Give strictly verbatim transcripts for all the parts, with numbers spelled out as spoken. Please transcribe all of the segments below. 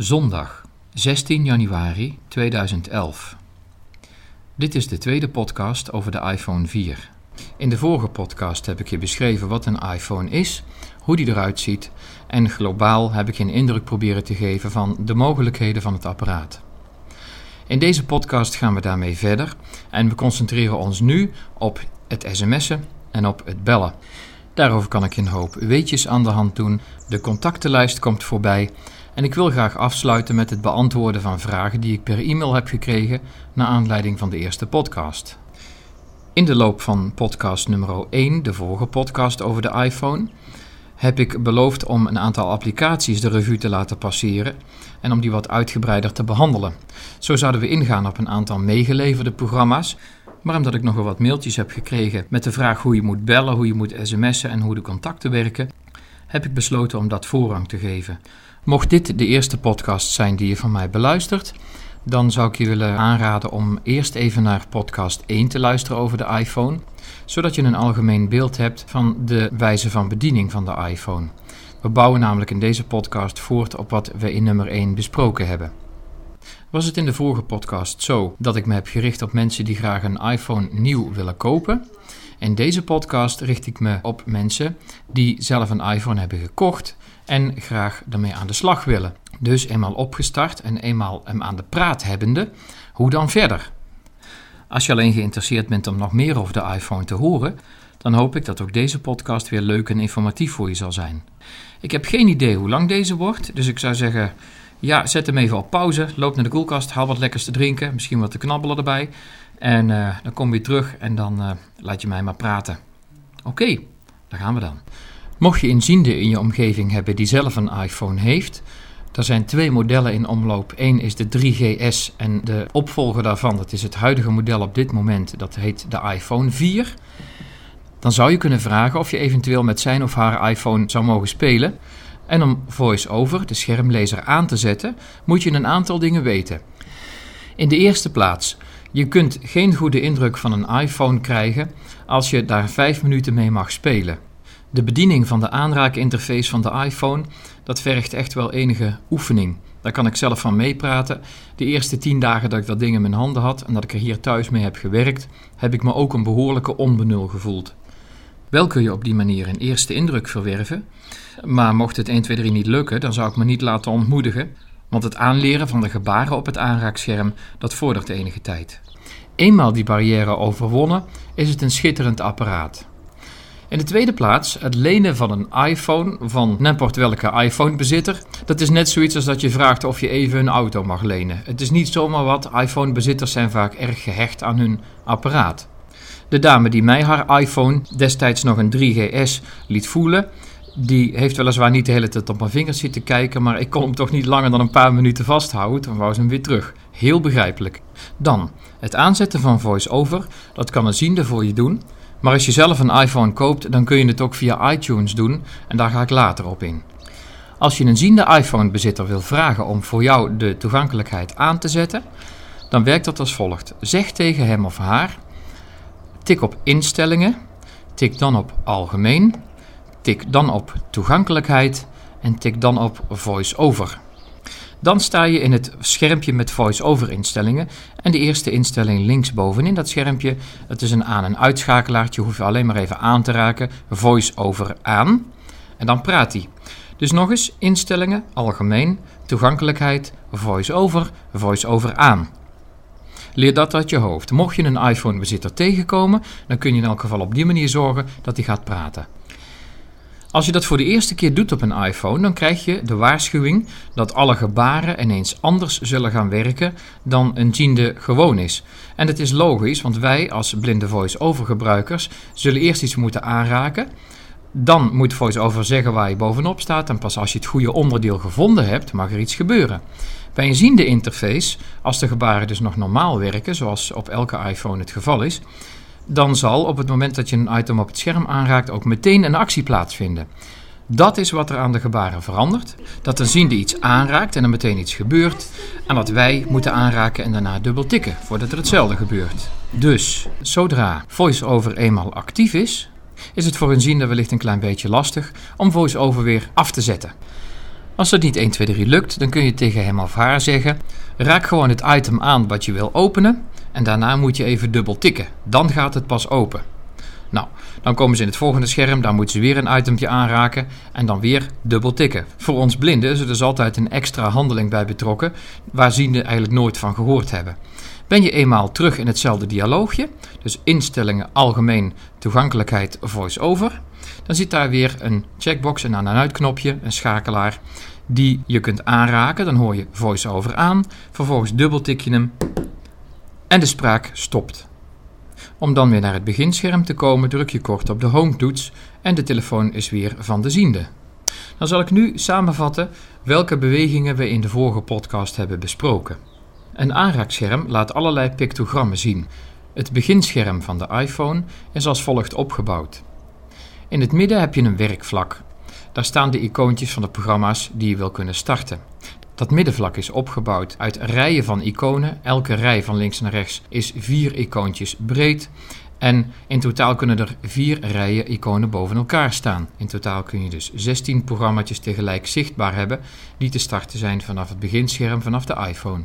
Zondag, zestien januari tweeduizend elf. Dit is de tweede podcast over de iPhone vier. In de vorige podcast heb ik je beschreven wat een iPhone is, hoe die eruit ziet en globaal heb ik je een indruk proberen te geven van de mogelijkheden van het apparaat. In deze podcast gaan we daarmee verder en we concentreren ons nu op het sms'en en op het bellen. Daarover kan ik een hoop weetjes aan de hand doen, de contactenlijst komt voorbij en ik wil graag afsluiten met het beantwoorden van vragen die ik per e-mail heb gekregen naar aanleiding van de eerste podcast. In de loop van podcast nummer één, de vorige podcast over de iPhone, heb ik beloofd om een aantal applicaties de revue te laten passeren en om die wat uitgebreider te behandelen. Zo zouden we ingaan op een aantal meegeleverde programma's, maar omdat ik nogal wat mailtjes heb gekregen met de vraag hoe je moet bellen, hoe je moet sms'en en hoe de contacten werken, heb ik besloten om dat voorrang te geven. Mocht dit de eerste podcast zijn die je van mij beluistert, dan zou ik je willen aanraden om eerst even naar podcast één te luisteren over de iPhone, zodat je een algemeen beeld hebt van de wijze van bediening van de iPhone. We bouwen namelijk in deze podcast voort op wat we in nummer één besproken hebben. Was het in de vorige podcast zo dat ik me heb gericht op mensen die graag een iPhone nieuw willen kopen? In deze podcast richt ik me op mensen die zelf een iPhone hebben gekocht en graag ermee aan de slag willen. Dus eenmaal opgestart en eenmaal hem aan de praat hebbende, hoe dan verder? Als je alleen geïnteresseerd bent om nog meer over de iPhone te horen, dan hoop ik dat ook deze podcast weer leuk en informatief voor je zal zijn. Ik heb geen idee hoe lang deze wordt, dus ik zou zeggen, ja, zet hem even op pauze, loop naar de koelkast, haal wat lekkers te drinken, misschien wat te knabbelen erbij. En uh, dan kom je terug en dan uh, laat je mij maar praten. Oké, okay, daar gaan we dan. Mocht je inzienden in je omgeving hebben die zelf een iPhone heeft, er zijn twee modellen in omloop. Eén is de drie G S en de opvolger daarvan, dat is het huidige model op dit moment, dat heet de iPhone vier. Dan zou je kunnen vragen of je eventueel met zijn of haar iPhone zou mogen spelen. En om VoiceOver, de schermlezer, aan te zetten, moet je een aantal dingen weten. In de eerste plaats, je kunt geen goede indruk van een iPhone krijgen als je daar vijf minuten mee mag spelen. De bediening van de aanraakinterface van de iPhone, dat vergt echt wel enige oefening. Daar kan ik zelf van meepraten. De eerste tien dagen dat ik dat ding in mijn handen had en dat ik er hier thuis mee heb gewerkt, heb ik me ook een behoorlijke onbenul gevoeld. Wel kun je op die manier een eerste indruk verwerven, maar mocht het één, twee, drie niet lukken, dan zou ik me niet laten ontmoedigen, want het aanleren van de gebaren op het aanraakscherm, dat vordert enige tijd. Eenmaal die barrière overwonnen, is het een schitterend apparaat. In de tweede plaats, het lenen van een iPhone van n'importe welke iPhone-bezitter, dat is net zoiets als dat je vraagt of je even een auto mag lenen. Het is niet zomaar wat, iPhone-bezitters zijn vaak erg gehecht aan hun apparaat. De dame die mij haar iPhone, destijds nog een drie G S, liet voelen, die heeft weliswaar niet de hele tijd op mijn vingers zitten kijken, maar ik kon hem toch niet langer dan een paar minuten vasthouden, toen wou ze hem weer terug. Heel begrijpelijk. Dan, het aanzetten van VoiceOver, dat kan een ziende voor je doen, maar als je zelf een iPhone koopt, dan kun je het ook via iTunes doen en daar ga ik later op in. Als je een ziende iPhone-bezitter wil vragen om voor jou de toegankelijkheid aan te zetten, dan werkt dat als volgt. Zeg tegen hem of haar, tik op instellingen, tik dan op algemeen, tik dan op toegankelijkheid en tik dan op VoiceOver. Dan sta je in het schermpje met VoiceOver instellingen en de eerste instelling linksbovenin dat schermpje, het is een aan- en uitschakelaartje, hoef je alleen maar even aan te raken, VoiceOver aan en dan praat hij. Dus nog eens instellingen, algemeen, toegankelijkheid, VoiceOver, VoiceOver aan. Leer dat uit je hoofd. Mocht je een iPhone-bezitter tegenkomen, dan kun je in elk geval op die manier zorgen dat hij gaat praten. Als je dat voor de eerste keer doet op een iPhone, dan krijg je de waarschuwing dat alle gebaren ineens anders zullen gaan werken dan een ziende gewoon is. En dat is logisch, want wij als blinde voice-over gebruikers zullen eerst iets moeten aanraken. Dan moet VoiceOver zeggen waar je bovenop staat en pas als je het goede onderdeel gevonden hebt, mag er iets gebeuren. Bij een ziende interface, als de gebaren dus nog normaal werken, zoals op elke iPhone het geval is, dan zal op het moment dat je een item op het scherm aanraakt ook meteen een actie plaatsvinden. Dat is wat er aan de gebaren verandert. Dat een ziende iets aanraakt en er meteen iets gebeurt. En dat wij moeten aanraken en daarna dubbel tikken voordat er hetzelfde gebeurt. Dus, zodra VoiceOver eenmaal actief is, is het voor een ziende wellicht een klein beetje lastig om VoiceOver weer af te zetten. Als dat niet één, twee, drie lukt, dan kun je tegen hem of haar zeggen: raak gewoon het item aan wat je wil openen en daarna moet je even dubbel tikken. Dan gaat het pas open. Nou, dan komen ze in het volgende scherm, daar moeten ze weer een itempje aanraken en dan weer dubbel tikken. Voor ons blinden is er dus altijd een extra handeling bij betrokken, waar zienden eigenlijk nooit van gehoord hebben. Ben je eenmaal terug in hetzelfde dialoogje, dus instellingen algemeen toegankelijkheid voice-over, dan zit daar weer een checkbox en aan en uit knopje, een schakelaar, die je kunt aanraken. Dan hoor je voice-over aan, vervolgens dubbeltik je hem en de spraak stopt. Om dan weer naar het beginscherm te komen, druk je kort op de home-toets en de telefoon is weer van de ziende. Dan zal ik nu samenvatten welke bewegingen we in de vorige podcast hebben besproken. Een aanraakscherm laat allerlei pictogrammen zien. Het beginscherm van de iPhone is als volgt opgebouwd. In het midden heb je een werkvlak. Daar staan de icoontjes van de programma's die je wil kunnen starten. Dat middenvlak is opgebouwd uit rijen van iconen. Elke rij van links naar rechts is vier icoontjes breed. En in totaal kunnen er vier rijen iconen boven elkaar staan. In totaal kun je dus zestien programma's tegelijk zichtbaar hebben die te starten zijn vanaf het beginscherm vanaf de iPhone.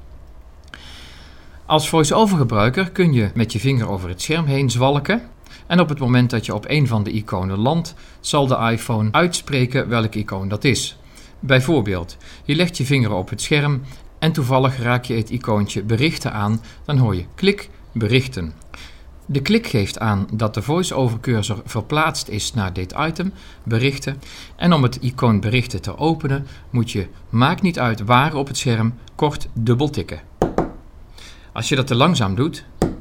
Als voice-over gebruiker kun je met je vinger over het scherm heen zwalken. En op het moment dat je op een van de iconen landt, zal de iPhone uitspreken welk icoon dat is. Bijvoorbeeld, je legt je vinger op het scherm en toevallig raak je het icoontje berichten aan, dan hoor je klik berichten. De klik geeft aan dat de voice-over cursor verplaatst is naar dit item, berichten. En om het icoon berichten te openen, moet je, maakt niet uit waar op het scherm, kort dubbel tikken. Als je dat te langzaam doet,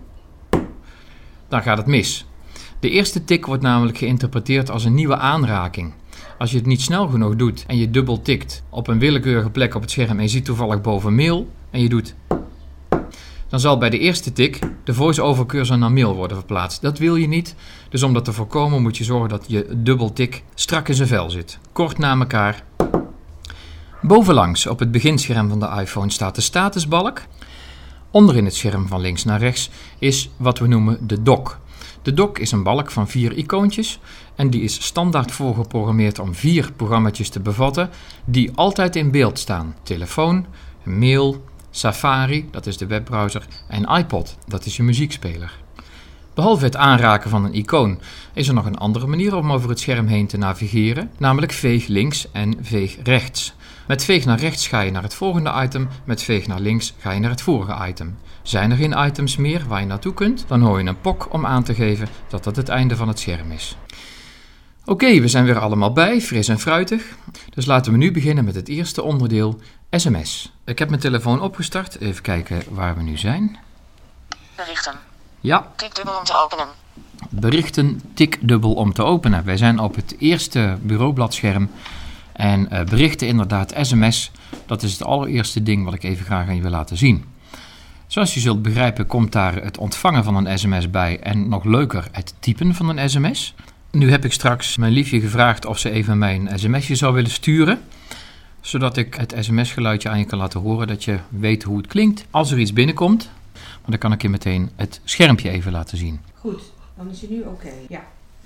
dan gaat het mis. De eerste tik wordt namelijk geïnterpreteerd als een nieuwe aanraking. Als je het niet snel genoeg doet en je dubbel tikt op een willekeurige plek op het scherm en je ziet toevallig boven mail en je doet, dan zal bij de eerste tik de voice-over cursor naar mail worden verplaatst. Dat wil je niet, dus om dat te voorkomen moet je zorgen dat je dubbel tik strak in zijn vel zit. Kort na elkaar. Bovenlangs op het beginscherm van de iPhone staat de statusbalk. Onderin het scherm van links naar rechts is wat we noemen de dock. De dock is een balk van vier icoontjes en die is standaard voorgeprogrammeerd om vier programma's te bevatten die altijd in beeld staan. Telefoon, mail, Safari, dat is de webbrowser, en iPod, dat is je muziekspeler. Behalve het aanraken van een icoon is er nog een andere manier om over het scherm heen te navigeren, namelijk veeg links en veeg rechts. Met veeg naar rechts ga je naar het volgende item, met veeg naar links ga je naar het vorige item. Zijn er geen items meer waar je naartoe kunt, dan hoor je een pok om aan te geven dat dat het einde van het scherm is. Oké, okay, we zijn weer allemaal bij, fris en fruitig. Dus laten we nu beginnen met het eerste onderdeel, S M S. Ik heb mijn telefoon opgestart, even kijken waar we nu zijn. Berichten. Ja. Tik dubbel om te openen. Berichten, tik dubbel om te openen. Wij zijn op het eerste bureaubladscherm. En uh, berichten inderdaad, S M S, dat is het allereerste ding wat ik even graag aan je wil laten zien. Zoals je zult begrijpen komt daar het ontvangen van een S M S bij en nog leuker het typen van een S M S. Nu heb ik straks mijn liefje gevraagd of ze even mijn sms'je zou willen sturen, zodat ik het S M S-geluidje aan je kan laten horen, dat je weet hoe het klinkt als er iets binnenkomt. Maar dan kan ik je meteen het schermpje even laten zien. Goed, dan is hij nu oké. Okay. Ja.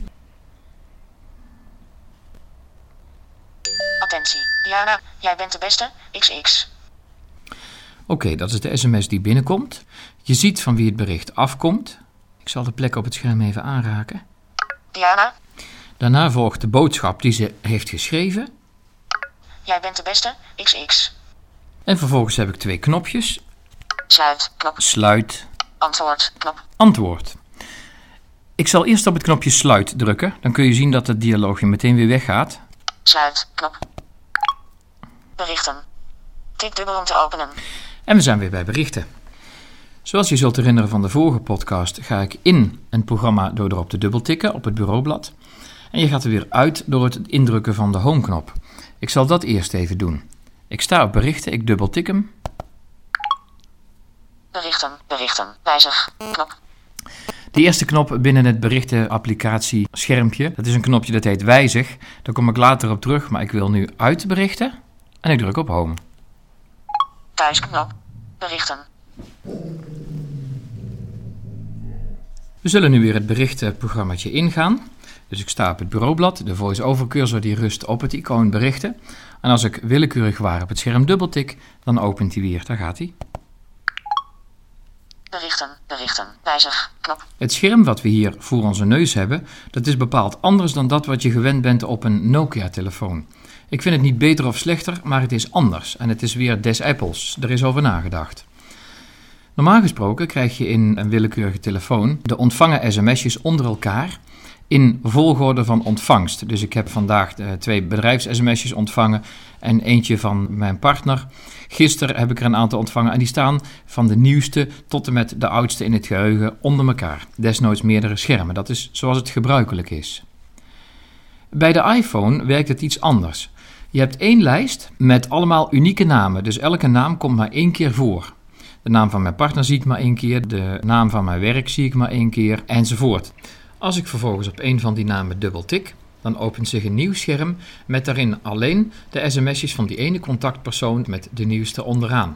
Attentie, Diana, jij bent de beste, X X. Oké, okay, dat is de S M S die binnenkomt. Je ziet van wie het bericht afkomt. Ik zal de plek op het scherm even aanraken. Diana. Daarna volgt de boodschap die ze heeft geschreven. Jij bent de beste, X X. En vervolgens heb ik twee knopjes. Sluit, knop. Sluit. Antwoord, knop. Antwoord. Ik zal eerst op het knopje sluit drukken. Dan kun je zien dat het dialoogje meteen weer weggaat. Sluit, knop. Berichten. Tik dubbel om te openen. En we zijn weer bij berichten. Zoals je zult herinneren van de vorige podcast ga ik in een programma door erop te dubbeltikken op het bureaublad. En je gaat er weer uit door het indrukken van de home-knop. Ik zal dat eerst even doen. Ik sta op berichten, ik dubbeltik hem. Berichten, berichten, wijzig, knop. De eerste knop binnen het berichtenapplicatie schermpje, dat is een knopje dat heet wijzig. Daar kom ik later op terug, maar ik wil nu uit berichten en ik druk op home. Thuisknop, berichten. We zullen nu weer het berichtenprogrammaatje ingaan. Dus ik sta op het bureaublad, de voice-over cursor die rust op het icoon berichten. En als ik willekeurig waar op het scherm dubbeltik, dan opent hij weer. Daar gaat hij. Berichten, berichten, wijzig, knop. Het scherm wat we hier voor onze neus hebben, dat is bepaald anders dan dat wat je gewend bent op een Nokia-telefoon. Ik vind het niet beter of slechter, maar het is anders. En het is weer des Apples. Er is over nagedacht. Normaal gesproken krijg je in een willekeurige telefoon de ontvangen sms'jes onder elkaar in volgorde van ontvangst. Dus ik heb vandaag uh, twee bedrijfs-sms'jes ontvangen en eentje van mijn partner. Gisteren heb ik er een aantal ontvangen en die staan van de nieuwste tot en met de oudste in het geheugen onder elkaar. Desnoods meerdere schermen. Dat is zoals het gebruikelijk is. Bij de iPhone werkt het iets anders. Je hebt één lijst met allemaal unieke namen. Dus elke naam komt maar één keer voor. De naam van mijn partner zie ik maar één keer. De naam van mijn werk zie ik maar één keer. Enzovoort. Als ik vervolgens op een van die namen dubbeltik, dan opent zich een nieuw scherm met daarin alleen de sms'jes van die ene contactpersoon met de nieuwste onderaan.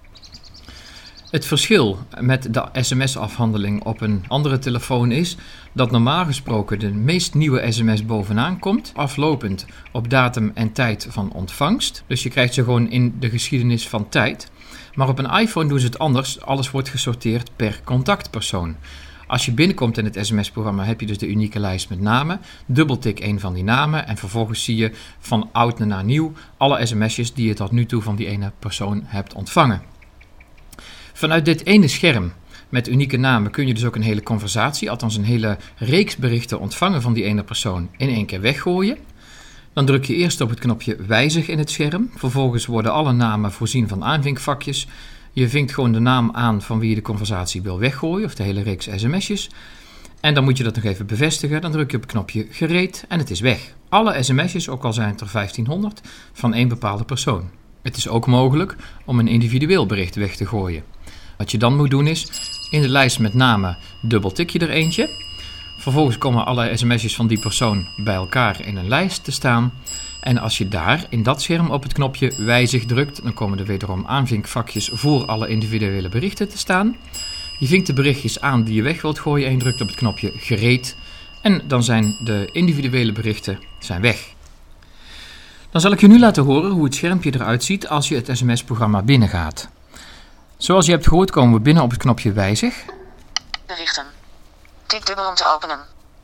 Het verschil met de sms-afhandeling op een andere telefoon is dat normaal gesproken de meest nieuwe sms bovenaan komt, aflopend op datum en tijd van ontvangst. Dus je krijgt ze gewoon in de geschiedenis van tijd. Maar op een iPhone doen ze het anders. Alles wordt gesorteerd per contactpersoon. Als je binnenkomt in het sms-programma heb je dus de unieke lijst met namen. Dubbeltik een van die namen en vervolgens zie je van oud naar nieuw alle sms'jes die je tot nu toe van die ene persoon hebt ontvangen. Vanuit dit ene scherm met unieke namen kun je dus ook een hele conversatie, althans een hele reeks berichten ontvangen van die ene persoon in één keer weggooien. Dan druk je eerst op het knopje wijzig in het scherm. Vervolgens worden alle namen voorzien van aanvinkvakjes. Je vinkt gewoon de naam aan van wie je de conversatie wil weggooien, of de hele reeks sms'jes. En dan moet je dat nog even bevestigen. Dan druk je op het knopje gereed en het is weg. Alle sms'jes, ook al zijn het er vijftienhonderd, van één bepaalde persoon. Het is ook mogelijk om een individueel bericht weg te gooien. Wat je dan moet doen is, in de lijst met namen dubbeltik je er eentje. Vervolgens komen alle sms'jes van die persoon bij elkaar in een lijst te staan. En als je daar in dat scherm op het knopje wijzig drukt, dan komen er wederom aanvinkvakjes voor alle individuele berichten te staan. Je vinkt de berichtjes aan die je weg wilt gooien en je drukt op het knopje gereed. En dan zijn de individuele berichten zijn weg. Dan zal ik je nu laten horen hoe het schermpje eruit ziet als je het sms-programma binnengaat. Zoals je hebt gehoord komen we binnen op het knopje wijzig. Berichten. Tik dubbel om te openen.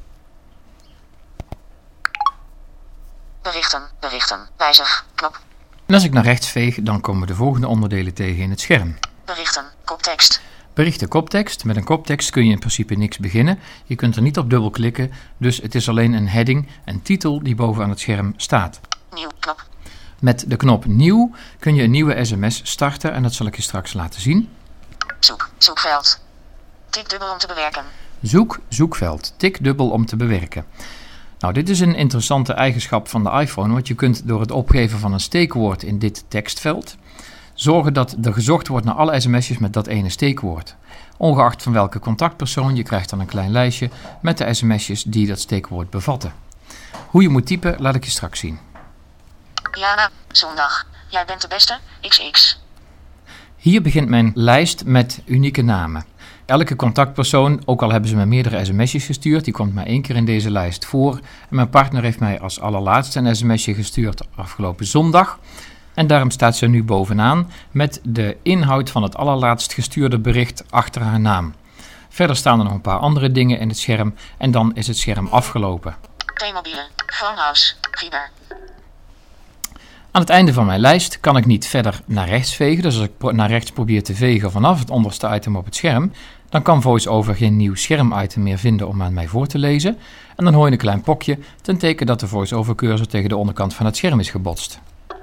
Berichten, berichten, wijzig, knop. En als ik naar rechts veeg, dan komen de volgende onderdelen tegen in het scherm. Berichten, koptekst. Berichten koptekst. Met een koptekst kun je in principe niks beginnen. Je kunt er niet op dubbel klikken, dus het is alleen een heading, een titel die bovenaan het scherm staat. Nieuw, knop. Met de knop nieuw kun je een nieuwe sms starten en dat zal ik je straks laten zien. Zoek, zoekveld. Tik dubbel om te bewerken. Zoek, zoekveld. Tik dubbel om te bewerken. Nou, dit is een interessante eigenschap van de iPhone, want je kunt door het opgeven van een steekwoord in dit tekstveld zorgen dat er gezocht wordt naar alle sms'jes met dat ene steekwoord. Ongeacht van welke contactpersoon, je krijgt dan een klein lijstje met de sms'jes die dat steekwoord bevatten. Hoe je moet typen, laat ik je straks zien. Jana, zondag. Jij bent de beste, x x. Hier begint mijn lijst met unieke namen. Elke contactpersoon, ook al hebben ze me meerdere sms'jes gestuurd, die komt maar één keer in deze lijst voor. En mijn partner heeft mij als allerlaatste een sms'je gestuurd afgelopen zondag. En daarom staat ze nu bovenaan met de inhoud van het allerlaatst gestuurde bericht achter haar naam. Verder staan er nog een paar andere dingen in het scherm en dan is het scherm afgelopen. T-Mobile, Phonehouse, Viber. Aan het einde van mijn lijst kan ik niet verder naar rechts vegen. Dus als ik naar rechts probeer te vegen vanaf het onderste item op het scherm, dan kan VoiceOver geen nieuw schermitem meer vinden om aan mij voor te lezen. En dan hoor je een klein pokje ten teken dat de VoiceOver cursor tegen de onderkant van het scherm is gebotst.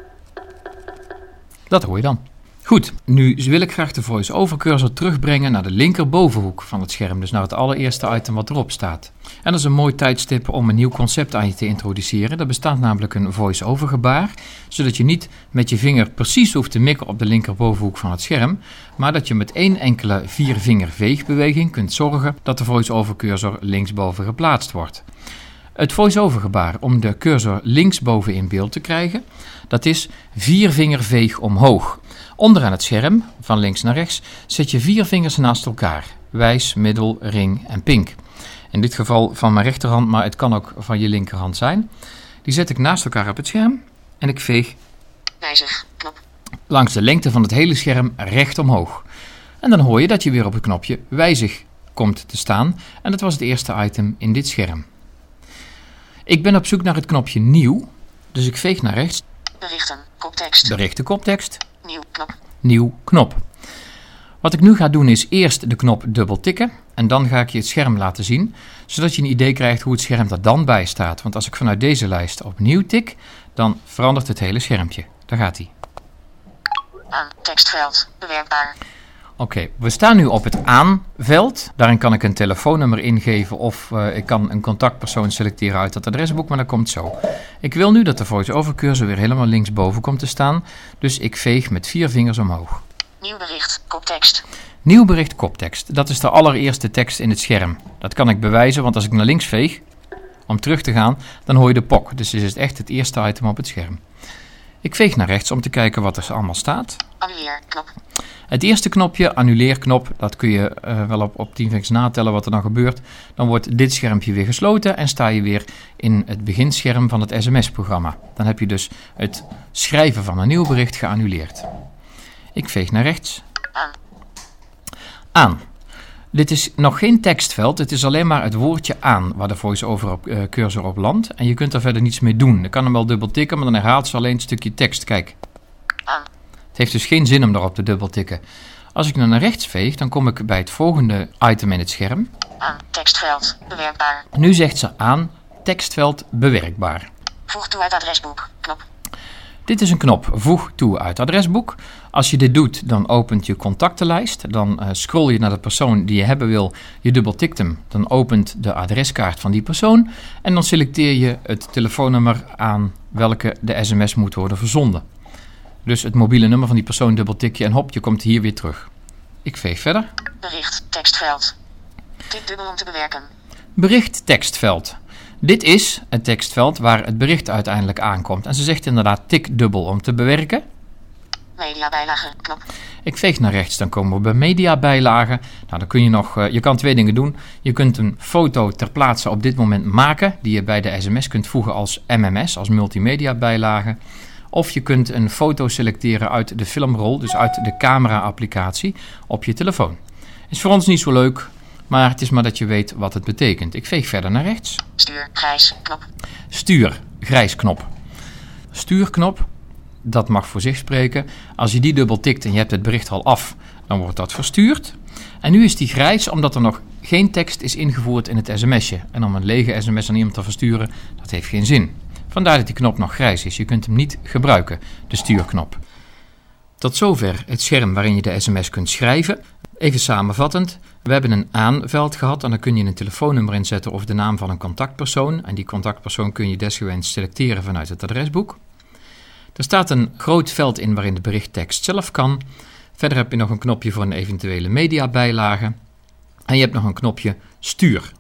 Dat hoor je dan. Goed, nu wil ik graag de VoiceOver cursor terugbrengen naar de linkerbovenhoek van het scherm, dus naar het allereerste item wat erop staat. En dat is een mooi tijdstip om een nieuw concept aan je te introduceren. Er bestaat namelijk een VoiceOver gebaar, zodat je niet met je vinger precies hoeft te mikken op de linkerbovenhoek van het scherm, maar dat je met één enkele viervinger veegbeweging kunt zorgen dat de VoiceOver cursor linksboven geplaatst wordt. Het VoiceOver gebaar om de cursor linksboven in beeld te krijgen, dat is viervinger veeg omhoog. Onderaan het scherm, van links naar rechts, zet je vier vingers naast elkaar. Wijs, middel, ring en pink. In dit geval van mijn rechterhand, maar het kan ook van je linkerhand zijn. Die zet ik naast elkaar op het scherm en ik veeg Wijzig. Knop. langs de lengte van het hele scherm recht omhoog. En dan hoor je dat je weer op het knopje wijzig komt te staan. En dat was het eerste item in dit scherm. Ik ben op zoek naar het knopje nieuw, dus ik veeg naar rechts. Berichten. Koptekst. Berichten koptekst. Nieuw. Knop. Nieuw knop. Wat ik nu ga doen is eerst de knop dubbel tikken en dan ga ik je het scherm laten zien, zodat je een idee krijgt hoe het scherm er dan bij staat. Want als ik vanuit deze lijst opnieuw tik, dan verandert het hele schermpje. Daar gaat hij. Aan. Tekstveld. Bewerkbaar. Oké, okay, we staan nu op het aanveld. Daarin kan ik een telefoonnummer ingeven of uh, ik kan een contactpersoon selecteren uit het adresboek, maar dat komt zo. Ik wil nu dat de voice-over cursor weer helemaal linksboven komt te staan, dus ik veeg met vier vingers omhoog. Nieuw bericht. Koptekst. Nieuw bericht koptekst. Dat is de allereerste tekst in het scherm. Dat kan ik bewijzen, want als ik naar links veeg, om terug te gaan, dan hoor je de pok. Dus dit is echt het eerste item op het scherm. Ik veeg naar rechts om te kijken wat er allemaal staat. Annuleer knop. Het eerste knopje, annuleerknop, dat kun je uh, wel op, op tien vingers natellen wat er dan gebeurt. Dan wordt dit schermpje weer gesloten en sta je weer in het beginscherm van het sms-programma. Dan heb je dus het schrijven van een nieuw bericht geannuleerd. Ik veeg naar rechts. Aan. Aan. Dit is nog geen tekstveld, het is alleen maar het woordje aan waar de voice-over op, uh, cursor op landt. En je kunt daar verder niets mee doen. Je kan hem wel dubbel tikken, maar dan herhaalt ze alleen een stukje tekst. Kijk. Aan. Het heeft dus geen zin om daarop te dubbel tikken. Als ik nu naar rechts veeg, dan kom ik bij het volgende item in het scherm. Aan. Tekstveld. Bewerkbaar. Nu zegt ze aan, tekstveld bewerkbaar. Voeg toe uit adresboek. Knop. Dit is een knop, voeg toe uit adresboek. Als je dit doet, dan opent je contactenlijst. Dan uh, scroll je naar de persoon die je hebben wil. Je dubbeltikt hem. Dan opent de adreskaart van die persoon. En dan selecteer je het telefoonnummer aan welke de sms moet worden verzonden. Dus het mobiele nummer van die persoon dubbeltik je en hop, je komt hier weer terug. Ik veeg verder. Bericht. Tekstveld. Tik dubbel om te bewerken. Bericht tekstveld. Dit is het tekstveld waar het bericht uiteindelijk aankomt. En ze zegt inderdaad tik dubbel om te bewerken. Media bijlage. Knop. Ik veeg naar rechts, dan komen we bij media bijlagen. Nou, dan kun je nog, uh, je kan twee dingen doen. Je kunt een foto ter plaatse op dit moment maken, die je bij de sms kunt voegen als M M S, als multimedia bijlage. Of je kunt een foto selecteren uit de filmrol, dus uit de camera-applicatie op je telefoon. Is voor ons niet zo leuk, maar het is maar dat je weet wat het betekent. Ik veeg verder naar rechts. Stuur. Grijs. Knop. Stuur, grijs knop. Stuurknop, dat mag voor zich spreken. Als je die dubbel tikt en je hebt het bericht al af, dan wordt dat verstuurd. En nu is die grijs omdat er nog geen tekst is ingevoerd in het sms'je. En om een lege sms aan iemand te versturen, dat heeft geen zin. Vandaar dat die knop nog grijs is. Je kunt hem niet gebruiken, de stuurknop. Tot zover het scherm waarin je de sms kunt schrijven. Even samenvattend, we hebben een aanveld gehad en dan kun je een telefoonnummer inzetten of de naam van een contactpersoon. En die contactpersoon kun je desgewenst selecteren vanuit het adresboek. Er staat een groot veld in waarin de berichttekst zelf kan. Verder heb je nog een knopje voor een eventuele mediabijlage. En je hebt nog een knopje stuur.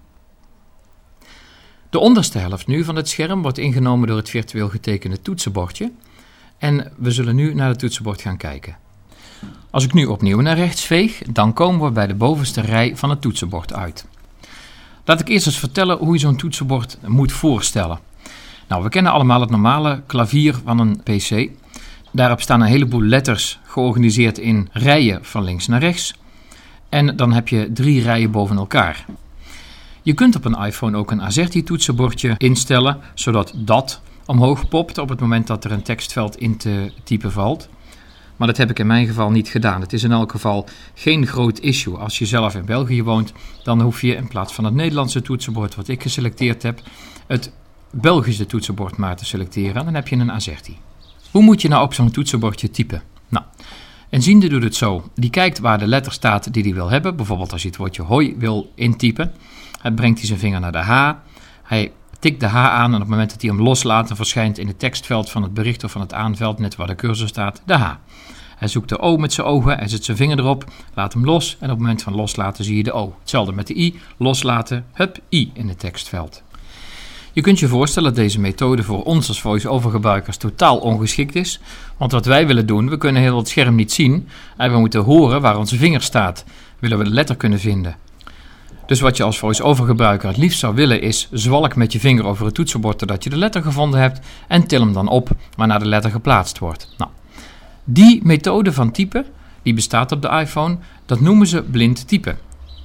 De onderste helft nu van het scherm wordt ingenomen door het virtueel getekende toetsenbordje. En we zullen nu naar het toetsenbord gaan kijken. Als ik nu opnieuw naar rechts veeg, dan komen we bij de bovenste rij van het toetsenbord uit. Laat ik eerst eens vertellen hoe je zo'n toetsenbord moet voorstellen. Nou, we kennen allemaal het normale klavier van een P C. Daarop staan een heleboel letters georganiseerd in rijen van links naar rechts. En dan heb je drie rijen boven elkaar. Je kunt op een iPhone ook een AZERTY toetsenbordje instellen, zodat dat omhoog popt op het moment dat er een tekstveld in te typen valt. Maar dat heb ik in mijn geval niet gedaan. Het is in elk geval geen groot issue. Als je zelf in België woont, dan hoef je in plaats van het Nederlandse toetsenbord wat ik geselecteerd heb, het Belgische toetsenbord maar te selecteren. En dan heb je een AZERTY. Hoe moet je nou op zo'n toetsenbordje typen? Nou, een ziende doet het zo. Die kijkt waar de letter staat die hij wil hebben. Bijvoorbeeld als je het woordje hoi wil intypen. Hij brengt hij zijn vinger naar de H. Hij tikt de H aan en op het moment dat hij hem loslaat, dan verschijnt in het tekstveld van het bericht of van het aanveld, net waar de cursor staat, de H. Hij zoekt de O met zijn ogen, hij zet zijn vinger erop, laat hem los en op het moment van loslaten zie je de O. Hetzelfde met de I, loslaten, hup, I in het tekstveld. Je kunt je voorstellen dat deze methode voor ons als voice-over gebruikers totaal ongeschikt is. Want wat wij willen doen, we kunnen heel het scherm niet zien en we moeten horen waar onze vinger staat. Willen we de letter kunnen vinden. Dus wat je als voice-over gebruiker het liefst zou willen is zwalk met je vinger over het toetsenbord totdat je de letter gevonden hebt en til hem dan op waarna de letter geplaatst wordt. Nou, die methode van typen, die bestaat op de iPhone, dat noemen ze blind typen.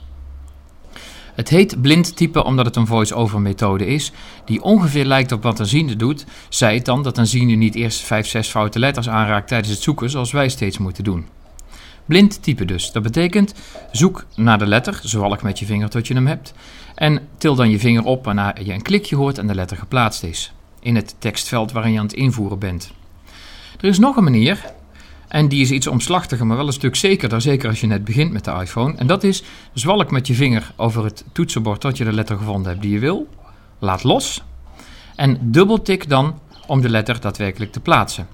Het heet blind typen omdat het een voice-over methode is die ongeveer lijkt op wat een ziende doet, zij het dan dat een ziende niet eerst vijf, zes foute letters aanraakt tijdens het zoeken zoals wij steeds moeten doen. Blind typen dus. Dat betekent, zoek naar de letter, zwalk met je vinger tot je hem hebt, en til dan je vinger op waarna je een klikje hoort en de letter geplaatst is, in het tekstveld waarin je aan het invoeren bent. Er is nog een manier, en die is iets omslachtiger, maar wel een stuk zekerder, zeker als je net begint met de iPhone, en dat is, zwalk met je vinger over het toetsenbord tot je de letter gevonden hebt die je wil, laat los, en dubbeltik dan om de letter daadwerkelijk te plaatsen.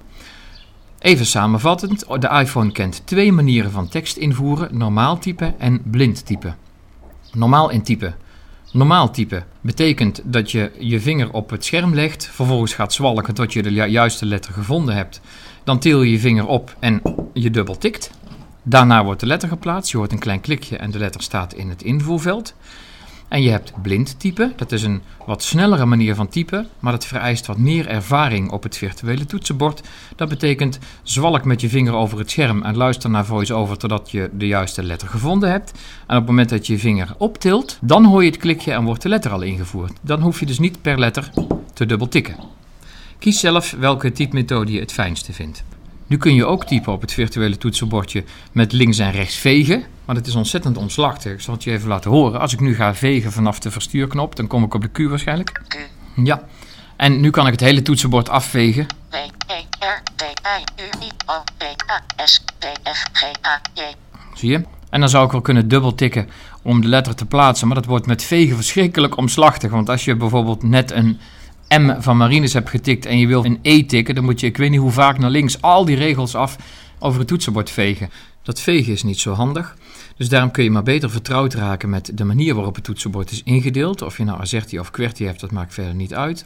Even samenvattend, de iPhone kent twee manieren van tekst invoeren, normaal typen en blind typen. Normaal intypen. Normaal typen betekent dat je je vinger op het scherm legt, vervolgens gaat zwalken tot je de ju- juiste letter gevonden hebt. Dan til je je vinger op en je dubbel tikt. Daarna wordt de letter geplaatst, je hoort een klein klikje en de letter staat in het invoerveld. En je hebt blind typen, dat is een wat snellere manier van typen, maar dat vereist wat meer ervaring op het virtuele toetsenbord. Dat betekent, zwalk met je vinger over het scherm en luister naar voice-over totdat je de juiste letter gevonden hebt. En op het moment dat je je vinger optilt, dan hoor je het klikje en wordt de letter al ingevoerd. Dan hoef je dus niet per letter te dubbel tikken. Kies zelf welke typemethode je het fijnste vindt. Nu kun je ook typen op het virtuele toetsenbordje met links en rechts vegen, maar dat is ontzettend omslachtig. Ik zal het je even laten horen. Als ik nu ga vegen vanaf de verstuurknop, dan kom ik op de Q waarschijnlijk. Q. Ja. En nu kan ik het hele toetsenbord afvegen. W, E, R, D, I, U, I, O, P, A, S, T, F, G, A, J. Zie je? En dan zou ik wel kunnen dubbeltikken om de letter te plaatsen, maar dat wordt met vegen verschrikkelijk omslachtig. Want als je bijvoorbeeld net een M van Marines hebt getikt en je wil een E tikken, dan moet je, ik weet niet hoe vaak, naar links al die regels af over het toetsenbord vegen. Dat vegen is niet zo handig, dus daarom kun je maar beter vertrouwd raken met de manier waarop het toetsenbord is ingedeeld. Of je nou AZERTY of QWERTY hebt, dat maakt verder niet uit.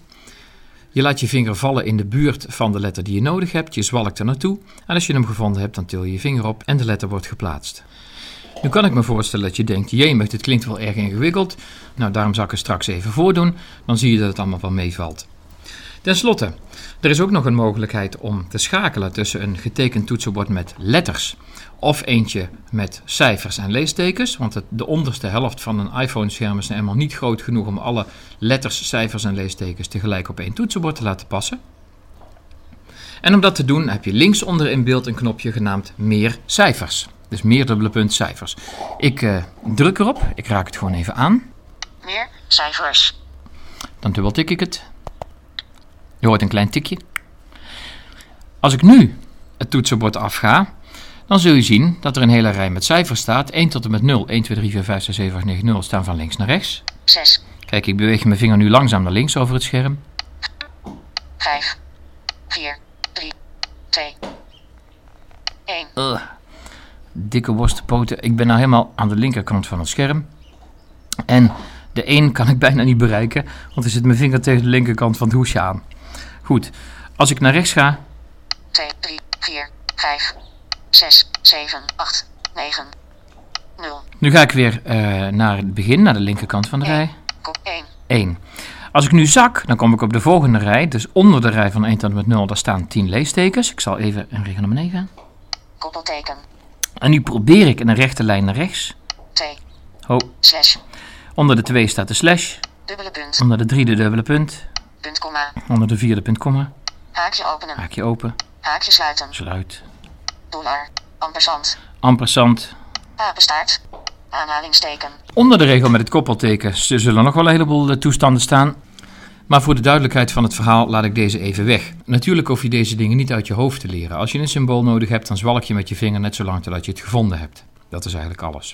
Je laat je vinger vallen in de buurt van de letter die je nodig hebt, je zwalkt er naartoe en als je hem gevonden hebt, dan til je je vinger op en de letter wordt geplaatst. Nu kan ik me voorstellen dat je denkt, jemig, dit klinkt wel erg ingewikkeld. Nou, daarom zal ik er straks even voordoen. Dan zie je dat het allemaal wel meevalt. Ten slotte, er is ook nog een mogelijkheid om te schakelen tussen een getekend toetsenbord met letters of eentje met cijfers en leestekens. Want het, de onderste helft van een iPhone-scherm is helemaal niet groot genoeg om alle letters, cijfers en leestekens tegelijk op één toetsenbord te laten passen. En om dat te doen heb je linksonder in beeld een knopje genaamd meer cijfers. Dus meer dubbele punt cijfers. Ik uh, druk erop. Ik raak het gewoon even aan. Meer cijfers. Dan dubbeltik ik het. Je hoort een klein tikje. Als ik nu het toetsenbord afga, dan zul je zien dat er een hele rij met cijfers staat. één tot en met nul. één, twee, drie, vier, vijf, zes, zeven, acht, negen, nul staan van links naar rechts. zes. Kijk, ik beweeg mijn vinger nu langzaam naar links over het scherm. vijf. vier. drie. twee. één. Uh. Dikke worstenpoten. Ik ben nou helemaal aan de linkerkant van het scherm. En de één kan ik bijna niet bereiken, want er zit mijn vinger tegen de linkerkant van het hoesje aan. Goed, als ik naar rechts ga. twee, drie, vier, vijf, zes, zeven, acht, negen, nul. Nu ga ik weer uh, naar het begin, naar de linkerkant van de rij. Kop één. één. Als ik nu zak, dan kom ik op de volgende rij. Dus onder de rij van één tot en met nul, daar staan tien leestekens. Ik zal even een regel naar beneden gaan. Koppelteken. En nu probeer ik in een rechte lijn naar rechts. twee. Ho. Slash. Onder de twee staat de slash. Dubbele punt. Onder de drie de dubbele punt. Punt, komma. Onder de vier de punt, komma. Haakje openen. Haakje open. Haakje sluiten. Sluit. Dollar. Ampersand. Ampersand. Apenstaart. Aanhalingsteken. Onder de regel met het koppelteken zullen nog wel een heleboel toestanden staan. Maar voor de duidelijkheid van het verhaal laat ik deze even weg. Natuurlijk hoef je deze dingen niet uit je hoofd te leren. Als je een symbool nodig hebt, dan zwalk je met je vinger net zolang totdat je het gevonden hebt. Dat is eigenlijk alles.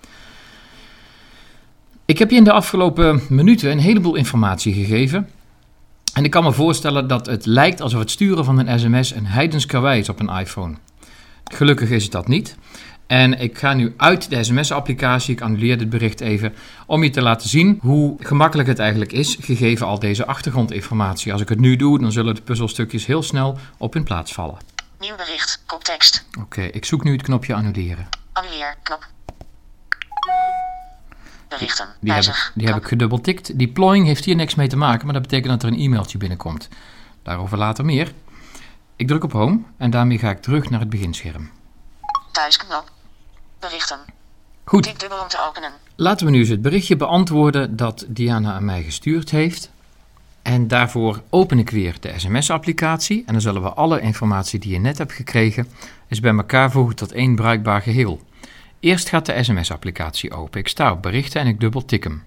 Ik heb je in de afgelopen minuten een heleboel informatie gegeven. En ik kan me voorstellen dat het lijkt alsof het sturen van een sms een heidens karwei is op een iPhone. Gelukkig is het dat niet. En ik ga nu uit de sms-applicatie, ik annuleer dit bericht even, om je te laten zien hoe gemakkelijk het eigenlijk is, gegeven al deze achtergrondinformatie. Als ik het nu doe, dan zullen de puzzelstukjes heel snel op hun plaats vallen. Nieuw bericht. Koptekst. Oké, okay, ik zoek nu het knopje annuleren. Annuleer knop. Berichten. Die, heb ik, die heb ik gedubbeltikt. Die plooiing heeft hier niks mee te maken, maar dat betekent dat er een e-mailtje binnenkomt. Daarover later meer. Ik druk op home en daarmee ga ik terug naar het beginscherm. Thuisknop. Berichten. Goed. Tik dubbel om te openen. Laten we nu eens het berichtje beantwoorden dat Diana aan mij gestuurd heeft. En daarvoor open ik weer de sms-applicatie. En dan zullen we alle informatie die je net hebt gekregen eens bij elkaar voegen tot één bruikbaar geheel. Eerst gaat de sms-applicatie open. Ik sta op berichten en ik dubbeltik hem.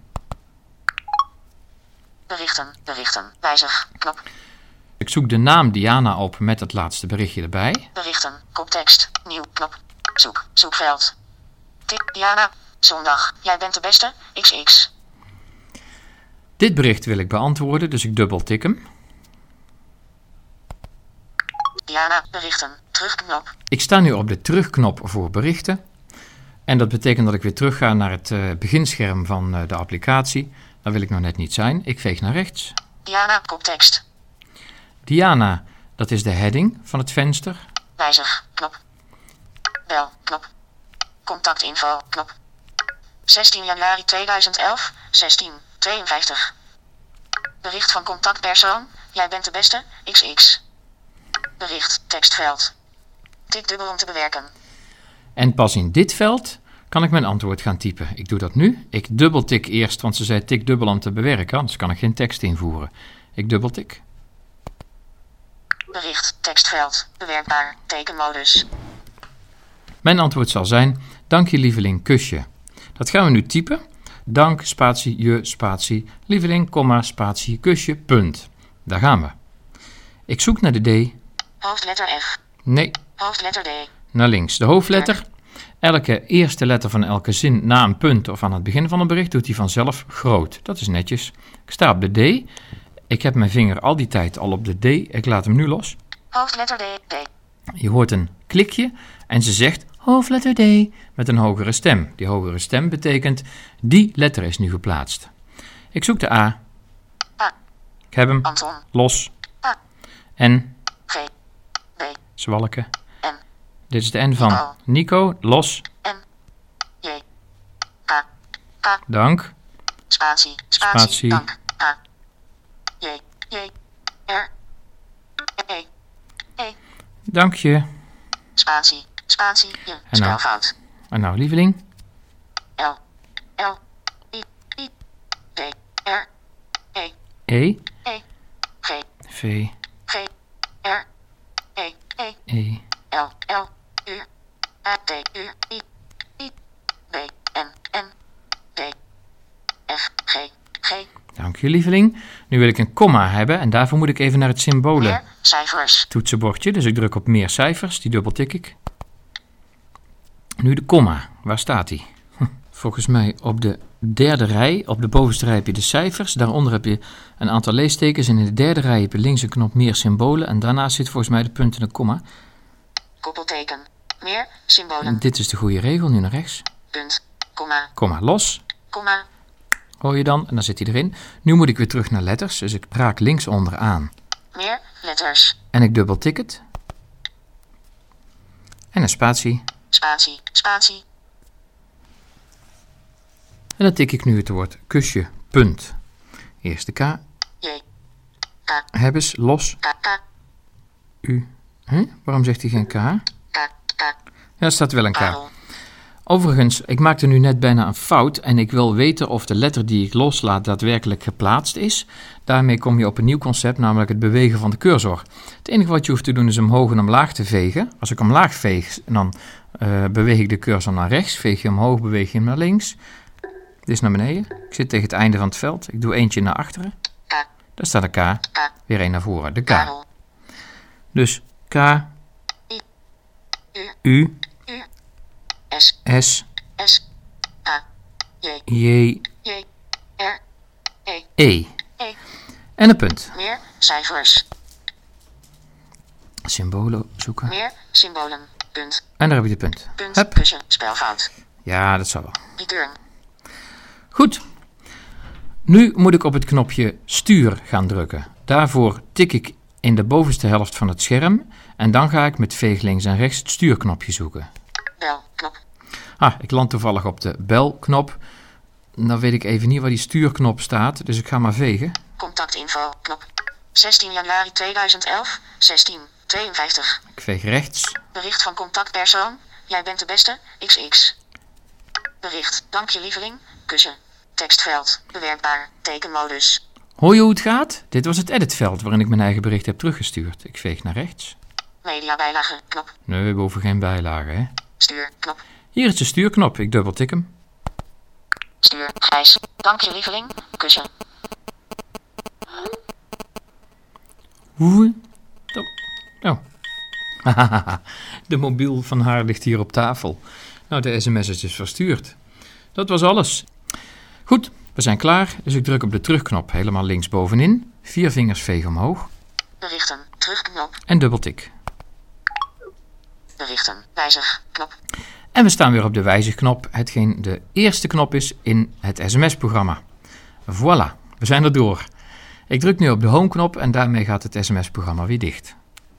Berichten, berichten, wijzig, knop. Ik zoek de naam Diana op met het laatste berichtje erbij. Berichten, koptekst, nieuw, knop. Zoek, zoekveld. Tik, Diana, zondag, jij bent de beste, x x. Dit bericht wil ik beantwoorden, dus ik dubbeltik hem. Diana, berichten, terugknop. Ik sta nu op de terugknop voor berichten. En dat betekent dat ik weer terug ga naar het uh, beginscherm van uh, de applicatie. Daar wil ik nog net niet zijn. Ik veeg naar rechts. Diana, koptekst. Diana, dat is de heading van het venster. Wijzig, knop. Bel, knop. Contactinfo, knop. zestien januari tweeduizend elf, zestien tweeënvijftig. Bericht van contactpersoon, jij bent de beste, x x. Bericht, tekstveld. Tik dubbel om te bewerken. En pas in dit veld kan ik mijn antwoord gaan typen. Ik doe dat nu. Ik dubbeltik eerst, want ze zei tik dubbel om te bewerken, anders kan ik geen tekst invoeren. Ik dubbeltik. Bericht, tekstveld, bewerkbaar, tekenmodus. Mijn antwoord zal zijn, dank je lieveling, kusje. Dat gaan we nu typen. Dank, spatie, je, spatie, lieveling, komma, spatie, kusje, punt. Daar gaan we. Ik zoek naar de D. Hoofdletter F. Nee. Hoofdletter D. Naar links. De hoofdletter. Elke eerste letter van elke zin na een punt of aan het begin van een bericht doet hij vanzelf groot. Dat is netjes. Ik sta op de D. Ik heb mijn vinger al die tijd al op de D. Ik laat hem nu los. Hoofdletter D. D. Je hoort een klikje en ze zegt hoofdletter D met een hogere stem. Die hogere stem betekent die letter is nu geplaatst. Ik zoek de A. A. Ik heb hem. Anton. Los. A. N. G. B. Zwalken. N. Dit is de N van Nico. Nico. Los. N. J. K. K. Dank. Spatie. Spatie. Spatie. Dank. A. J. J. R. E. E. Dank je. Spatie. Spatie. Je. En nou? Spelfout. En nou, lieveling. L. L. I. I. D. R. E. E. E. G. V. G. R. E. E. E. L. L. U. A. D. U. I. I. B. N. N. D. F. G. G. Dank je, lieveling. Nu wil ik een komma hebben en daarvoor moet ik even naar het symbolen Meer cijfers. toetsenbordje. Dus ik druk op meer cijfers, die dubbeltik ik. Nu de komma. Waar staat die? Volgens mij op de derde rij. Op de bovenste rij heb je de cijfers. Daaronder heb je een aantal leestekens. En in de derde rij heb je links een knop meer symbolen. En daarnaast zit volgens mij de punt en de komma. Koppelteken. Meer symbolen. En dit is de goede regel. Nu naar rechts. Punt. Komma. Komma los. Komma. Hoor je dan? En dan zit hij erin. Nu moet ik weer terug naar letters. Dus ik raak links onderaan. Meer letters. En ik dubbeltik het. En een spatie. Spatie. Spatie. En dan tik ik nu het woord kusje. Punt. Eerste K. J. K. Hebbes. Los. K. K. U. Huh? Waarom zegt hij geen K? K. K. Ja, er staat wel een K. Karel. Overigens, ik maakte nu net bijna een fout en ik wil weten of de letter die ik loslaat daadwerkelijk geplaatst is. Daarmee kom je op een nieuw concept, namelijk het bewegen van de cursor. Het enige wat je hoeft te doen is omhoog en omlaag te vegen. Als ik omlaag veeg, dan uh, beweeg ik de cursor naar rechts. Veeg je omhoog, beweeg je hem naar links. Dit is naar beneden. Ik zit tegen het einde van het veld. Ik doe eentje naar achteren. K. Daar staat een K. K. Weer één naar voren. De K. Karel. Dus K. I. U. U. U. S. S. S. A. J. J. J. R. E. E. E. En een punt. Meer cijfers. Symbolen zoeken. Meer symbolen. Punt. En daar heb je de punt. Punt. Hup. Kusje. Spelfout. Ja, dat zal wel. Return. Goed. Nu moet ik op het knopje stuur gaan drukken. Daarvoor tik ik in de bovenste helft van het scherm. En dan ga ik met veeg links en rechts het stuurknopje zoeken. Bel. Knop. Ah, ik land toevallig op de belknop. Dan weet ik even niet waar die stuurknop staat, dus ik ga maar vegen. Contactinfo, knop. zestien januari tweeduizend elf, zestien tweeënvijftig. Ik veeg rechts. Bericht van contactpersoon. Jij bent de beste, X X. Bericht, dank je lieveling, kussen. Tekstveld, bewerkbaar, tekenmodus. Hoor je hoe het gaat? Dit was het editveld waarin ik mijn eigen bericht heb teruggestuurd. Ik veeg naar rechts. Mediabijlage, knop. Nee, we hoeven geen bijlagen, hè. Stuur, knop. Hier is de stuurknop, ik dubbeltik hem. Stuur, Gijs. Dank je lieveling, kussen. Hoe? Oh. De mobiel van haar ligt hier op tafel. Nou, de sms is dus verstuurd. Dat was alles. Goed, we zijn klaar, dus ik druk op de terugknop helemaal linksbovenin. Vier vingers veeg omhoog. Berichten, terugknop. En dubbeltik. Berichten, wijzig, knop. En we staan weer op de wijzigknop, hetgeen de eerste knop is in het sms-programma. Voilà, we zijn er door. Ik druk nu op de home-knop en daarmee gaat het sms-programma weer dicht.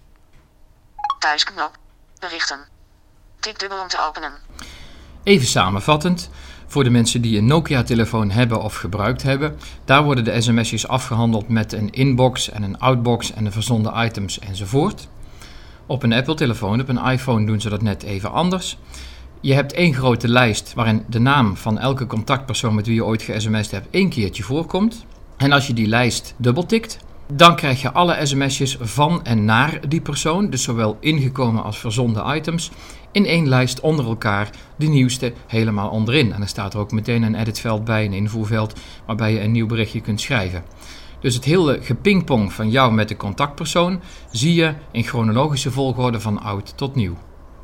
Thuisknop. Berichten. Tik dubbel om te openen. Even samenvattend, voor de mensen die een Nokia-telefoon hebben of gebruikt hebben, daar worden de sms'jes afgehandeld met een inbox en een outbox en de verzonden items enzovoort. Op een Apple-telefoon, op een iPhone doen ze dat net even anders. Je hebt één grote lijst waarin de naam van elke contactpersoon met wie je ooit ge-sms'd hebt één keertje voorkomt. En als je die lijst dubbeltikt, dan krijg je alle sms'jes van en naar die persoon, dus zowel ingekomen als verzonden items, in één lijst onder elkaar, de nieuwste helemaal onderin. En dan staat er ook meteen een editveld bij, een invoerveld, waarbij je een nieuw berichtje kunt schrijven. Dus het hele gepingpong van jou met de contactpersoon zie je in chronologische volgorde van oud tot nieuw.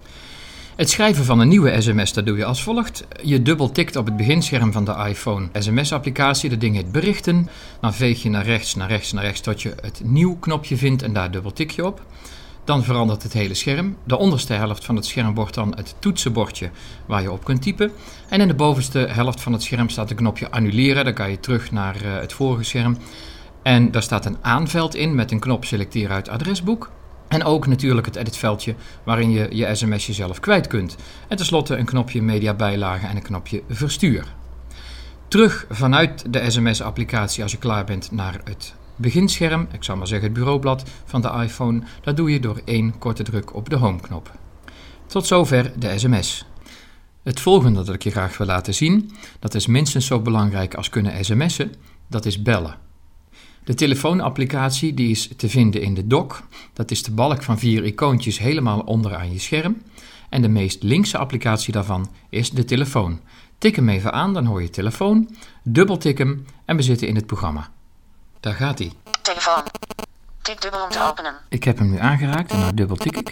Het schrijven van een nieuwe sms, dat doe je als volgt. Je dubbeltikt op het beginscherm van de iPhone sms-applicatie, dat ding heet berichten. Dan veeg je naar rechts, naar rechts, naar rechts tot je het nieuw knopje vindt en daar dubbeltik je op. Dan verandert het hele scherm. De onderste helft van het scherm wordt dan het toetsenbordje waar je op kunt typen. En in de bovenste helft van het scherm staat een knopje annuleren. Dan kan je terug naar uh, het vorige scherm. En daar staat een aanveld in met een knop selecteren uit adresboek. En ook natuurlijk het editveldje waarin je je sms'je zelf kwijt kunt. En tenslotte een knopje media bijlagen en een knopje verstuur. Terug vanuit de sms-applicatie als je klaar bent naar het beginscherm, ik zou maar zeggen het bureaublad van de iPhone, dat doe je door één korte druk op de home-knop. Tot zover de sms. Het volgende dat ik je graag wil laten zien, dat is minstens zo belangrijk als kunnen sms'en, dat is bellen. De telefoonapplicatie die is te vinden in de dock, dat is de balk van vier icoontjes helemaal onderaan je scherm. En de meest linkse applicatie daarvan is de telefoon. Tik hem even aan, dan hoor je telefoon, dubbeltik hem en we zitten in het programma. Daar gaat hij. Telefoon. Tik dubbel om te openen. Ik heb hem nu aangeraakt en nou dubbeltik ik.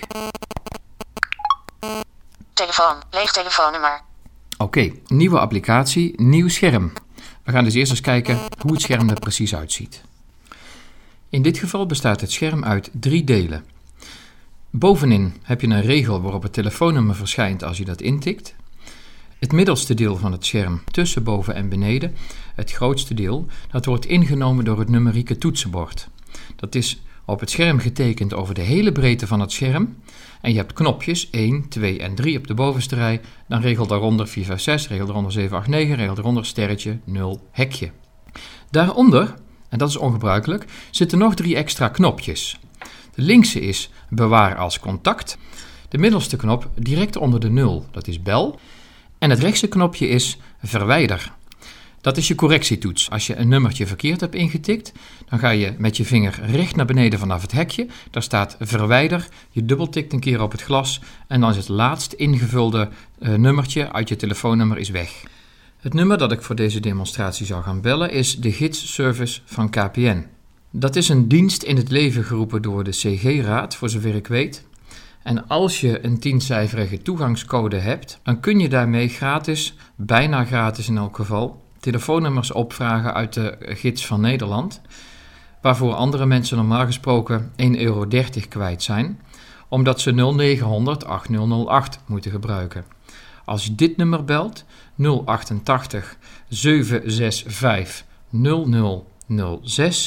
Telefoon. Leeg telefoonnummer. Oké, okay, nieuwe applicatie, nieuw scherm. We gaan dus eerst eens kijken hoe het scherm er precies uitziet. In dit geval bestaat het scherm uit drie delen. Bovenin heb je een regel waarop het telefoonnummer verschijnt als je dat intikt. Het middelste deel van het scherm tussen boven en beneden, het grootste deel, dat wordt ingenomen door het numerieke toetsenbord. Dat is op het scherm getekend over de hele breedte van het scherm. En je hebt knopjes één, twee en drie op de bovenste rij. Dan regel daaronder vier, vijf, zes, regel daaronder zeven, acht, negen, regel daaronder sterretje, nul, hekje. Daaronder, en dat is ongebruikelijk, zitten nog drie extra knopjes. De linkse is bewaar als contact. De middelste knop direct onder de nul, dat is bel. En het rechtse knopje is verwijder. Dat is je correctietoets. Als je een nummertje verkeerd hebt ingetikt, dan ga je met je vinger recht naar beneden vanaf het hekje. Daar staat verwijder. Je dubbeltikt een keer op het glas en dan is het laatst ingevulde uh, nummertje uit je telefoonnummer is weg. Het nummer dat ik voor deze demonstratie zou gaan bellen is de gidsservice van K P N. Dat is een dienst in het leven geroepen door de C G-raad, voor zover ik weet. En als je een tiencijferige toegangscode hebt, dan kun je daarmee gratis, bijna gratis in elk geval, telefoonnummers opvragen uit de gids van Nederland, waarvoor andere mensen normaal gesproken één euro dertig kwijt zijn, omdat ze nul negen honderd acht nul nul acht moeten gebruiken. Als je dit nummer belt, nul achtentachtig zeven zes vijf nul nul nul zes,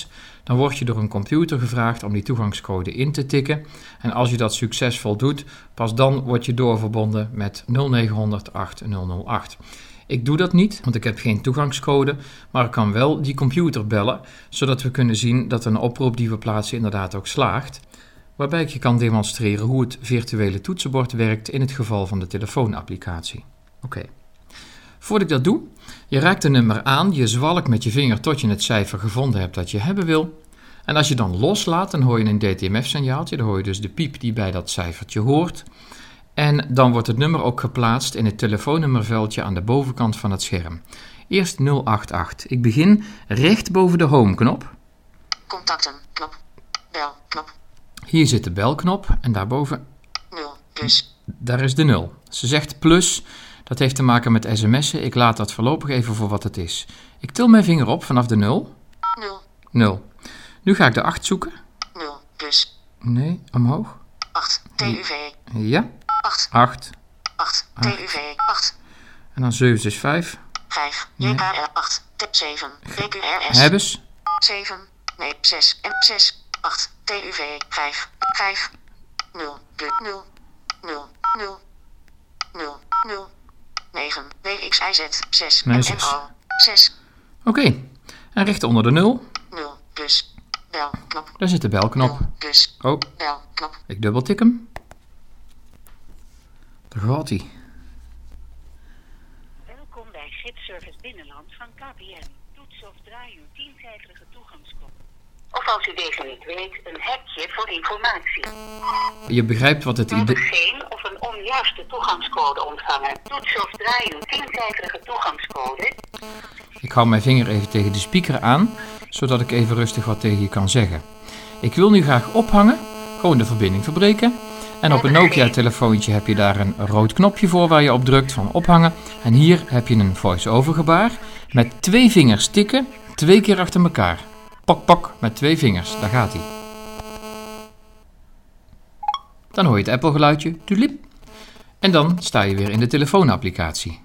dan word je door een computer gevraagd om die toegangscode in te tikken. En als je dat succesvol doet, pas dan word je doorverbonden met nul negen honderd acht nul nul acht. Ik doe dat niet, want ik heb geen toegangscode, maar ik kan wel die computer bellen, zodat we kunnen zien dat een oproep die we plaatsen inderdaad ook slaagt. Waarbij ik je kan demonstreren hoe het virtuele toetsenbord werkt in het geval van de telefoonapplicatie. Oké. Okay. Voordat ik dat doe, je raakt een nummer aan, je zwalkt met je vinger tot je het cijfer gevonden hebt dat je hebben wil. En als je dan loslaat, dan hoor je een D T M F-signaaltje, dan hoor je dus de piep die bij dat cijfertje hoort. En dan wordt het nummer ook geplaatst in het telefoonnummerveldje aan de bovenkant van het scherm. Eerst nul acht acht. Ik begin recht boven de home-knop. Contacten, knop. Bel, knop. Hier zit de belknop en daarboven... nul, plus. Daar is de nul. Ze zegt plus, dat heeft te maken met sms'en. Ik laat dat voorlopig even voor wat het is. Ik til mijn vinger op vanaf de nul. nul. nul. Nu ga ik de acht zoeken. nul, plus. Nee, omhoog. acht, T U V. Ja. acht. acht. acht, T U V, acht. En dan zeven is vijf. vijf, Nee. J K R acht, T zeven, P Q R S. Hebbes. zeven, nee, zes en zes, acht, T U V, vijf, vijf, nul, nul, nul, nul, nul, nul, negen, W X I Z, zes, Nee, M zes. N O, zes, Oké. En recht onder de nul, nul, plus, bel, knop, daar zit de belknop. nul, plus, Oh, bel, knop, ik dubbeltik hem. Daar gaat hij. Welkom bij Gidsservice Binnenland van K P N. Toets of draai uw tiencijferige toegangscode. Of als u deze niet weet, een hekje voor informatie. Je begrijpt wat het Wilt u idee... geen of een onjuiste toegangscode ontvangen? Toets of draai uw tiencijferige toegangscode. Ik hou mijn vinger even tegen de speaker aan, zodat ik even rustig wat tegen je kan zeggen. Ik wil nu graag ophangen, gewoon de verbinding verbreken. En op een Nokia-telefoontje heb je daar een rood knopje voor waar je op drukt van ophangen. En hier heb je een voice-over gebaar met twee vingers tikken, twee keer achter elkaar. Pak, pak, met twee vingers, daar gaat hij. Dan hoor je het Apple-geluidje, tulip. En dan sta je weer in de telefoonapplicatie.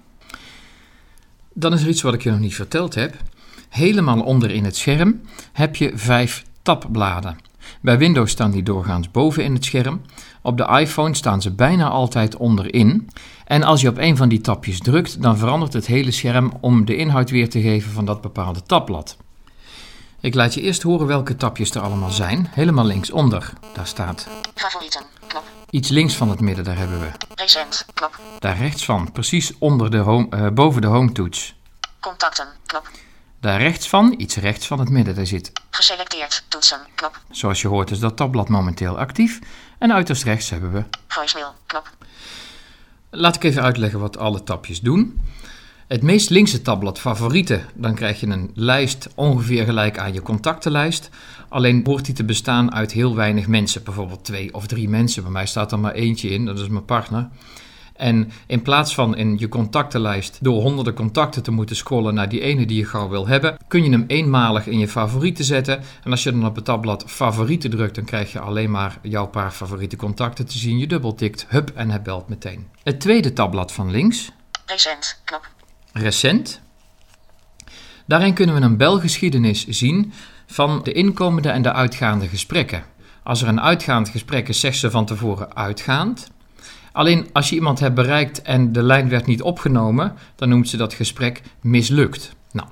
Dan is er iets wat ik je nog niet verteld heb. Helemaal onder in het scherm heb je vijf tabbladen. Bij Windows staan die doorgaans boven in het scherm. Op de iPhone staan ze bijna altijd onderin. En als je op een van die tabjes drukt, dan verandert het hele scherm om de inhoud weer te geven van dat bepaalde tabblad. Ik laat je eerst horen welke tabjes er allemaal zijn. Helemaal linksonder, daar staat favorieten, knop, iets links van het midden, daar hebben we. recent, knop, Daar rechts van, precies onder de home, uh, boven de home toets. contacten, knop, Daar rechts van, iets rechts van het midden, daar zit. geselecteerd, toetsen, knop, Zoals je hoort is dat tabblad momenteel actief. En uiterst rechts hebben we. voicemail, knop, Laat ik even uitleggen wat alle tabjes doen. Het meest linkse tabblad favorieten, dan krijg je een lijst ongeveer gelijk aan je contactenlijst. Alleen hoort die te bestaan uit heel weinig mensen, bijvoorbeeld twee of drie mensen. Bij mij staat er maar eentje in, dat is mijn partner. En in plaats van in je contactenlijst door honderden contacten te moeten scrollen naar die ene die je gauw wil hebben, kun je hem eenmalig in je favorieten zetten. En als je dan op het tabblad favorieten drukt, dan krijg je alleen maar jouw paar favoriete contacten te zien. Je dubbeltikt, hup, en hij belt meteen. Het tweede tabblad van links, recent, knop, recent. Daarin kunnen we een belgeschiedenis zien van de inkomende en de uitgaande gesprekken. Als er een uitgaand gesprek is, zegt ze van tevoren uitgaand. Alleen als je iemand hebt bereikt en de lijn werd niet opgenomen, dan noemt ze dat gesprek mislukt. Nou,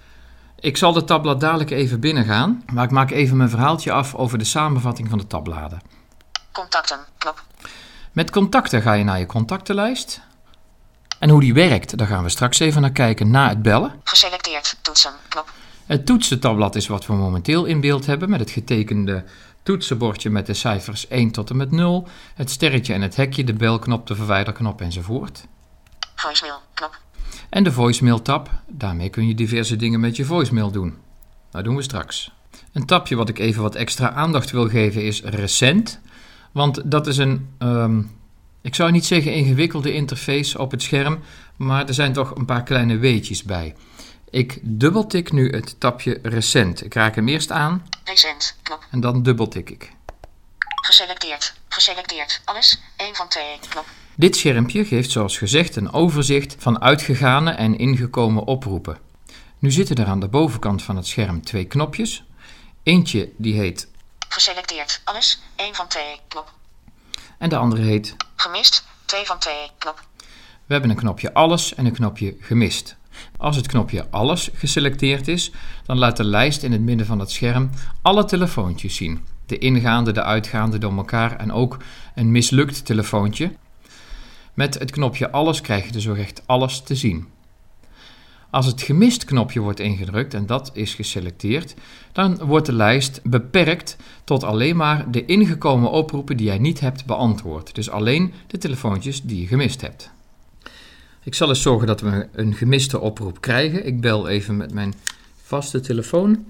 ik zal de tabblad dadelijk even binnengaan, maar ik maak even mijn verhaaltje af over de samenvatting van de tabbladen. contacten, knop, Met contacten ga je naar je contactenlijst. En hoe die werkt, daar gaan we straks even naar kijken na het bellen. geselecteerd, toetsen, knop, Het toetsentabblad is wat we momenteel in beeld hebben met het getekende toetsenbordje met de cijfers één tot en met nul, het sterretje en het hekje, de belknop, de verwijderknop enzovoort. voicemail, knop, En de voicemail tab, daarmee kun je diverse dingen met je voicemail doen. Dat doen we straks. Een tabje wat ik even wat extra aandacht wil geven is recent, want dat is een, um, ik zou niet zeggen ingewikkelde interface op het scherm, maar er zijn toch een paar kleine weetjes bij. Ik dubbeltik nu het tabje recent. Ik raak hem eerst aan recent, knop, en dan dubbeltik ik. geselecteerd, geselecteerd, alles, één van twee, knop, Dit schermpje geeft zoals gezegd een overzicht van uitgegane en ingekomen oproepen. Nu zitten er aan de bovenkant van het scherm twee knopjes. Eentje die heet... Geselecteerd. Alles. één van twee. Knop. En de andere heet... Gemist. twee van twee. Knop. We hebben een knopje alles en een knopje gemist. Als het knopje alles geselecteerd is, dan laat de lijst in het midden van het scherm alle telefoontjes zien. De ingaande, de uitgaande door elkaar en ook een mislukt telefoontje. Met het knopje alles krijg je dus ook echt alles te zien. Als het gemist knopje wordt ingedrukt en dat is geselecteerd, dan wordt de lijst beperkt tot alleen maar de ingekomen oproepen die jij niet hebt beantwoord. Dus alleen de telefoontjes die je gemist hebt. Ik zal eens zorgen dat we een gemiste oproep krijgen. Ik bel even met mijn vaste telefoon.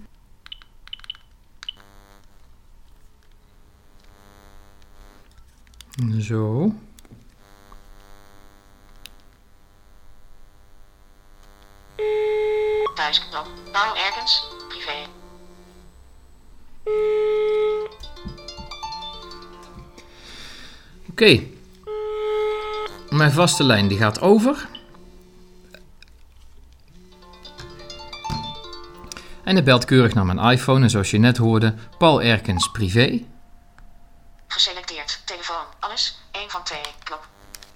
Zo. Thuisknop. Paul Erkens. Privé. Oké. Okay. Mijn vaste lijn die gaat over. En hij belt keurig naar mijn iPhone. En zoals je net hoorde, Paul Erkens privé. Geselecteerd. Telefoon. Alles. één van twee. Knop.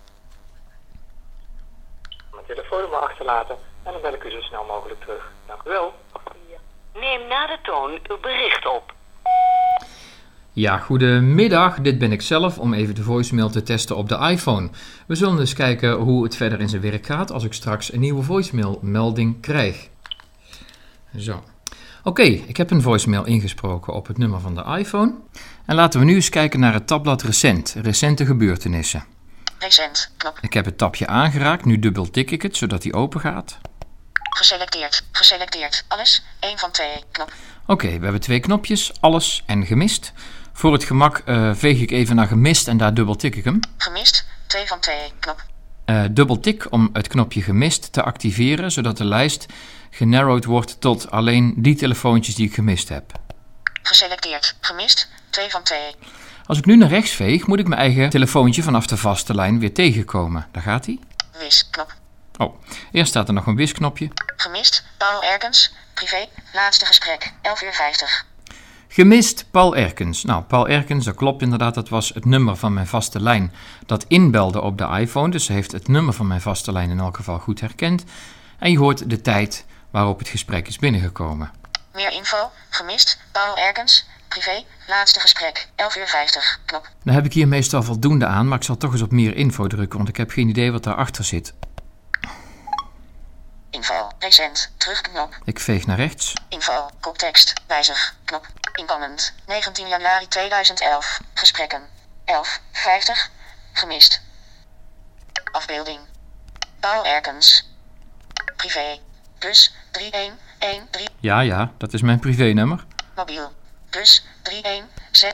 Mijn telefoonnummer achterlaten en dan bel ik u zo snel mogelijk terug. Dank u wel. Neem na de toon uw bericht op. Ja, goedemiddag. Dit ben ik zelf om even de voicemail te testen op de iPhone. We zullen dus kijken hoe het verder in zijn werk gaat als ik straks een nieuwe voicemail melding krijg. Zo. Oké, okay, ik heb een voicemail ingesproken op het nummer van de iPhone. En laten we nu eens kijken naar het tabblad recent, recente gebeurtenissen. Recent, knop. Ik heb het tabje aangeraakt, nu dubbel tik ik het zodat hij open gaat. Geselecteerd, geselecteerd, alles, één van twee, knop. Oké, okay, we hebben twee knopjes, alles en gemist. Voor het gemak uh, veeg ik even naar gemist en daar dubbel tik ik hem. Gemist, twee van twee, knop. Uh, dubbel tik om het knopje gemist te activeren, zodat de lijst genarrowd wordt tot alleen die telefoontjes die ik gemist heb. Geselecteerd, gemist, twee van twee. Als ik nu naar rechts veeg, moet ik mijn eigen telefoontje vanaf de vaste lijn weer tegenkomen. Daar gaat hij. Wis, knop. Oh, eerst staat er nog een wisknopje. Gemist, Paul Erkens, privé, laatste gesprek, elf uur vijftig. Gemist, Paul Erkens. Nou, Paul Erkens, dat klopt inderdaad. Dat was het nummer van mijn vaste lijn dat inbelde op de iPhone. Dus ze heeft het nummer van mijn vaste lijn in elk geval goed herkend. En je hoort de tijd waarop het gesprek is binnengekomen. Meer info, gemist, Paul Erkens, privé, laatste gesprek, elf uur vijftig, knop. Dan heb ik hier meestal voldoende aan, maar ik zal toch eens op meer info drukken, want ik heb geen idee wat daarachter zit. Info, recent, terugknop. Ik veeg naar rechts. Info, koptekst, wijzig, knop. Incomment, negentien januari tweeduizend elf, gesprekken, elf vijftig, gemist. Afbeelding. Paul Erkens. Privé, plus drie een een drie. Ja, ja, dat is mijn privénummer. Mobiel, plus drie een zes.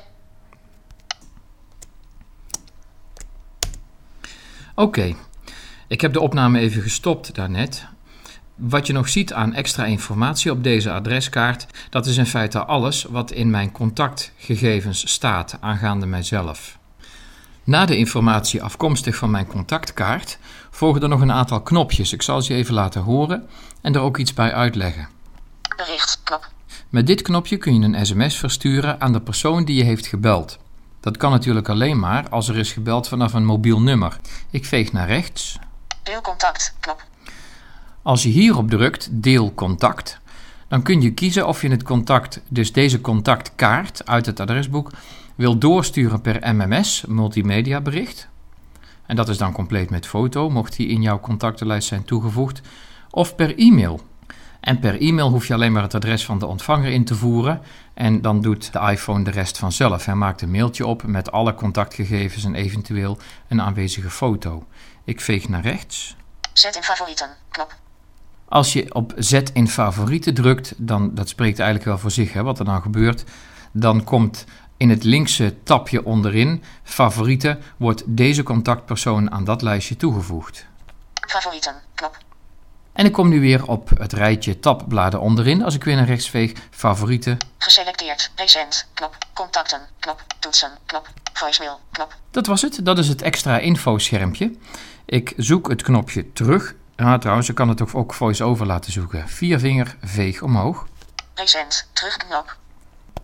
Oké, okay. Ik heb de opname even gestopt daarnet. Wat je nog ziet aan extra informatie op deze adreskaart, dat is in feite alles wat in mijn contactgegevens staat aangaande mijzelf. Na de informatie afkomstig van mijn contactkaart volgen er nog een aantal knopjes. Ik zal ze je even laten horen en er ook iets bij uitleggen. Bericht, knop. Met dit knopje kun je een sms versturen aan de persoon die je heeft gebeld. Dat kan natuurlijk alleen maar als er is gebeld vanaf een mobiel nummer. Ik veeg naar rechts. Deel contact, knop. Als je hierop drukt, deel contact, dan kun je kiezen of je het contact, dus deze contactkaart uit het adresboek, wil doorsturen per M M S, multimedia bericht. En dat is dan compleet met foto, mocht die in jouw contactenlijst zijn toegevoegd, of per e-mail. En per e-mail hoef je alleen maar het adres van de ontvanger in te voeren en dan doet de iPhone de rest vanzelf. Hij maakt een mailtje op met alle contactgegevens en eventueel een aanwezige foto. Ik veeg naar rechts. Zet in favorieten, knop. Als je op zet in favorieten drukt, dan, dat spreekt eigenlijk wel voor zich, hè, wat er dan gebeurt. Dan komt in het linkse tabje onderin, favorieten, wordt deze contactpersoon aan dat lijstje toegevoegd. Favorieten, knop. En ik kom nu weer op het rijtje tabbladen onderin. Als ik weer naar rechts veeg, favorieten. Geselecteerd, recent, knop. Contacten, knop. Toetsen, knop. Voicemail, knop. Dat was het. Dat is het extra info schermpje. Ik zoek het knopje terug. Ah, trouwens, ik kan het ook voice-over laten zoeken. Viervinger, veeg omhoog. Recent, terugknop.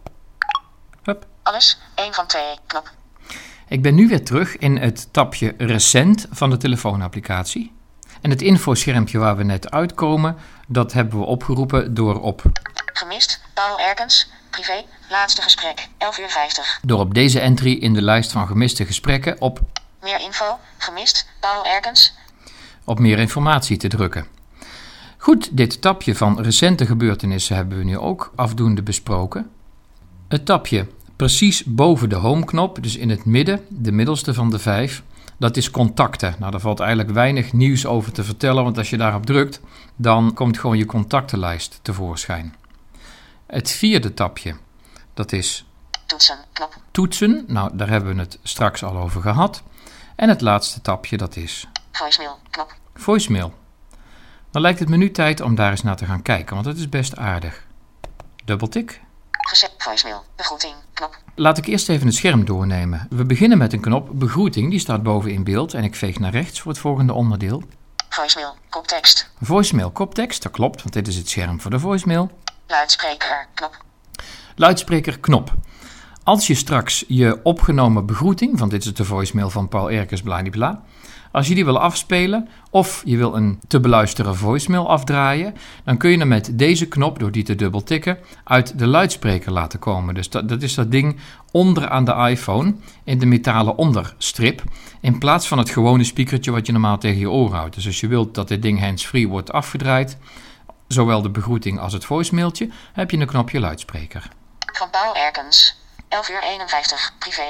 Hup. Alles, één van twee, knop. Ik ben nu weer terug in het tabje Recent van de telefoonapplicatie. En het infoschermpje waar we net uitkomen, dat hebben we opgeroepen door op... Gemist, Paul Erkens, privé, laatste gesprek, elf uur vijftig. Door op deze entry in de lijst van gemiste gesprekken op... Meer info, gemist, Paul Erkens. op meer informatie te drukken. Goed, dit tabje van recente gebeurtenissen hebben we nu ook afdoende besproken. Het tabje precies boven de home-knop, dus in het midden, de middelste van de vijf, dat is contacten. Nou, daar valt eigenlijk weinig nieuws over te vertellen, want als je daarop drukt, dan komt gewoon je contactenlijst tevoorschijn. Het vierde tabje, dat is Toetsen, knop. toetsen. Nou, daar hebben we het straks al over gehad. En het laatste tabje, dat is Voicemail, knop. voicemail. Dan lijkt het me nu tijd om daar eens naar te gaan kijken, want het is best aardig. Dubbeltik. Gezet, voicemail, begroeting, knop. Laat ik eerst even het scherm doornemen. We beginnen met een knop begroeting, die staat boven in beeld en ik veeg naar rechts voor het volgende onderdeel. Voicemail, koptekst. Voicemail koptekst, dat klopt, want dit is het scherm voor de voicemail. Luidspreker, knop. Luidspreker knop. Als je straks je opgenomen begroeting, want dit is de voicemail van Paul Erkens, bladibla, als je die wil afspelen of je wil een te beluisteren voicemail afdraaien, dan kun je hem met deze knop, door die te dubbeltikken, uit de luidspreker laten komen. Dus dat, dat is dat ding onder aan de iPhone, in de metalen onderstrip, in plaats van het gewone speakertje wat je normaal tegen je oor houdt. Dus als je wilt dat dit ding hands-free wordt afgedraaid, zowel de begroeting als het voicemailtje, heb je een knopje luidspreker. Van Paul Erkens, elf uur eenenvijftig, privé.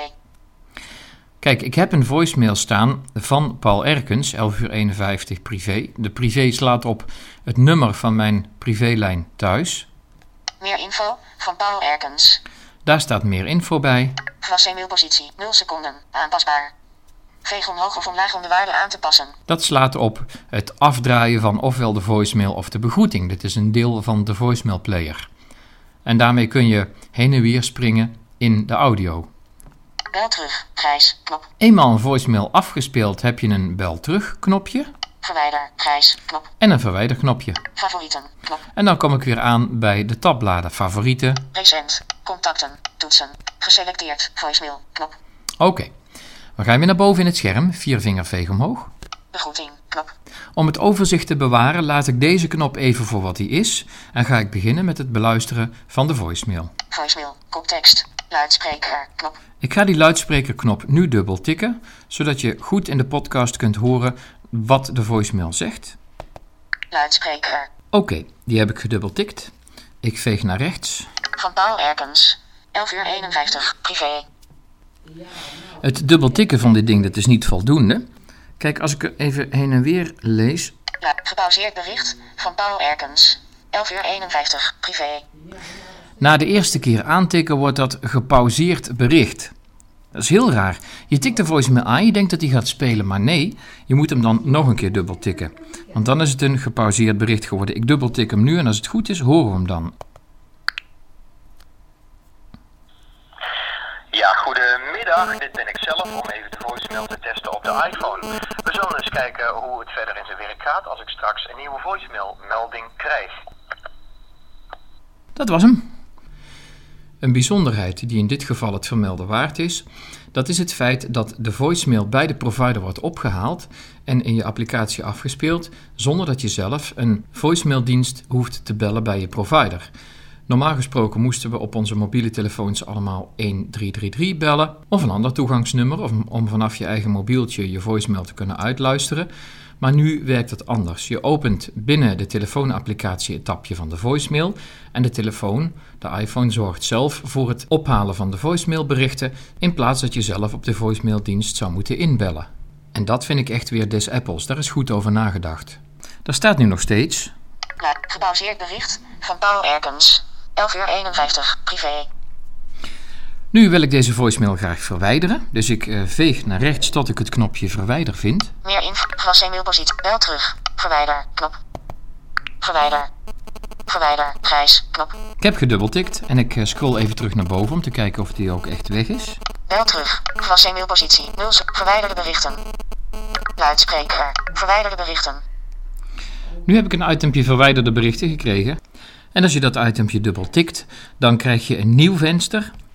Kijk, ik heb een voicemail staan van Paul Erkens, elf uur eenenvijftig, privé. De privé slaat op het nummer van mijn privélijn thuis. Meer info, van Paul Erkens. Daar staat meer info bij. Voicemailpositie, nul seconden, aanpasbaar. Veeg omhoog of omlaag om de waarde aan te passen. Dat slaat op het afdraaien van ofwel de voicemail of de begroeting. Dit is een deel van de voicemail player. En daarmee kun je heen en weer springen in de audio. Bel terug, grijs, knop. Eenmaal een voicemail afgespeeld heb je een bel terug knopje Verwijder, grijs, knop. en een verwijder knopje. Favorieten, knop. En dan kom ik weer aan bij de tabbladen favorieten. Recent, contacten, toetsen. Geselecteerd, voicemail, knop. Oké, okay. Dan ga je weer naar boven in het scherm, vier vingerveeg omhoog. Begroeting, knop. Om het overzicht te bewaren laat ik deze knop even voor wat die is en ga ik beginnen met het beluisteren van de voicemail. Voicemail, koptekst, luidspreker, knop. Ik ga die luidsprekerknop nu dubbel tikken, zodat je goed in de podcast kunt horen wat de voicemail zegt. Luidspreker. Oké, okay, die heb ik gedubbeltikt. Ik veeg naar rechts. Van Paul Erkens, elf uur eenenvijftig, privé. Het dubbeltikken van dit ding, dat is niet voldoende. Kijk, als ik er even heen en weer lees. Ja, gepauzeerd bericht van Paul Erkens, elf uur eenenvijftig, privé. Na de eerste keer aantikken wordt dat gepauzeerd bericht. Dat is heel raar. Je tikt de voicemail aan, je denkt dat hij gaat spelen, maar nee, je moet hem dan nog een keer dubbel tikken. Want dan is het een gepauzeerd bericht geworden. Ik dubbeltik hem nu en als het goed is, horen we hem dan. Ja, goedemiddag. Dit ben ik zelf om even de voicemail te testen op de iPhone. We zullen eens kijken hoe het verder in zijn werk gaat als ik straks een nieuwe voicemail melding krijg. Dat was hem. Een bijzonderheid die in dit geval het vermelden waard is, dat is het feit dat de voicemail bij de provider wordt opgehaald en in je applicatie afgespeeld, zonder dat je zelf een voicemaildienst hoeft te bellen bij je provider. Normaal gesproken moesten we op onze mobiele telefoons allemaal een drie drie drie bellen of een ander toegangsnummer om, om vanaf je eigen mobieltje je voicemail te kunnen uitluisteren. Maar nu werkt het anders. Je opent binnen de telefoonapplicatie het tabje van de voicemail en de telefoon, de iPhone, zorgt zelf voor het ophalen van de voicemailberichten in plaats dat je zelf op de voicemaildienst zou moeten inbellen. En dat vind ik echt weer des apples. Daar is goed over nagedacht. Daar staat nu nog steeds. Ja, gepauzeerd bericht van Paul Erkens, elf uur eenenvijftig, privé. Nu wil ik deze voicemail graag verwijderen, dus ik uh, veeg naar rechts tot ik het knopje verwijder vind. Meer info, voicemailpositie, bel terug, verwijder, knop. Verwijder. Verwijder, grijs, knop. Ik heb gedubbeltikt en ik uh, scroll even terug naar boven om te kijken of die ook echt weg is. Bel terug, voicemailpositie, nul, verwijderde berichten. Luidspreker, verwijderde berichten. Nu heb ik een itempje verwijderde berichten gekregen. En als je dat itempje dubbel tikt, dan krijg je een nieuw venster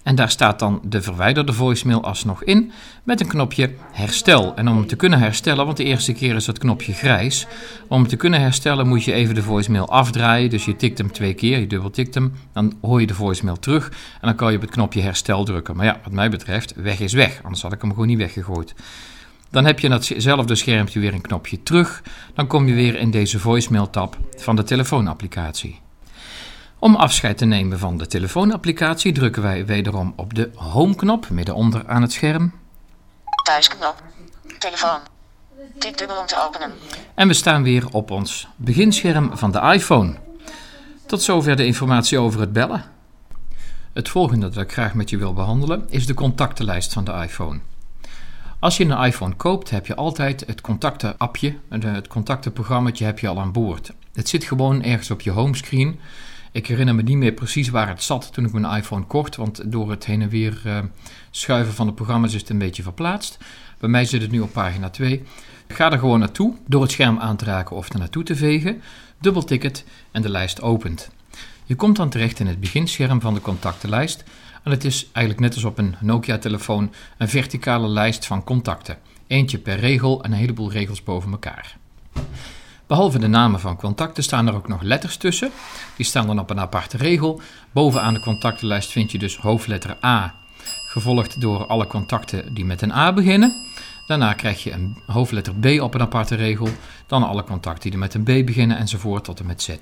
En daar staat dan de verwijderde voicemail alsnog in met een knopje herstel. En om hem te kunnen herstellen, want de eerste keer is dat knopje grijs. Om hem te kunnen herstellen moet je even de voicemail afdraaien. Dus je tikt hem twee keer, je dubbeltikt hem. Dan hoor je de voicemail terug en dan kan je op het knopje herstel drukken. Maar ja, wat mij betreft, weg is weg. Anders had ik hem gewoon niet weggegooid. Dan heb je op datzelfde schermpje weer een knopje terug. Dan kom je weer in deze voicemail-tab van de telefoonapplicatie. Om afscheid te nemen van de telefoonapplicatie drukken wij wederom op de home-knop middenonder aan het scherm. Thuisknop. Telefoon. Tik dubbel om te openen. En we staan weer op ons beginscherm van de iPhone. Tot zover de informatie over het bellen. Het volgende dat ik graag met je wil behandelen is de contactenlijst van de iPhone. Als je een iPhone koopt, heb je altijd het contactenappje, het contactenprogrammaatje heb je al aan boord. Het zit gewoon ergens op je homescreen. Ik herinner me niet meer precies waar het zat toen ik mijn iPhone kocht, want door het heen en weer uh, schuiven van de programma's is het een beetje verplaatst. Bij mij zit het nu op pagina twee. Ga er gewoon naartoe door het scherm aan te raken of er naartoe te vegen, dubbeltik het en de lijst opent. Je komt dan terecht in het beginscherm van de contactenlijst en het is eigenlijk net als op een Nokia-telefoon een verticale lijst van contacten. Eentje per regel en een heleboel regels boven elkaar. Behalve de namen van contacten staan er ook nog letters tussen. Die staan dan op een aparte regel. Bovenaan de contactenlijst vind je dus hoofdletter A, gevolgd door alle contacten die met een A beginnen. Daarna krijg je een hoofdletter B op een aparte regel, dan alle contacten die met een B beginnen enzovoort tot en met Z.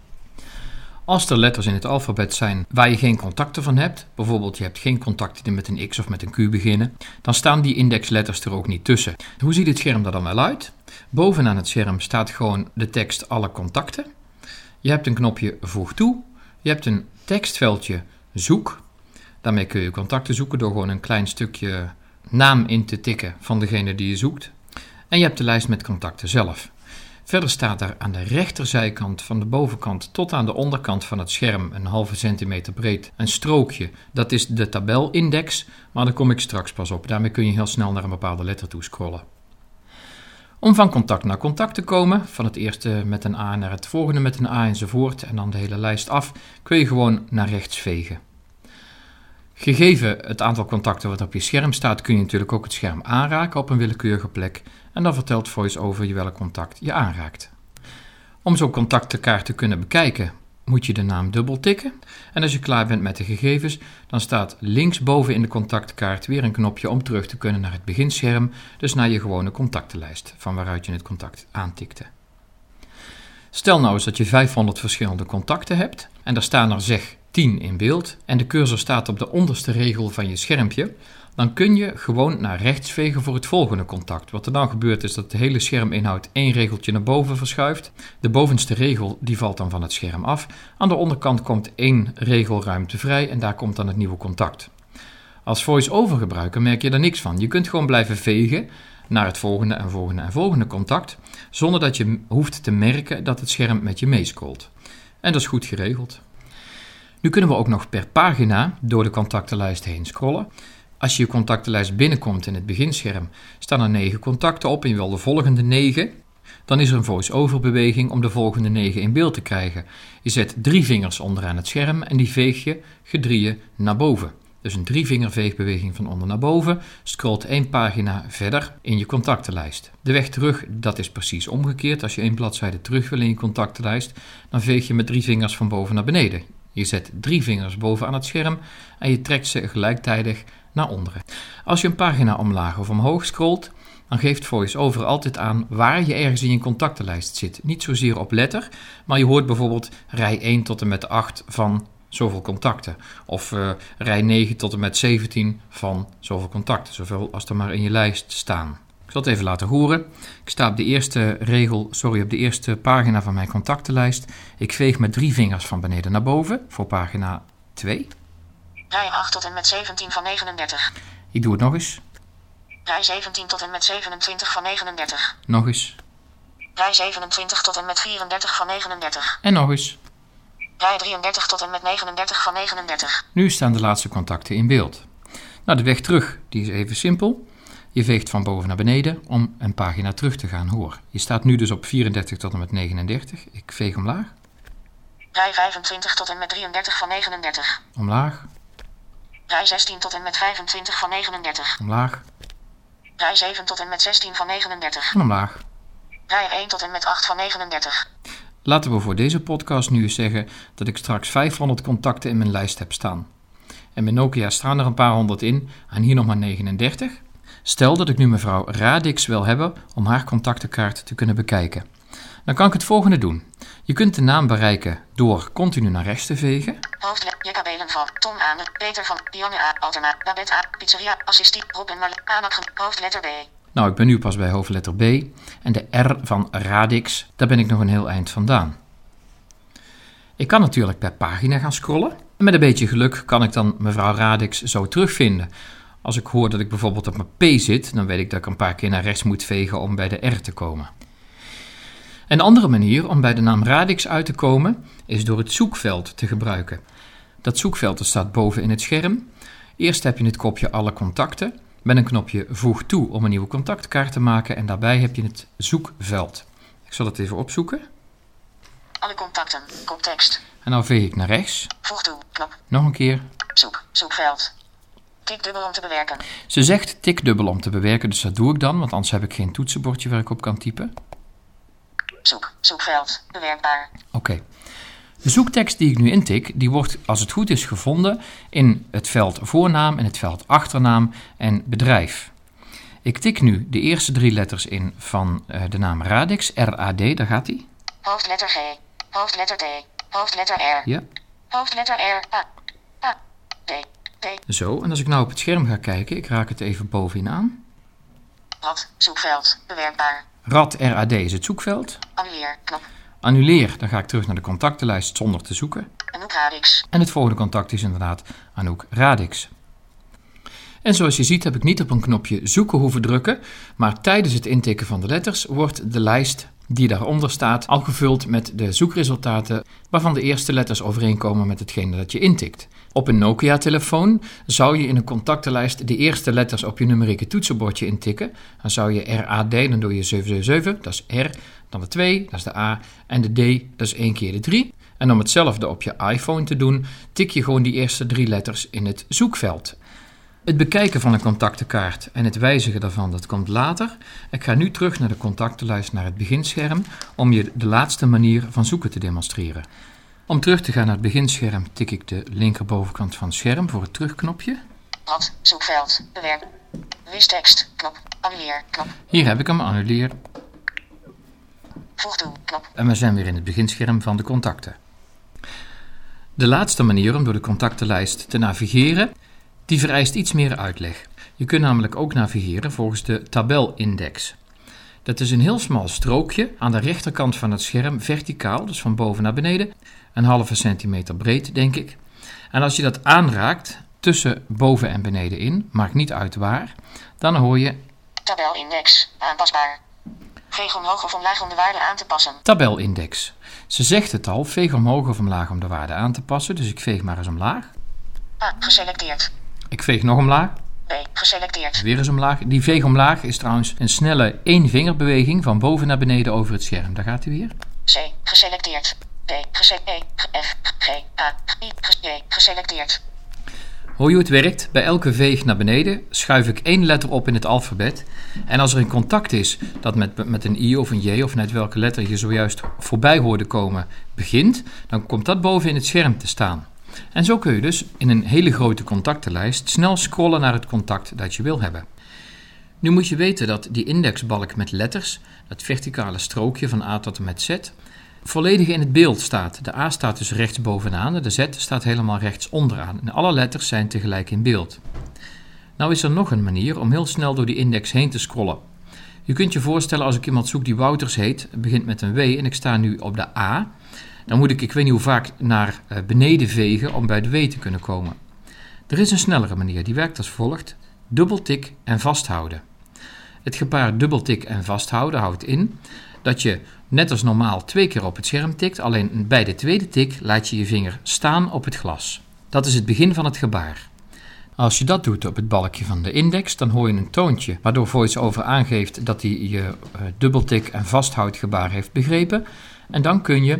Als er letters in het alfabet zijn waar je geen contacten van hebt, bijvoorbeeld je hebt geen contacten die met een X of met een Q beginnen, dan staan die indexletters er ook niet tussen. Hoe ziet het scherm er dan wel uit? Bovenaan het scherm staat gewoon de tekst alle contacten. Je hebt een knopje voeg toe. Je hebt een tekstveldje zoek. Daarmee kun je contacten zoeken door gewoon een klein stukje naam in te tikken van degene die je zoekt. En je hebt de lijst met contacten zelf. Verder staat er aan de rechterzijkant van de bovenkant tot aan de onderkant van het scherm, een halve centimeter breed, een strookje. Dat is de tabelindex, maar daar kom ik straks pas op. Daarmee kun je heel snel naar een bepaalde letter toe scrollen. Om van contact naar contact te komen, van het eerste met een A naar het volgende met een A enzovoort en dan de hele lijst af, kun je gewoon naar rechts vegen. Gegeven het aantal contacten wat op je scherm staat, kun je natuurlijk ook het scherm aanraken op een willekeurige plek en dan vertelt VoiceOver je welk contact je aanraakt. Om zo'n contactenkaart te kunnen bekijken, moet je de naam dubbeltikken en als je klaar bent met de gegevens, dan staat linksboven in de contactkaart weer een knopje om terug te kunnen naar het beginscherm, dus naar je gewone contactenlijst, van waaruit je het contact aantikte. Stel nou eens dat je vijfhonderd verschillende contacten hebt en daar staan er zeg tien in beeld en de cursor staat op de onderste regel van je schermpje, dan kun je gewoon naar rechts vegen voor het volgende contact. Wat er dan gebeurt is dat de hele scherminhoud één regeltje naar boven verschuift. De bovenste regel die valt dan van het scherm af. Aan de onderkant komt één regelruimte vrij en daar komt dan het nieuwe contact. Als voice-over gebruiker merk je er niks van. Je kunt gewoon blijven vegen naar het volgende en volgende en volgende contact, zonder dat je hoeft te merken dat het scherm met je meescrollt. En dat is goed geregeld. Nu kunnen we ook nog per pagina door de contactenlijst heen scrollen. Als je je contactenlijst binnenkomt in het beginscherm, staan er negen contacten op en je wil de volgende negen. Dan is er een voice-over beweging om de volgende negen in beeld te krijgen. Je zet drie vingers onderaan het scherm en die veeg je gedrieën naar boven. Dus een drievinger veegbeweging van onder naar boven, scrolt één pagina verder in je contactenlijst. De weg terug, dat is precies omgekeerd. Als je één bladzijde terug wil in je contactenlijst, dan veeg je met drie vingers van boven naar beneden. Je zet drie vingers bovenaan het scherm en je trekt ze gelijktijdig naar onderen. Als je een pagina omlaag of omhoog scrolt, dan geeft VoiceOver altijd aan waar je ergens in je contactenlijst zit. Niet zozeer op letter, maar je hoort bijvoorbeeld rij één tot en met acht van zoveel contacten. Of uh, rij negen tot en met zeventien van zoveel contacten. Zoveel als er maar in je lijst staan. Ik zal het even laten horen. Ik sta op de eerste regel, sorry, op de eerste pagina van mijn contactenlijst. Ik veeg met drie vingers van beneden naar boven voor pagina twee. Rij acht tot en met zeventien van negenendertig. Ik doe het nog eens. Rij zeventien tot en met zevenentwintig van negenendertig. Nog eens. Rij zevenentwintig tot en met vierendertig van negenendertig. En nog eens. Rij drieëndertig tot en met negenendertig van negenendertig. Nu staan de laatste contacten in beeld. Nou, de weg terug, die is even simpel. Je veegt van boven naar beneden om een pagina terug te gaan, hoor. Je staat nu dus op vierendertig tot en met negenendertig. Ik veeg omlaag. Rij vijfentwintig tot en met drieëndertig van negenendertig. Omlaag. Rij zestien tot en met vijfentwintig van negenendertig. Omlaag. Rij zeven tot en met zestien van negenendertig. En omlaag. Rij één tot en met acht van negenendertig. Laten we voor deze podcast nu eens zeggen dat ik straks vijfhonderd contacten in mijn lijst heb staan. En bij Nokia staan er een paar honderd in en hier nog maar negenendertig. Stel dat ik nu mevrouw Radix wil hebben om haar contactenkaart te kunnen bekijken. Dan kan ik het volgende doen. Je kunt de naam bereiken door continu naar rechts te vegen. Hoofdletter Jekka Belenval, Tom Aane, Peter van, Dionne A, Altema, Babette A, Pizzeria, Assisti, Robin Marle, Aanak, hoofdletter B. Nou, ik ben nu pas bij hoofdletter B en de R van Radix, daar ben ik nog een heel eind vandaan. Ik kan natuurlijk per pagina gaan scrollen. En met een beetje geluk kan ik dan mevrouw Radix zo terugvinden. Als ik hoor dat ik bijvoorbeeld op mijn P zit, dan weet ik dat ik een paar keer naar rechts moet vegen om bij de R te komen. Een andere manier om bij de naam Radix uit te komen is door het zoekveld te gebruiken. Dat zoekveld dat staat boven in het scherm. Eerst heb je het kopje alle contacten met een knopje voeg toe om een nieuwe contactkaart te maken en daarbij heb je het zoekveld. Ik zal het even opzoeken. Alle contacten, koptekst. En dan veeg ik naar rechts. Voeg toe, knop. Nog een keer. Zoek, zoekveld. Tik dubbel om te bewerken. Ze zegt tik dubbel om te bewerken, dus dat doe ik dan, want anders heb ik geen toetsenbordje waar ik op kan typen. Zoek, zoekveld, bewerkbaar. Oké. Okay. De zoektekst die ik nu intik, die wordt als het goed is gevonden in het veld voornaam, in het veld achternaam en bedrijf. Ik tik nu de eerste drie letters in van uh, de naam Radix, R A D, daar gaat hij. Hoofdletter G, hoofdletter T, hoofdletter R. Ja. Hoofdletter R, A, A, D, T. Zo, en als ik nou op het scherm ga kijken, ik raak het even bovenaan. Rad, zoekveld, bewerkbaar. Rad R A D is het zoekveld. Annuleer, knop. Annuleer, dan ga ik terug naar de contactenlijst zonder te zoeken. Anouk Radix. En het volgende contact is inderdaad Anouk Radix. En zoals je ziet heb ik niet op een knopje zoeken hoeven drukken, maar tijdens het intikken van de letters wordt de lijst die daaronder staat al gevuld met de zoekresultaten waarvan de eerste letters overeenkomen met hetgene dat je intikt. Op een Nokia-telefoon zou je in een contactenlijst de eerste letters op je numerieke toetsenbordje intikken. Dan zou je R A D, dan doe je zeven zeven zeven, dat is R, dan de twee, dat is de A, en de D, dat is één keer de drie. En om hetzelfde op je iPhone te doen, tik je gewoon die eerste drie letters in het zoekveld. Het bekijken van een contactenkaart en het wijzigen daarvan, dat komt later. Ik ga nu terug naar de contactenlijst, naar het beginscherm, om je de laatste manier van zoeken te demonstreren. Om terug te gaan naar het beginscherm tik ik de linkerbovenkant van het scherm voor het terugknopje. Rad, zoekveld, bewerk. Wistekst, knop. Annuleer, knop. Hier heb ik hem, annuleer. Voeg toe, knop. En we zijn weer in het beginscherm van de contacten. De laatste manier om door de contactenlijst te navigeren, die vereist iets meer uitleg. Je kunt namelijk ook navigeren volgens de tabelindex. Dat is een heel smal strookje aan de rechterkant van het scherm, verticaal, dus van boven naar beneden. Een halve centimeter breed, denk ik. En als je dat aanraakt, tussen boven en beneden in, maakt niet uit waar, dan hoor je tabelindex, aanpasbaar. Veeg omhoog of omlaag om de waarde aan te passen. Tabelindex. Ze zegt het al, veeg omhoog of omlaag om de waarde aan te passen, dus ik veeg maar eens omlaag. A, geselecteerd. Ik veeg nog omlaag. B, geselecteerd. Weer eens omlaag. Die veeg omlaag is trouwens een snelle één-vingerbeweging van boven naar beneden over het scherm. Daar gaat hij weer. C, geselecteerd. D, geselecteerd. E, F, G, A, I, J, geselecteerd. Hoor je hoe het werkt? Bij elke veeg naar beneden schuif ik één letter op in het alfabet. En als er een contact is dat met, met een I of een J of net welke letter je zojuist voorbij hoorde komen begint, dan komt dat boven in het scherm te staan. En zo kun je dus in een hele grote contactenlijst snel scrollen naar het contact dat je wil hebben. Nu moet je weten dat die indexbalk met letters, dat verticale strookje van A tot en met Z, volledig in het beeld staat. De A staat dus rechts bovenaan, de Z staat helemaal rechts onderaan. En alle letters zijn tegelijk in beeld. Nou is er nog een manier om heel snel door die index heen te scrollen. Je kunt je voorstellen als ik iemand zoek die Wouters heet, begint met een W en ik sta nu op de A, dan moet ik, ik weet niet hoe vaak, naar beneden vegen om bij de W te kunnen komen. Er is een snellere manier, die werkt als volgt. Dubbeltik en vasthouden. Het gebaar dubbeltik en vasthouden houdt in dat je net als normaal twee keer op het scherm tikt, alleen bij de tweede tik laat je je vinger staan op het glas. Dat is het begin van het gebaar. Als je dat doet op het balkje van de index, dan hoor je een toontje waardoor VoiceOver aangeeft dat hij je uh, dubbeltik en vasthoudgebaar heeft begrepen. En dan kun je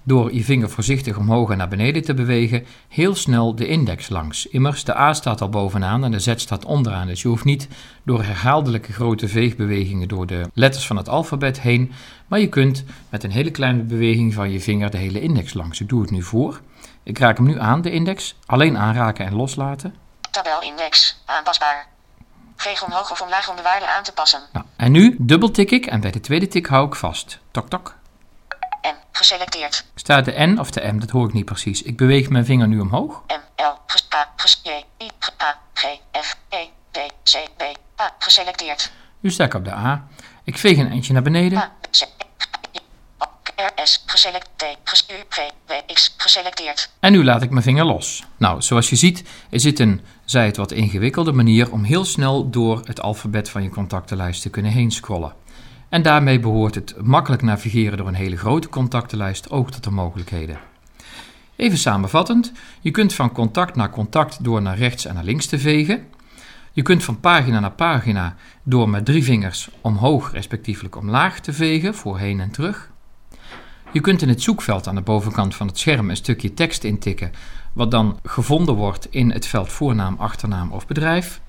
door je vinger voorzichtig omhoog en naar beneden te bewegen, heel snel de index langs. Immers, de A staat al bovenaan en de Z staat onderaan. Dus je hoeft niet door herhaaldelijke grote veegbewegingen door de letters van het alfabet heen, maar je kunt met een hele kleine beweging van je vinger de hele index langs. Ik doe het nu voor. Ik raak hem nu aan, de index. Alleen aanraken en loslaten. Tabelindex, aanpasbaar. Veeg omhoog of omlaag om de waarde aan te passen. Nou, en nu dubbeltik ik en bij de tweede tik hou ik vast. Tok, tok. N, geselecteerd. Staat de N of de M? Dat hoor ik niet precies. Ik beweeg mijn vinger nu omhoog. M, L, K, J, I, A, G, F, E, D, C, B, A, geselecteerd. Nu sta ik op de A. Ik veeg een eindje naar beneden. A, C, I, R, S, geselecteerd. U, V, W, X, geselecteerd. En nu laat ik mijn vinger los. Nou, zoals je ziet is dit een, zij het wat ingewikkelde manier om heel snel door het alfabet van je contactenlijst te kunnen heen scrollen. En daarmee behoort het makkelijk navigeren door een hele grote contactenlijst ook tot de mogelijkheden. Even samenvattend, je kunt van contact naar contact door naar rechts en naar links te vegen. Je kunt van pagina naar pagina door met drie vingers omhoog respectievelijk omlaag te vegen, voorheen en terug. Je kunt in het zoekveld aan de bovenkant van het scherm een stukje tekst intikken, wat dan gevonden wordt in het veld voornaam, achternaam of bedrijf.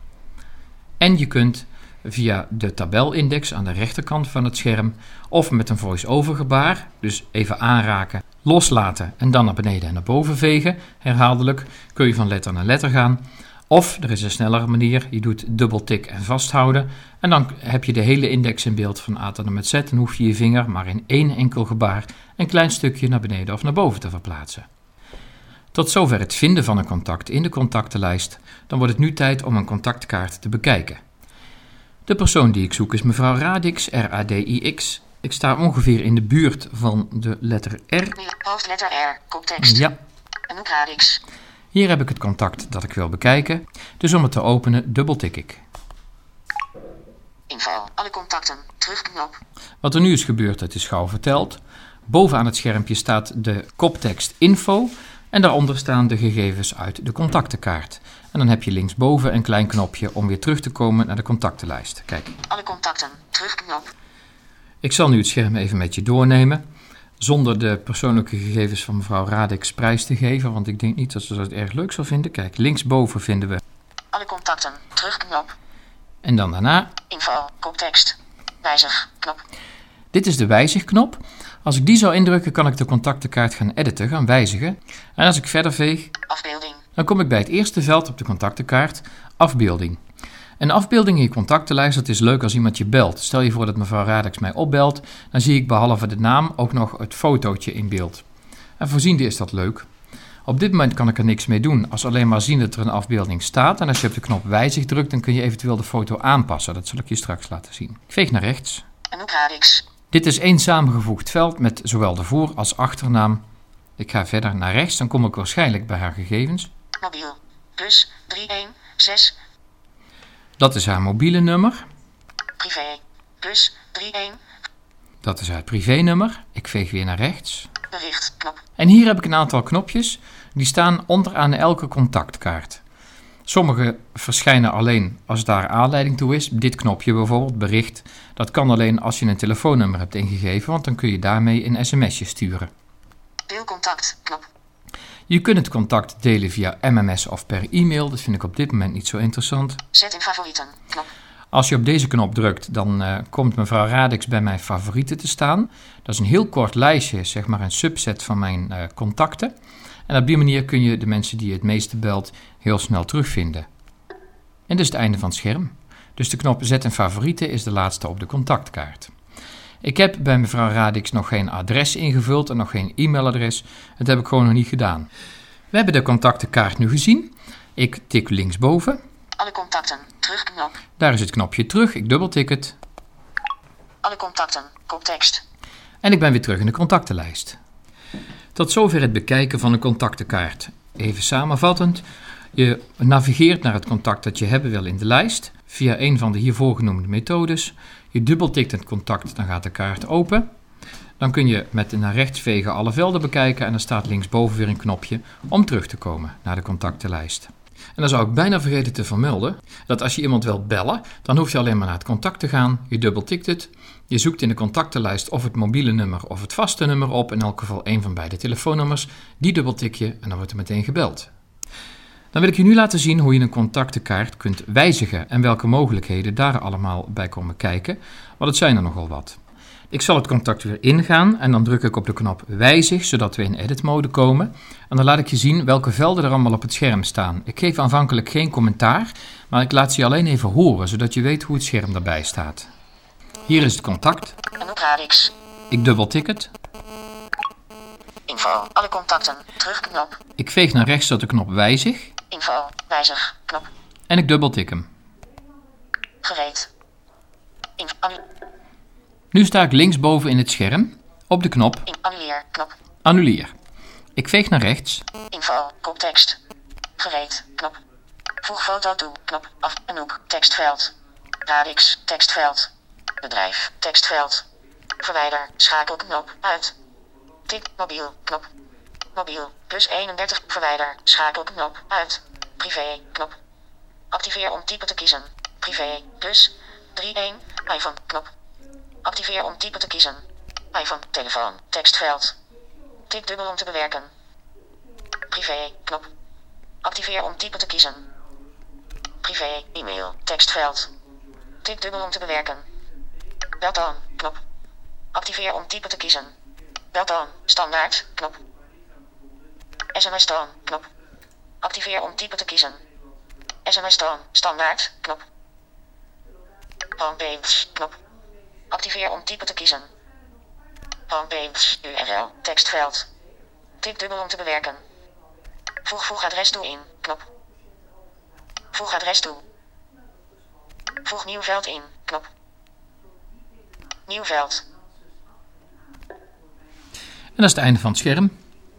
En je kunt via de tabelindex aan de rechterkant van het scherm of met een voice-over gebaar, dus even aanraken, loslaten en dan naar beneden en naar boven vegen. Herhaaldelijk kun je van letter naar letter gaan. Of, er is een snellere manier, je doet dubbeltik en vasthouden en dan heb je de hele index in beeld van A tot en met Z en hoef je je vinger maar in één enkel gebaar een klein stukje naar beneden of naar boven te verplaatsen. Tot zover het vinden van een contact in de contactenlijst. Dan wordt het nu tijd om een contactkaart te bekijken. De persoon die ik zoek is mevrouw Radix, R A D I X. Ik sta ongeveer in de buurt van de letter R. Hoofdletter R, koptekst. Ja. Anouk Radix. Hier heb ik het contact dat ik wil bekijken. Dus om het te openen dubbeltik ik. Info, alle contacten, terugknop. Wat er nu is gebeurd, het is gauw verteld. Bovenaan het schermpje staat de koptekst info en daaronder staan de gegevens uit de contactenkaart. En dan heb je linksboven een klein knopje om weer terug te komen naar de contactenlijst. Kijk. Alle contacten, terugknop. Ik zal nu het scherm even met je doornemen, zonder de persoonlijke gegevens van mevrouw Radix prijs te geven, want ik denk niet dat ze dat erg leuk zal vinden. Kijk, linksboven vinden we alle contacten, terugknop. En dan daarna info, koptekst, wijzig, knop. Dit is de wijzigknop. Als ik die zou indrukken, kan ik de contactenkaart gaan editen, gaan wijzigen. En als ik verder veeg, afbeelding, dan kom ik bij het eerste veld op de contactenkaart, afbeelding. Een afbeelding in je contactenlijst, dat is leuk als iemand je belt. Stel je voor dat mevrouw Radix mij opbelt, dan zie ik behalve de naam ook nog het fotootje in beeld. En voorziende is dat leuk. Op dit moment kan ik er niks mee doen, als alleen maar zien dat er een afbeelding staat. En als je op de knop wijzig drukt, dan kun je eventueel de foto aanpassen. Dat zal ik je straks laten zien. Ik veeg naar rechts. Anouk Radix. Dit is één samengevoegd veld met zowel de voor- als achternaam. Ik ga verder naar rechts, dan kom ik waarschijnlijk bij haar gegevens. Mobiel, plus drie een zes. Dat is haar mobiele nummer. Privé, plus drie een. Dat is haar privénummer. Ik veeg weer naar rechts. Bericht, knop. En hier heb ik een aantal knopjes. Die staan onderaan elke contactkaart. Sommige verschijnen alleen als daar aanleiding toe is. Dit knopje bijvoorbeeld, bericht. Dat kan alleen als je een telefoonnummer hebt ingegeven, want dan kun je daarmee een sms'je sturen. Deelcontact, knop. Je kunt het contact delen via M M S of per e-mail. Dat vind ik op dit moment niet zo interessant. Zet in favorieten, knop. Als je op deze knop drukt, dan uh, komt mevrouw Radix bij mijn favorieten te staan. Dat is een heel kort lijstje, zeg maar een subset van mijn uh, contacten. En op die manier kun je de mensen die je het meeste belt heel snel terugvinden. En dit is het einde van het scherm. Dus de knop Zet in favorieten is de laatste op de contactkaart. Ik heb bij mevrouw Radix nog geen adres ingevuld en nog geen e-mailadres. Dat heb ik gewoon nog niet gedaan. We hebben de contactenkaart nu gezien. Ik tik linksboven. Alle contacten, terugknop. Daar is het knopje terug. Ik dubbeltik het. Alle contacten, koptekst. En ik ben weer terug in de contactenlijst. Tot zover het bekijken van een contactenkaart. Even samenvattend. Je navigeert naar het contact dat je hebben wil in de lijst via een van de hiervoor genoemde methodes. Je dubbeltikt het contact, dan gaat de kaart open. Dan kun je met naar rechts vegen alle velden bekijken en er staat linksboven weer een knopje om terug te komen naar de contactenlijst. En dan zou ik bijna vergeten te vermelden dat als je iemand wilt bellen, dan hoef je alleen maar naar het contact te gaan. Je dubbeltikt het, Je zoekt in de contactenlijst of het mobiele nummer of het vaste nummer op, in elk geval één van beide telefoonnummers. Die dubbeltik je en dan wordt er meteen gebeld. Dan wil ik je nu laten zien hoe je een contactenkaart kunt wijzigen en welke mogelijkheden daar allemaal bij komen kijken, want het zijn er nogal wat. Ik zal het contact weer ingaan en dan druk ik op de knop wijzig, zodat we in edit mode komen. En dan laat ik je zien welke velden er allemaal op het scherm staan. Ik geef aanvankelijk geen commentaar, maar ik laat ze je alleen even horen, zodat je weet hoe het scherm erbij staat. Hier is het contact. Anouk Radix. Ik dubbeltik het. Info. Alle contacten. Terugknop. Ik veeg naar rechts tot de knop wijzig. Info. Wijzig. Knop. En ik dubbeltik hem. Gereed. Info. Annu- Nu sta ik linksboven in het scherm op de knop in- Annuleer. Knop. annuleer. Ik veeg naar rechts. Info. Koptekst. Gereed. Knop. Voeg foto toe. Knop. Af. Anouk. Tekstveld. Radix. Tekstveld. Bedrijf. Tekstveld. Verwijder. Schakelknop. Uit. Tik. Mobiel. Knop. Mobiel. Plus eenendertig. Verwijder. Schakelknop. Uit. Privé. Knop. Activeer om type te kiezen. Privé. Plus. drie een. iPhone. Knop. Activeer om type te kiezen. iPhone. Telefoon. Tekstveld. Tik dubbel om te bewerken. Privé. Knop. Activeer om type te kiezen. Privé. E-mail. Tekstveld. Tik dubbel om te bewerken. Beltoon. Knop. Activeer om type te kiezen. Beltoon. Standaard. Knop. S M S-toon. Knop. Activeer om type te kiezen. S M S-toon. Standaard. Knop. Homepage. Knop. Activeer om type te kiezen. Homepage. U R L. Tekstveld. Tik dubbel om te bewerken. Voeg voeg adres toe in. Knop. Voeg adres toe. Voeg nieuw veld in. Knop. Nieuw veld. En dat is het einde van het scherm.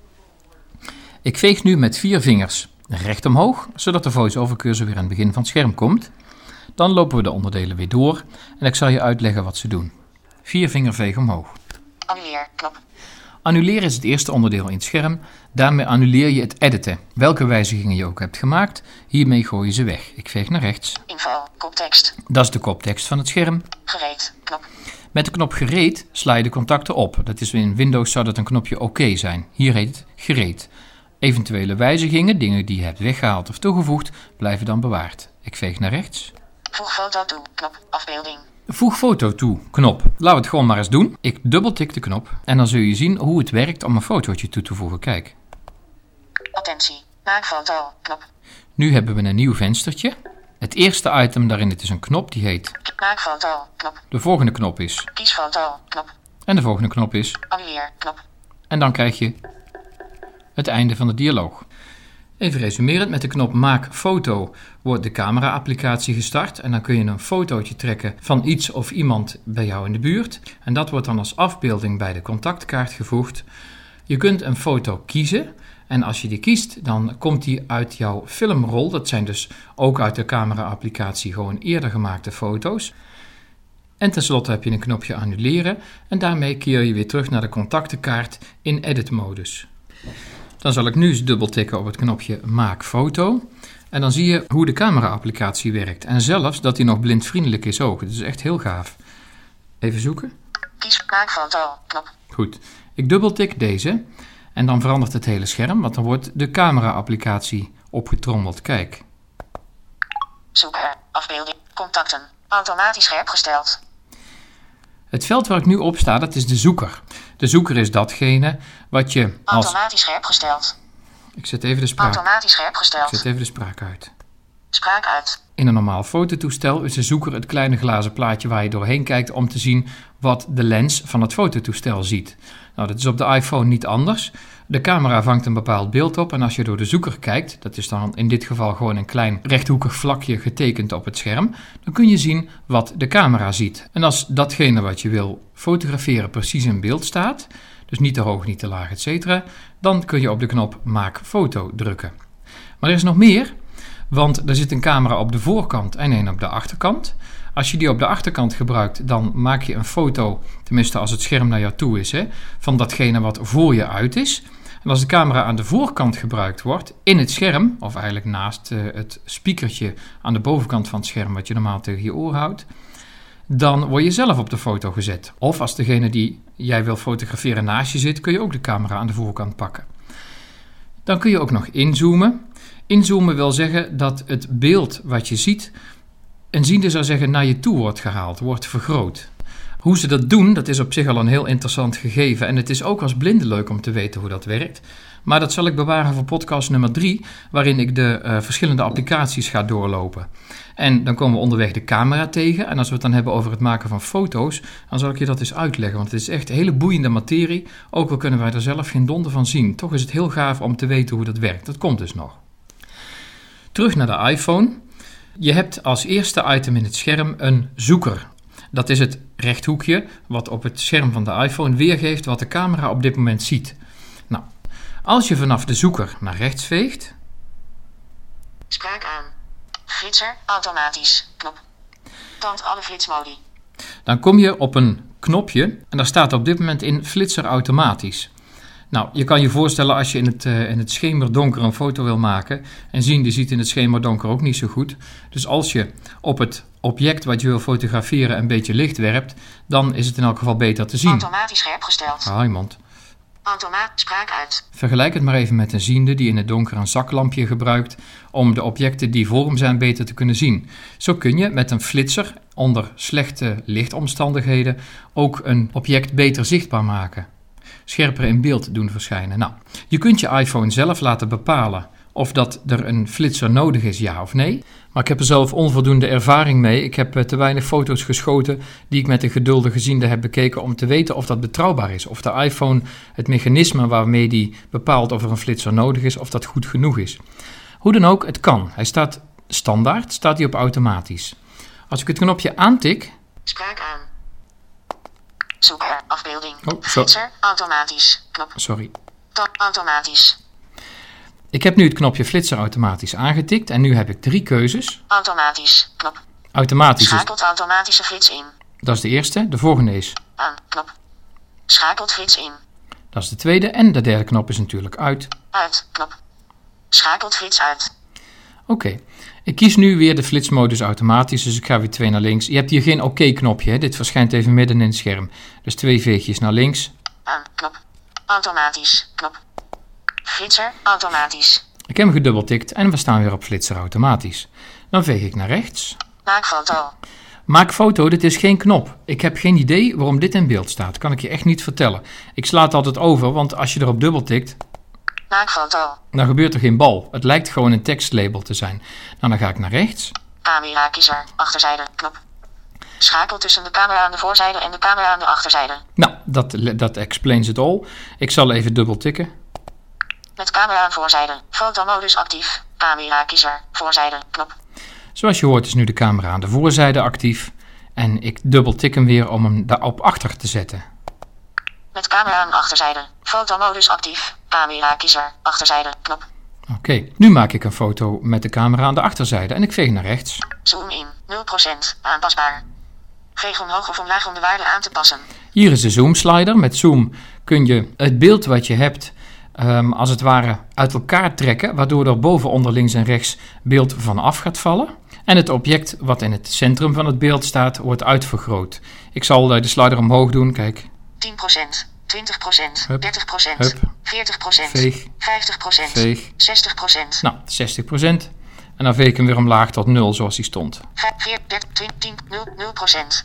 Ik veeg nu met vier vingers recht omhoog, zodat de voice-over cursor weer aan het begin van het scherm komt. Dan lopen we de onderdelen weer door en ik zal je uitleggen wat ze doen. Vier vinger veeg omhoog. Annuleer. Knop. Annuleren is het eerste onderdeel in het scherm. Daarmee annuleer je het editen. Welke wijzigingen je ook hebt gemaakt, hiermee gooi je ze weg. Ik veeg naar rechts. Info. Koptekst. Dat is de koptekst van het scherm. Gereed. Knop. Met de knop gereed sla je de contacten op. Dat is in Windows zou dat een knopje oké zijn. Hier heet het gereed. Eventuele wijzigingen, dingen die je hebt weggehaald of toegevoegd, blijven dan bewaard. Ik veeg naar rechts. Voeg foto toe. Knop. Afbeelding. Voeg foto toe, knop. Laten we het gewoon maar eens doen. Ik dubbeltik de knop en dan zul je zien hoe het werkt om een fotootje toe te voegen. Kijk. Attentie. Maak foto. Knop. Nu hebben we een nieuw venstertje. Het eerste item daarin het is een knop die heet. Maak foto. Knop. De volgende knop is. Kies foto. Knop. En de volgende knop is. Annuleer. Knop. En dan krijg je het einde van de dialoog. Even resumerend, met de knop Maak foto wordt de camera-applicatie gestart. En dan kun je een fotootje trekken van iets of iemand bij jou in de buurt. En dat wordt dan als afbeelding bij de contactkaart gevoegd. Je kunt een foto kiezen. En als je die kiest, dan komt die uit jouw filmrol. Dat zijn dus ook uit de camera-applicatie gewoon eerder gemaakte foto's. En tenslotte heb je een knopje annuleren. En daarmee keer je weer terug naar de contactenkaart in edit-modus. Dan zal ik nu eens dubbeltikken op het knopje Maak foto. En dan zie je hoe de camera-applicatie werkt. En zelfs dat die nog blindvriendelijk is ook. Het is echt heel gaaf. Even zoeken. Kies Maak foto. Knop. Goed. Ik dubbeltik deze. En dan verandert het hele scherm. Want dan wordt de camera-applicatie opgetrommeld. Kijk. Zoeken. Afbeelding. Contacten. Automatisch scherp gesteld. Het veld waar ik nu op sta, dat is de zoeker. De zoeker is datgene wat je als... Automatisch scherp gesteld. Ik zet even de spraak. Automatisch scherp Ik gesteld. zet even de spraak uit. Spraak uit. In een normaal fototoestel is de zoeker het kleine glazen plaatje waar je doorheen kijkt om te zien wat de lens van het fototoestel ziet. Nou, dat is op de iPhone niet anders. De camera vangt een bepaald beeld op en als je door de zoeker kijkt, dat is dan in dit geval gewoon een klein rechthoekig vlakje getekend op het scherm, dan kun je zien wat de camera ziet. En als datgene wat je wil fotograferen precies in beeld staat, dus niet te hoog, niet te laag, et cetera, dan kun je op de knop Maak foto drukken. Maar er is nog meer, want er zit een camera op de voorkant en een op de achterkant. Als je die op de achterkant gebruikt, dan maak je een foto, tenminste als het scherm naar jou toe is, hè, van datgene wat voor je uit is. En als de camera aan de voorkant gebruikt wordt, in het scherm, of eigenlijk naast uh, het speakertje aan de bovenkant van het scherm wat je normaal tegen je oor houdt, dan word je zelf op de foto gezet. Of als degene die jij wil fotograferen naast je zit, kun je ook de camera aan de voorkant pakken. Dan kun je ook nog inzoomen. Inzoomen wil zeggen dat het beeld wat je ziet, een ziende zou zeggen, naar je toe wordt gehaald, wordt vergroot. Hoe ze dat doen, dat is op zich al een heel interessant gegeven. En het is ook als blinde leuk om te weten hoe dat werkt. Maar dat zal ik bewaren voor podcast nummer drie, waarin ik de uh, verschillende applicaties ga doorlopen. En dan komen we onderweg de camera tegen. En als we het dan hebben over het maken van foto's, dan zal ik je dat eens uitleggen. Want het is echt een hele boeiende materie. Ook al kunnen wij er zelf geen donder van zien. Toch is het heel gaaf om te weten hoe dat werkt. Dat komt dus nog. Terug naar de iPhone. Je hebt als eerste item in het scherm een zoeker. Dat is het rechthoekje wat op het scherm van de iPhone weergeeft wat de camera op dit moment ziet. Nou, als je vanaf de zoeker naar rechts veegt. Spraak aan. Flitser, automatisch, knop. Toont alle flitsmodi. Dan kom je op een knopje en daar staat op dit moment in flitser automatisch. Nou, je kan je voorstellen als je in het, uh, in het schemerdonker een foto wil maken. En zien, die ziet in het schemerdonker ook niet zo goed. Dus als je op het object wat je wil fotograferen een beetje licht werpt, dan is het in elk geval beter te zien. Automatisch scherp gesteld. Ah, iemand. Automaat, spraak uit. Vergelijk het maar even met een ziende die in het donker een zaklampje gebruikt om de objecten die voor hem zijn beter te kunnen zien. Zo kun je met een flitser onder slechte lichtomstandigheden ook een object beter zichtbaar maken. Scherper in beeld doen verschijnen. Nou, je kunt je iPhone zelf laten bepalen of dat er een flitser nodig is, ja of nee. Maar ik heb er zelf onvoldoende ervaring mee. Ik heb te weinig foto's geschoten die ik met een geduldige ziende heb bekeken om te weten of dat betrouwbaar is. Of de iPhone, het mechanisme waarmee die bepaalt of er een flitser nodig is, of dat goed genoeg is. Hoe dan ook, het kan. Hij staat standaard, staat hij op automatisch. Als ik het knopje aantik. Spraak aan. Zoeker, afbeelding. Oh, flitser, automatisch, knop. Sorry. Top, automatisch. Ik heb nu het knopje flitser automatisch aangetikt en nu heb ik drie keuzes. Automatisch, knop. Automatisch is, Schakelt automatische flits in. dat is de eerste. De volgende is, Aan, knop. Schakelt flits in. dat is de tweede. En de derde knop is natuurlijk uit. Uit, knop. Schakelt flits uit. Oké, okay. Ik kies nu weer de flitsmodus automatisch, dus ik ga weer twee naar links. Je hebt hier geen oké-knopje, hè? Dit verschijnt even midden in het scherm. Dus twee veegjes naar links. Aan, knop. Automatisch, knop. Flitser, automatisch. Ik heb hem gedubbeltikt en we staan weer op flitser automatisch. Dan veeg ik naar rechts. Maak foto. Maak foto, dit is geen knop. Ik heb geen idee waarom dit in beeld staat. Kan ik je echt niet vertellen. Ik sla het altijd over, want als je erop dubbeltikt, Maak foto. dan gebeurt er geen bal. Het lijkt gewoon een tekstlabel te zijn. Nou, dan ga ik naar rechts. Camera kiezer, achterzijde, knop. Schakel tussen de camera aan de voorzijde en de camera aan de achterzijde. Nou, dat, dat explains it all. Ik zal even dubbeltikken. Met camera aan voorzijde. Fotomodus actief. Camera kiezer, voorzijde, knop. Zoals je hoort is nu de camera aan de voorzijde actief. En ik dubbeltik hem weer om hem daarop achter te zetten. Met camera aan achterzijde. Fotomodus actief. Camera kiezer, achterzijde, knop. Oké, okay. Nu maak ik een foto met de camera aan de achterzijde en ik veeg naar rechts. Zoom in, nul procent, aanpasbaar. Veeg omhoog of omlaag om de waarde aan te passen. Hier is de zoom slider. Met zoom kun je het beeld wat je hebt um, als het ware uit elkaar trekken, waardoor er boven, onder, links en rechts beeld vanaf gaat vallen. En het object wat in het centrum van het beeld staat, wordt uitvergroot. Ik zal de slider omhoog doen, kijk. tien procent, twintig procent, Hup, dertig procent, hup. veertig procent, Veeg. vijftig procent, Veeg. zestig procent. Nou, zestig procent. En dan veeg ik hem weer omlaag tot nul zoals die stond. nul procent.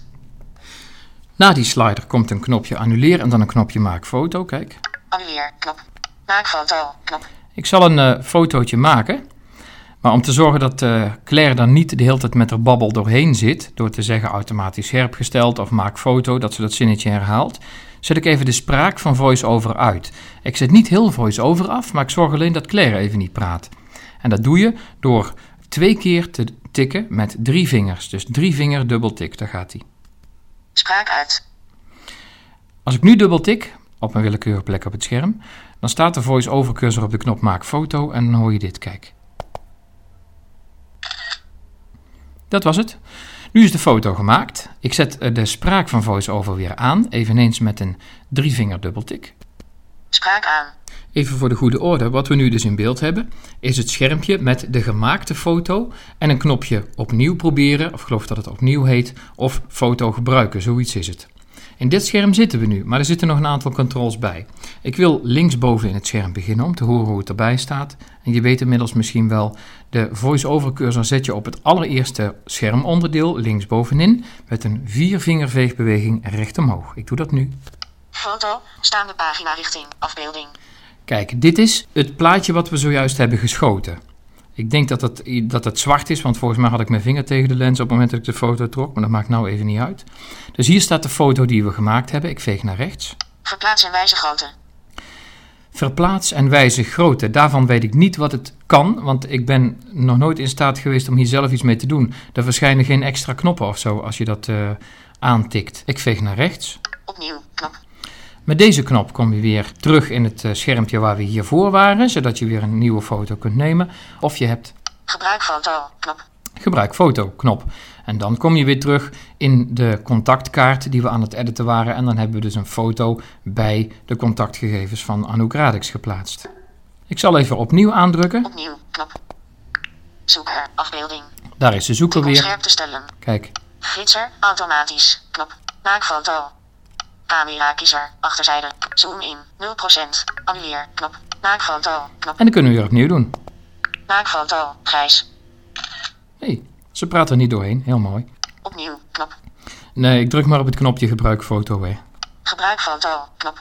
Na die slider komt een knopje annuleer en dan een knopje maak foto, kijk. Annuleer, knop. Maak foto, knop. Ik zal een uh, fotootje maken. Maar om te zorgen dat uh, Claire dan niet de hele tijd met haar babbel doorheen zit, door te zeggen automatisch scherp gesteld of maak foto, dat ze dat zinnetje herhaalt, zet ik even de spraak van voice-over uit. Ik zet niet heel voice-over af, maar ik zorg alleen dat Claire even niet praat. En dat doe je door twee keer te tikken met drie vingers. Dus drie vinger dubbeltik, daar gaat hij. Spraak uit. Als ik nu dubbeltik op een willekeurige plek op het scherm, dan staat de voice-over cursor op de knop maak foto en dan hoor je dit, kijk. Dat was het. Nu is de foto gemaakt. Ik zet de spraak van voice-over weer aan, eveneens met een drie vinger dubbeltik. Spraak aan. Even voor de goede orde, wat we nu dus in beeld hebben, is het schermpje met de gemaakte foto en een knopje opnieuw proberen, of ik geloof dat het opnieuw heet, of foto gebruiken, zoiets is het. In dit scherm zitten we nu, maar er zitten nog een aantal controls bij. Ik wil linksboven in het scherm beginnen om te horen hoe het erbij staat. En je weet inmiddels misschien wel, de voice-over cursor zet je op het allereerste schermonderdeel linksbovenin met een viervingerveegbeweging recht omhoog. Ik doe dat nu. Foto, staande pagina richting, afbeelding. Kijk, dit is het plaatje wat we zojuist hebben geschoten. Ik denk dat het, dat het zwart is, want volgens mij had ik mijn vinger tegen de lens op het moment dat ik de foto trok, maar dat maakt nou even niet uit. Dus hier staat de foto die we gemaakt hebben. Ik veeg naar rechts. Verplaats en wijzig grootte. Verplaats en wijzig grootte. Daarvan weet ik niet wat het kan, want ik ben nog nooit in staat geweest om hier zelf iets mee te doen. Er verschijnen geen extra knoppen of zo als je dat uh, aantikt. Ik veeg naar rechts. Opnieuw, knop. Met deze knop kom je weer terug in het uh, schermpje waar we hiervoor waren, zodat je weer een nieuwe foto kunt nemen. Of je hebt Gebruik foto, knop. Gebruik foto, knop. En dan kom je weer terug in de contactkaart die we aan het editen waren. En dan hebben we dus een foto bij de contactgegevens van Anouk Radix geplaatst. Ik zal even opnieuw aandrukken. Opnieuw, knop. Zoeker, afbeelding. Daar is de zoeker Tik om weer. scherp te stellen. Kijk, Gidser, automatisch, knop. Maakfoto. Camera kiezer, achterzijde. Zoom in, nul procent. Annuleer, knop. Maakfoto, knop. en dan kunnen we weer opnieuw doen. Maakfoto, grijs. Hé, hey, ze praat er niet doorheen. Heel mooi. Opnieuw, knop. Nee, ik druk maar op het knopje gebruik foto weer. Gebruik foto, knop.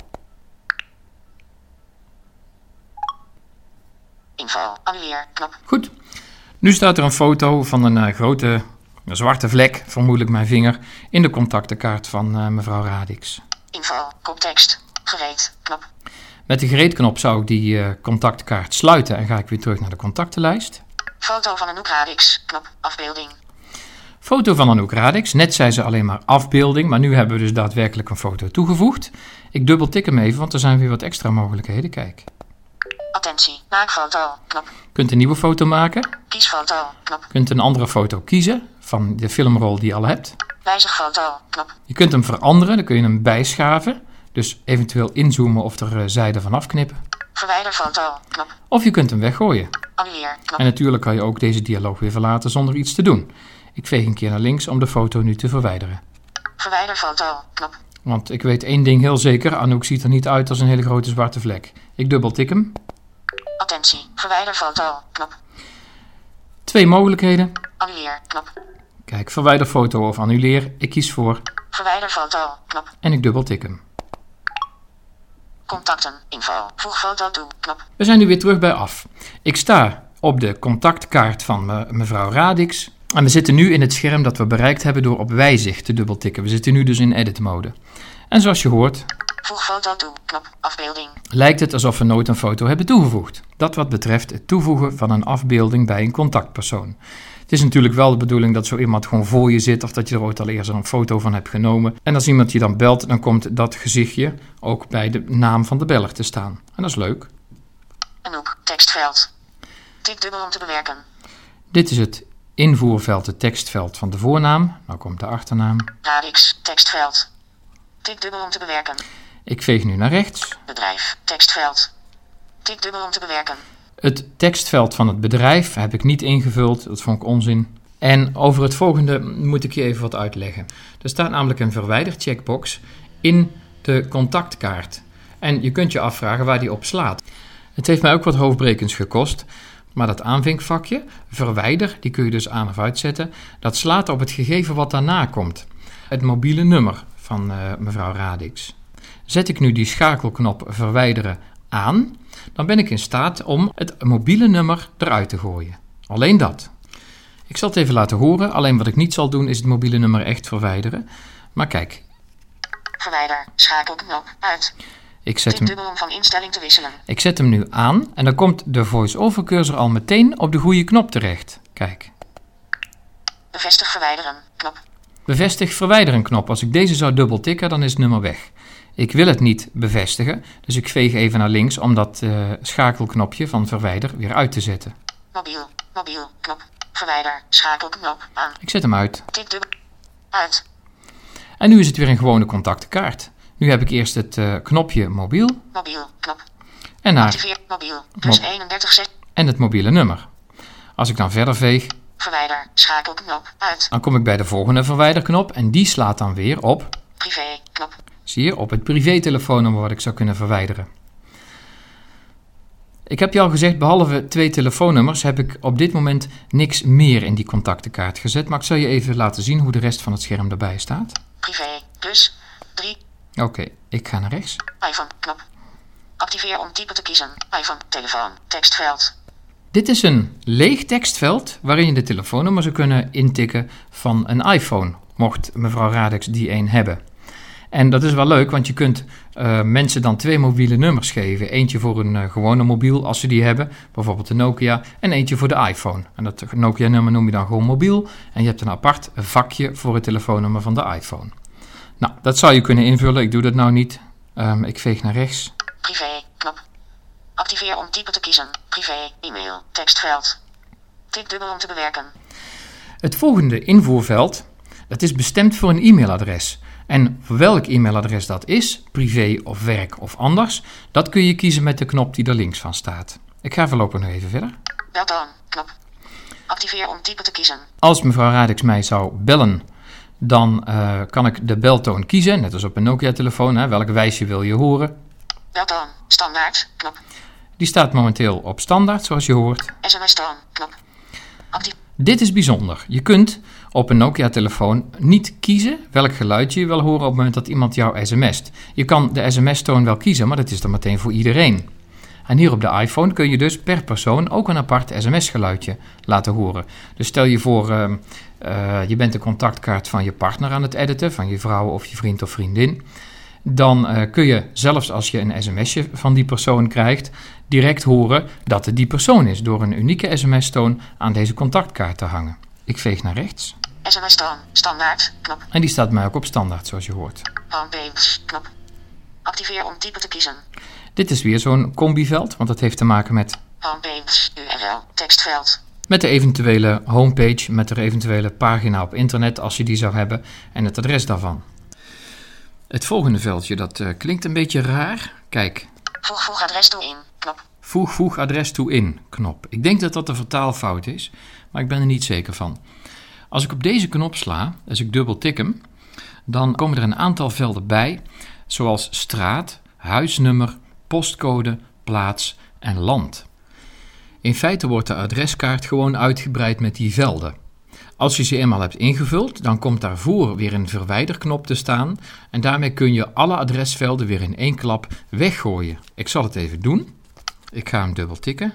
Info, annuleer, knop. Goed. Nu staat er een foto van een uh, grote een zwarte vlek, vermoedelijk mijn vinger, in de contactenkaart van uh, mevrouw Radix. Info, koptekst, gereed, knop. Met de gereedknop zou ik die uh, contactkaart sluiten en ga ik weer terug naar de contactenlijst. Foto van Anouk Radix, knop, afbeelding. Foto van Anouk Radix. Net zei ze alleen maar afbeelding, maar nu hebben we dus daadwerkelijk een foto toegevoegd. Ik dubbeltik hem even, want er zijn weer wat extra mogelijkheden. Kijk. Attentie, maak foto, knop. Je kunt een nieuwe foto maken. Kies foto, knop. Je kunt een andere foto kiezen van de filmrol die je al hebt. Wijzig foto, knop. Je kunt hem veranderen, dan kun je hem bijschaven. Dus eventueel inzoomen of er uh, zijden van afknippen. Verwijder foto, knop. Of je kunt hem weggooien. Annuleer, knop. En natuurlijk kan je ook deze dialoog weer verlaten zonder iets te doen. Ik veeg een keer naar links om de foto nu te verwijderen. Verwijder foto, knop. Want ik weet één ding heel zeker, Anouk ziet er niet uit als een hele grote zwarte vlek. Ik dubbeltik hem. Attentie, verwijder foto, knop. Twee mogelijkheden. Annuleer, knop. Kijk, verwijder foto of annuleer. Ik kies voor Verwijder foto, knop. en ik dubbeltik hem. Contacten, info, voeg foto toe, knop. We zijn nu weer terug bij af. Ik sta op de contactkaart van me, mevrouw Radix. En we zitten nu in het scherm dat we bereikt hebben door op wijzig te dubbeltikken. We zitten nu dus in edit mode. En zoals je hoort, Voeg foto toe, knop, afbeelding. lijkt het alsof we nooit een foto hebben toegevoegd. Dat wat betreft het toevoegen van een afbeelding bij een contactpersoon. Het is natuurlijk wel de bedoeling dat zo iemand gewoon voor je zit of dat je er ooit al eerst een foto van hebt genomen. En als iemand je dan belt, dan komt dat gezichtje ook bij de naam van de beller te staan. En dat is leuk. Anouk, tekstveld. Tik dubbel om te bewerken. Dit is het invoerveld, het tekstveld van de voornaam. Nou komt de achternaam. Radix, tekstveld. Tik dubbel om te bewerken. Ik veeg nu naar rechts. Bedrijf, tekstveld. Tik dubbel om te bewerken. Het tekstveld van het bedrijf heb ik niet ingevuld, dat vond ik onzin. En over het volgende moet ik je even wat uitleggen. Er staat namelijk een verwijder-checkbox in de contactkaart. En je kunt je afvragen waar die op slaat. Het heeft mij ook wat hoofdbrekens gekost, maar dat aanvinkvakje, verwijder, die kun je dus aan of uitzetten, dat slaat op het gegeven wat daarna komt. Het mobiele nummer van uh, mevrouw Radix. Zet ik nu die schakelknop verwijderen aan, dan ben ik in staat om het mobiele nummer eruit te gooien. Alleen dat. Ik zal het even laten horen, alleen wat ik niet zal doen is het mobiele nummer echt verwijderen. Maar kijk. Verwijder, schakelknop, uit. Ik zet, Tik hem, dubbel om van instelling te wisselen. ik zet hem nu aan en dan komt de voice-over cursor al meteen op de goede knop terecht. Kijk. Bevestig verwijderen, knop. Bevestig verwijderen knop. Als ik deze zou dubbeltikken, dan is het nummer weg. Ik wil het niet bevestigen, dus ik veeg even naar links om dat uh, schakelknopje van verwijder weer uit te zetten. Mobiel, mobiel, knop. Verwijder, schakelknop, aan. Ik zet hem uit. Tik dubbel. Uit. En nu is het weer een gewone contactenkaart. Nu heb ik eerst het uh, knopje mobiel. Mobiel, knop. En, naar, Activeer mobiel. Plus Mo- eenendertig zes. en het mobiele nummer. Als ik dan verder veeg, Verwijder. Schakelknop. Uit. dan kom ik bij de volgende verwijderknop en die slaat dan weer op, Privé. Knop. zie je, op het privé-telefoonnummer wat ik zou kunnen verwijderen. Ik heb je al gezegd, behalve twee telefoonnummers heb ik op dit moment niks meer in die contactenkaart gezet, maar ik zal je even laten zien hoe de rest van het scherm erbij staat. Privé. Plus. drie. Oké, okay, ik ga naar rechts. iPhone. Knop. Activeer om type te kiezen. iPhone. Telefoon. Tekstveld. Dit is een leeg tekstveld waarin je de telefoonnummer zou kunnen intikken van een iPhone, mocht mevrouw Radix die een hebben. En dat is wel leuk, want je kunt uh, mensen dan twee mobiele nummers geven. Eentje voor een uh, gewone mobiel, als ze die hebben, bijvoorbeeld de Nokia, en eentje voor de iPhone. En dat Nokia-nummer noem je dan gewoon mobiel. En je hebt een apart vakje voor het telefoonnummer van de iPhone. Nou, dat zou je kunnen invullen. Ik doe dat nou niet. Um, ik veeg naar rechts. Privé. Knop. Activeer om type te kiezen. Privé. E-mail. Tekstveld. Tik dubbel om te bewerken. Het volgende invoerveld, dat is bestemd voor een e-mailadres. En voor welk e-mailadres dat is, privé of werk of anders, dat kun je kiezen met de knop die er links van staat. Ik ga voorlopig nog even verder. Beltoon. Knop. Activeer om type te kiezen. Als mevrouw Radix mij zou bellen, dan uh, kan ik de beltoon kiezen, net als op een Nokia-telefoon. Hè, welk wijsje wil je horen? Beltoon. Standaard. Knop. Die staat momenteel op standaard, zoals je hoort. S M S-toon. Knop. Actief. Dit is bijzonder. Je kunt op een Nokia-telefoon niet kiezen welk geluidje je wil horen op het moment dat iemand jou sms't. Je kan de sms-toon wel kiezen, maar dat is dan meteen voor iedereen. En hier op de iPhone kun je dus per persoon ook een apart sms-geluidje laten horen. Dus stel je voor, uh, uh, je bent de contactkaart van je partner aan het editen, van je vrouw of je vriend of vriendin. Dan uh, kun je, zelfs als je een sms'je van die persoon krijgt, direct horen dat het die persoon is, door een unieke sms-toon aan deze contactkaart te hangen. Ik veeg naar rechts. S M S-toon. Standaard. Knop. En die staat mij ook op standaard, zoals je hoort. Homepage. Knop. Activeer om type te kiezen. Dit is weer zo'n combiveld, want dat heeft te maken met, Homepage. U R L. Tekstveld. met de eventuele homepage, met de eventuele pagina op internet, als je die zou hebben, en het adres daarvan. Het volgende veldje, dat uh, klinkt een beetje raar. Kijk. Voeg voeg adres toe in. Knop. Voeg voeg adres toe in, knop. Ik denk dat dat een vertaalfout is, maar ik ben er niet zeker van. Als ik op deze knop sla, als ik dubbel tik hem, dan komen er een aantal velden bij, zoals straat, huisnummer, postcode, plaats en land. In feite wordt de adreskaart gewoon uitgebreid met die velden. Als je ze eenmaal hebt ingevuld, dan komt daarvoor weer een verwijderknop te staan en daarmee kun je alle adresvelden weer in één klap weggooien. Ik zal het even doen. Ik ga hem dubbel tikken.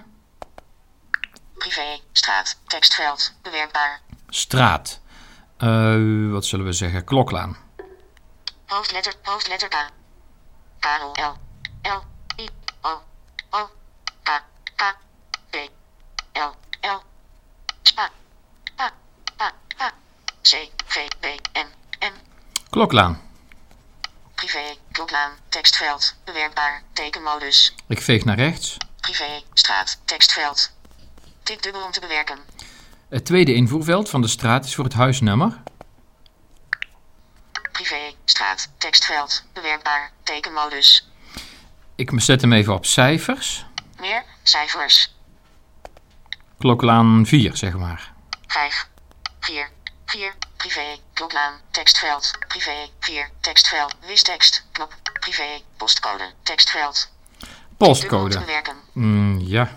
Privé. Straat. Tekstveld. Bewerkbaar. Straat. Uh, wat zullen we zeggen? Kloklaan. Hoofdletter. Hoofdletter K. Karel L. L. I. O. O. K. K. P. L. L. Spa. A. A. A. C. V. B. N. N. Kloklaan. Privé. Kloklaan. Tekstveld. Bewerkbaar. Tekenmodus. Ik veeg naar rechts. Privé. Straat. Tekstveld. Tik dubbel om te bewerken. Het tweede invoerveld van de straat is voor het huisnummer. Privé. Straat. Tekstveld. Bewerkbaar. Tekenmodus. Ik zet hem even op cijfers. Meer. Cijfers. Kloklaan vier, zeg maar. vijf. vier. vier. Privé. Kloklaan. Tekstveld. Privé. vier. Tekstveld. Wistekst. Knop. Privé. Postcode. Tekstveld. Postcode. Te bewerken. Mm, ja.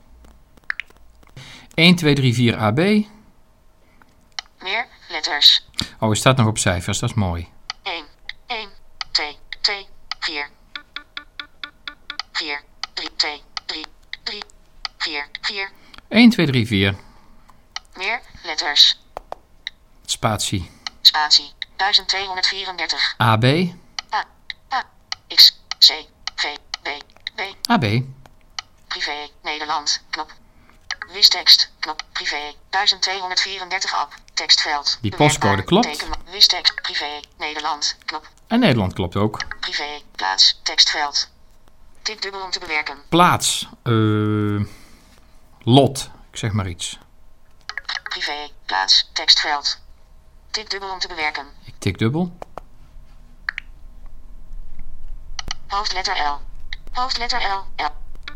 een, twee, drie, vier A B. Meer. Letters. Oh, hij staat nog op cijfers, dat is mooi. een. een. twee. twee. vier. vier. drie. twee. drie. drie. vier. vier. een, twee, drie, vier. Meer. Letters. Spatie. Spatie. duizend tweehonderdvierendertig. A B. A. A. X. C. V. B. B. A B. Privé. Nederland. Knop. Wistekst. Knop. Privé. duizend tweehonderdvierendertig app. Tekstveld. Die postcode klopt. Teken. Wistekst. Privé. Nederland. Knop. En Nederland klopt ook. Privé. Plaats. Tekstveld. Tik dubbel om te bewerken. Plaats. Uh, lot. Ik zeg maar iets. Privé. Plaats. Tekstveld. Tik dubbel om te bewerken. Ik tik dubbel. Hoofdletter L. Hoofdletter L. L.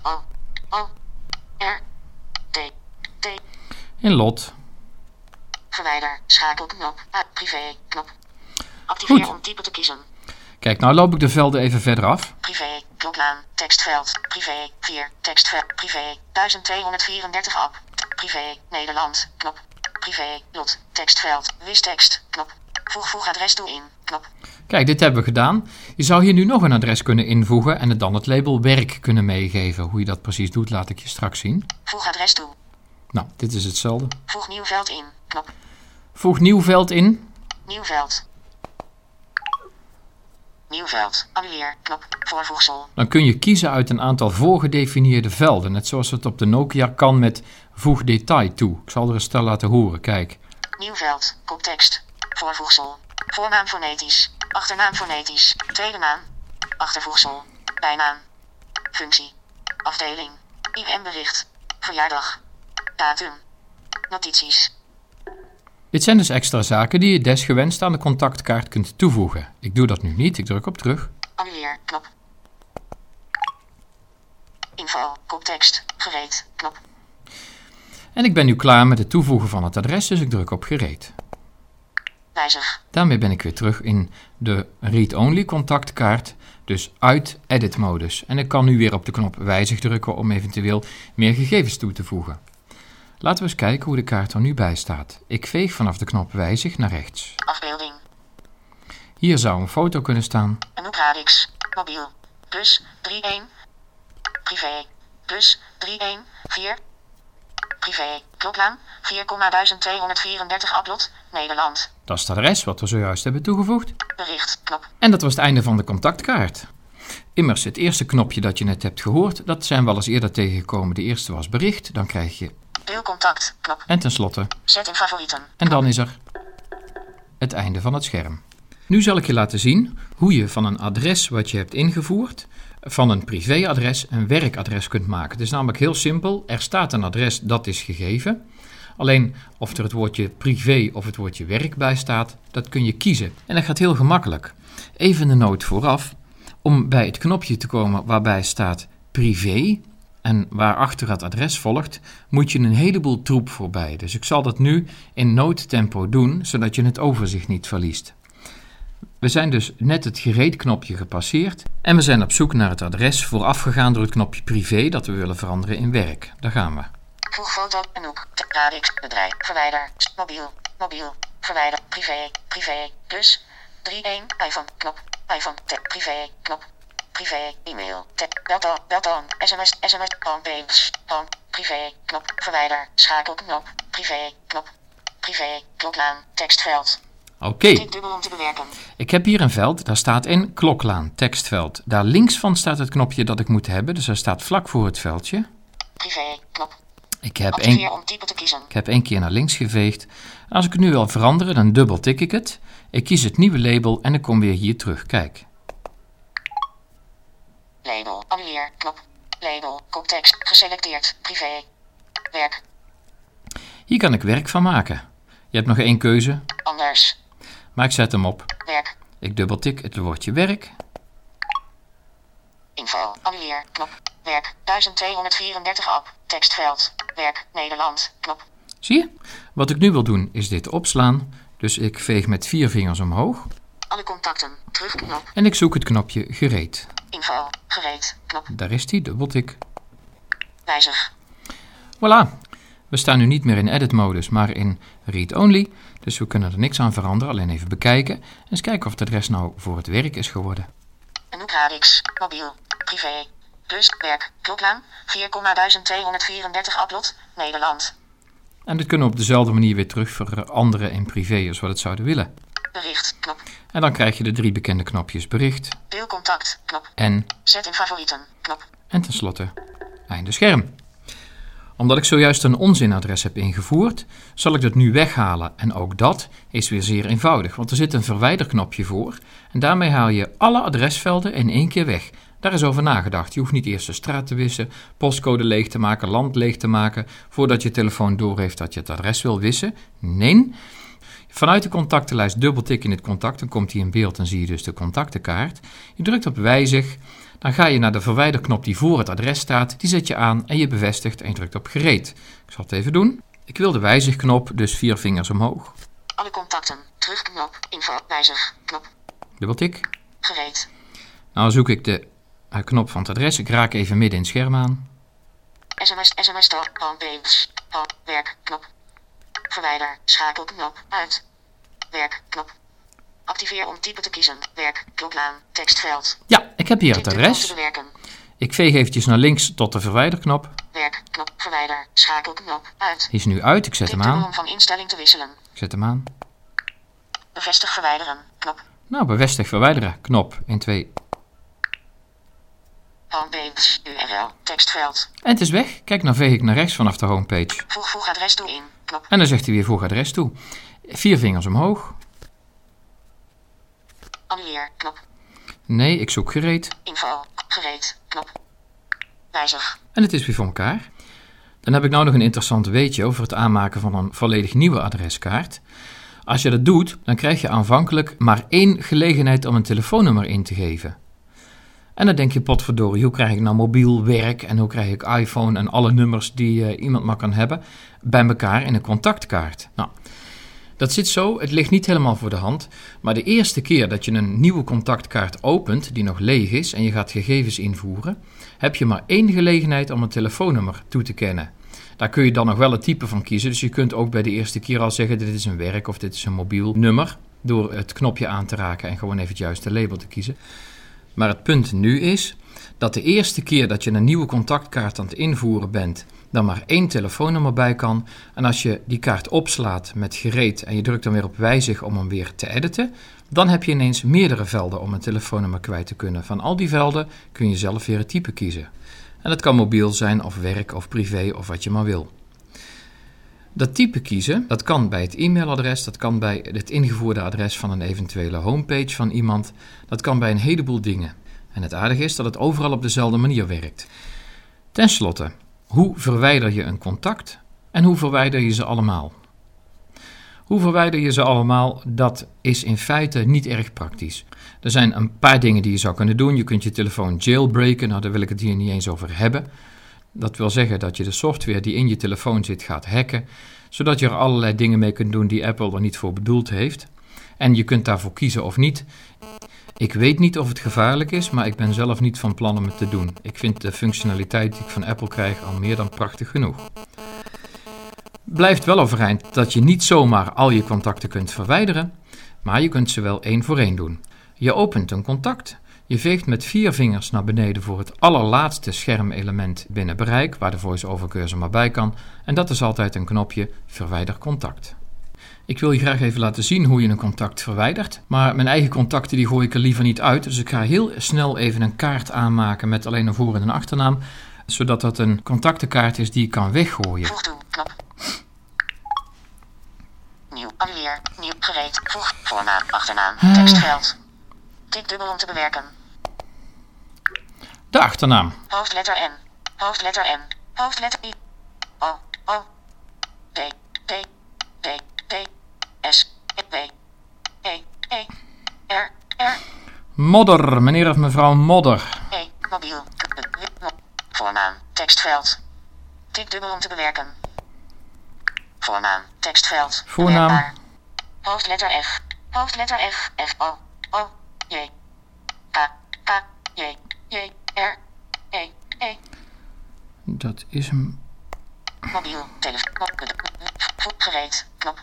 O. O. R. T. T. In Lot. Verwijder. Schakelknop. A. Privé. Knop. Activeer Goed. om type te kiezen. Kijk, nou loop ik de velden even verder af. Privé. Kloklaan. Tekstveld. Privé. vier. Tekstveld. Privé. duizend tweehonderdvierendertig app. Privé. Nederland. Knop. Privé. Lot. Tekstveld. Wistekst. Knop. Voeg voeg adres toe in. Knop. Kijk, dit hebben we gedaan. Je zou hier nu nog een adres kunnen invoegen en het dan het label werk kunnen meegeven. Hoe je dat precies doet, laat ik je straks zien. Voeg adres toe. Nou, dit is hetzelfde. Voeg nieuw veld in. Knop. Voeg nieuw veld in. Nieuw veld. Nieuw veld. Annuleer. Knop. Voorvoegsel. Dan kun je kiezen uit een aantal voorgedefinieerde velden. Net zoals het op de Nokia kan met voeg detail toe. Ik zal er een stel laten horen, kijk. Nieuw veld. Koptekst. Voorvoegsel. Voornaam fonetisch. Achternaam fonetisch. Tweede naam. Achtervoegsel. Bijnaam. Functie. Afdeling. I M-bericht. Verjaardag. Datum. Notities. Dit zijn dus extra zaken die je desgewenst aan de contactkaart kunt toevoegen. Ik doe dat nu niet, ik druk op terug. Annuleer. Knop. Info. Koptekst. Gereed. Knop. En ik ben nu klaar met het toevoegen van het adres, dus ik druk op gereed. Wijzig. Daarmee ben ik weer terug in de read-only contactkaart, dus uit edit-modus. En ik kan nu weer op de knop wijzig drukken om eventueel meer gegevens toe te voegen. Laten we eens kijken hoe de kaart er nu bij staat. Ik veeg vanaf de knop wijzig naar rechts. Afbeelding. Hier zou een foto kunnen staan. Anouk Radix. Mobiel. Plus drie een. Privé. Plus drie een vier. Privé. Kloklaan. vier duizend tweehonderdvierendertig Upload. Nederland. Dat is het adres wat we zojuist hebben toegevoegd. Bericht. Knop. En dat was het einde van de contactkaart. Immers, het eerste knopje dat je net hebt gehoord, dat zijn we al eens eerder tegengekomen. De eerste was bericht, dan krijg je Deelcontact. Knop. en tenslotte. Zet in favorieten. En dan is er het einde van het scherm. Nu zal ik je laten zien hoe je van een adres wat je hebt ingevoerd, van een privéadres een werkadres kunt maken. Het is namelijk heel simpel. Er staat een adres, dat is gegeven. Alleen of er het woordje privé of het woordje werk bij staat, dat kun je kiezen. En dat gaat heel gemakkelijk. Even een noot vooraf. Om bij het knopje te komen waarbij staat privé en waarachter het adres volgt, moet je een heleboel troep voorbij. Dus ik zal dat nu in noodtempo doen, zodat je het overzicht niet verliest. We zijn dus net het gereed knopje gepasseerd en we zijn op zoek naar het adres voorafgegaan door het knopje privé dat we willen veranderen in werk. Daar gaan we. Voeg foto. Anouk. Radix. Bedrijf. Verwijder. Mobiel. Mobiel. Verwijder. Privé. Privé. Plus drie een. iPhone. Knop. iPhone. Tab. Privé. Knop. Privé. E-mail. Tab. Beltoon. Beltoon. SMS. SMS. Homepage. Home. Privé. Knop. Verwijder. Schakelknop. Privé. Knop. Privé. Kloklaan. Tekstveld. Oké, okay. Klik dubbel om te bewerken. Ik heb hier een veld, daar staat in kloklaan, tekstveld. Daar links van staat het knopje dat ik moet hebben, dus hij staat vlak voor het veldje. Privé. Knop. Ik heb, Activeer één, om type te kiezen. ik heb één keer naar links geveegd. Als ik het nu wil veranderen, dan dubbel tik ik het. Ik kies het nieuwe label en ik kom weer hier terug. Kijk. Label. Annuleer. Knop. Label. Koptekst. Geselecteerd. Privé. Werk. Hier kan ik werk van maken. Je hebt nog één keuze, Anders. maar ik zet hem op. Werk. Ik dubbeltik het woordje werk. Info. Annuleer. Knop. Werk. duizend tweehonderdvierendertig app. Tekstveld. Werk. Nederland. Knop. Zie je? Wat ik nu wil doen is dit opslaan. Dus ik veeg met vier vingers omhoog. Alle contacten. Terugknop. En ik zoek het knopje gereed. Info. Gereed. Knop. Daar is die, dubbeltik. Wijzig. Voilà. We staan nu niet meer in edit-modus, maar in read-only. Dus we kunnen er niks aan veranderen, alleen even bekijken. En eens kijken of het adres nou voor het werk is geworden. Anouk Radix. Mobiel. Privé. Plus. Werk. Kloklaan. vier duizend tweehonderdvierendertig Upload. Nederland. En dit kunnen we op dezelfde manier weer terug veranderen in privé als we dat zouden willen. Bericht. Knop. En dan krijg je de drie bekende knopjes bericht Deelcontact. Knop. en, Zet in favorieten. Knop. en tenslotte einde scherm. Omdat ik zojuist een onzinadres heb ingevoerd, zal ik dat nu weghalen. En ook dat is weer zeer eenvoudig, want er zit een verwijderknopje voor. En daarmee haal je alle adresvelden in één keer weg. Daar is over nagedacht. Je hoeft niet eerst de straat te wissen, postcode leeg te maken, land leeg te maken, voordat je telefoon doorheeft dat je het adres wil wissen. Nee, Vanuit de contactenlijst dubbeltik in het contact, dan komt hij in beeld en zie je dus de contactenkaart. Je drukt op wijzig, dan ga je naar de verwijderknop die voor het adres staat, die zet je aan en je bevestigt en je drukt op gereed. Ik zal het even doen. Ik wil de wijzigknop, dus vier vingers omhoog. Alle contacten, terugknop, info, wijzig, knop, Dubbeltik. gereed. Nou zoek ik de uh, knop van het adres, ik raak even midden in het scherm aan. sms, sms, door, homepage, home, werk, knop. Verwijder, schakelknop, uit. Werk, knop. Activeer om type te kiezen, werk, knop aan, tekstveld. Ja, ik heb hier het Typ dubbel om te adres. bewerken. Ik veeg eventjes naar links tot de verwijderknop. Werk, knop, verwijder, schakelknop, uit. Die is nu uit, ik zet Typ hem dubbel aan. om van instelling te wisselen. Ik zet hem aan. Bevestig verwijderen, knop. Nou, bevestig verwijderen, knop in twee. Homepage, U R L, tekstveld. En het is weg. Kijk, dan veeg ik naar rechts vanaf de homepage. Voeg, voeg adres toe in, knop. En dan zegt hij weer voeg adres toe. Vier vingers omhoog. Annuleer, knop. Nee, ik zoek gereed. Info, gereed, knop. Wijzig. En het is weer voor elkaar. Dan heb ik nou nog een interessant weetje over het aanmaken van een volledig nieuwe adreskaart. Als je dat doet, dan krijg je aanvankelijk maar één gelegenheid om een telefoonnummer in te geven. En dan denk je, potverdorie, hoe krijg ik nou mobiel werk en hoe krijg ik iPhone en alle nummers die uh, iemand maar kan hebben bij elkaar in een contactkaart. Nou, dat zit zo, het ligt niet helemaal voor de hand, maar de eerste keer dat je een nieuwe contactkaart opent die nog leeg is en je gaat gegevens invoeren, heb je maar één gelegenheid om een telefoonnummer toe te kennen. Daar kun je dan nog wel het type van kiezen, dus je kunt ook bij de eerste keer al zeggen dit is een werk of dit is een mobiel nummer, door het knopje aan te raken en gewoon even het juiste label te kiezen. Maar het punt nu is dat de eerste keer dat je een nieuwe contactkaart aan het invoeren bent, dan maar één telefoonnummer bij kan. En als je die kaart opslaat met gereed en je drukt dan weer op wijzig om hem weer te editen, dan heb je ineens meerdere velden om een telefoonnummer kwijt te kunnen. Van al die velden kun je zelf weer het type kiezen. En dat kan mobiel zijn of werk of privé of wat je maar wil. Dat type kiezen, dat kan bij het e-mailadres, dat kan bij het ingevoerde adres van een eventuele homepage van iemand, dat kan bij een heleboel dingen. En het aardige is dat het overal op dezelfde manier werkt. Ten slotte, hoe verwijder je een contact en hoe verwijder je ze allemaal? Hoe verwijder je ze allemaal? Dat is in feite niet erg praktisch. Er zijn een paar dingen die je zou kunnen doen. Je kunt je telefoon jailbreken, nou daar wil ik het hier niet eens over hebben. Dat wil zeggen dat je de software die in je telefoon zit gaat hacken, zodat je er allerlei dingen mee kunt doen die Apple er niet voor bedoeld heeft. En je kunt daarvoor kiezen of niet. Ik weet niet of het gevaarlijk is, maar ik ben zelf niet van plan om het te doen. Ik vind de functionaliteit die ik van Apple krijg al meer dan prachtig genoeg. Blijft wel overeind dat je niet zomaar al je contacten kunt verwijderen, maar je kunt ze wel één voor één doen. Je opent een contact. Je veegt met vier vingers naar beneden voor het allerlaatste schermelement binnen bereik, waar de voice-over cursor maar bij kan. En dat is altijd een knopje verwijder contact. Ik wil je graag even laten zien hoe je een contact verwijdert, maar mijn eigen contacten die gooi ik er liever niet uit. Dus ik ga heel snel even een kaart aanmaken met alleen een voor- en een achternaam, zodat dat een contactenkaart is die ik kan weggooien. Voeg toe, knop. Nieuw, annuleer, nieuw, gereed, voeg, voornaam, achternaam, tekstveld. Tik dubbel om te bewerken. De achternaam. Hoofdletter N, hoofdletter M, hoofdletter I, O, O, P, P, P, P, S, P, E, E, R, R, Modder, meneer of mevrouw Modder. E, mobiel, voornaam, tekstveld. Tik dubbel om te bewerken. Voornaam, tekstveld. Voornaam. Bewerkbaar. Hoofdletter F, hoofdletter F, F, O, O, J, K, K, J, J, R, E, E. Dat is hem. Mobiel, telefoon, gereed, knop.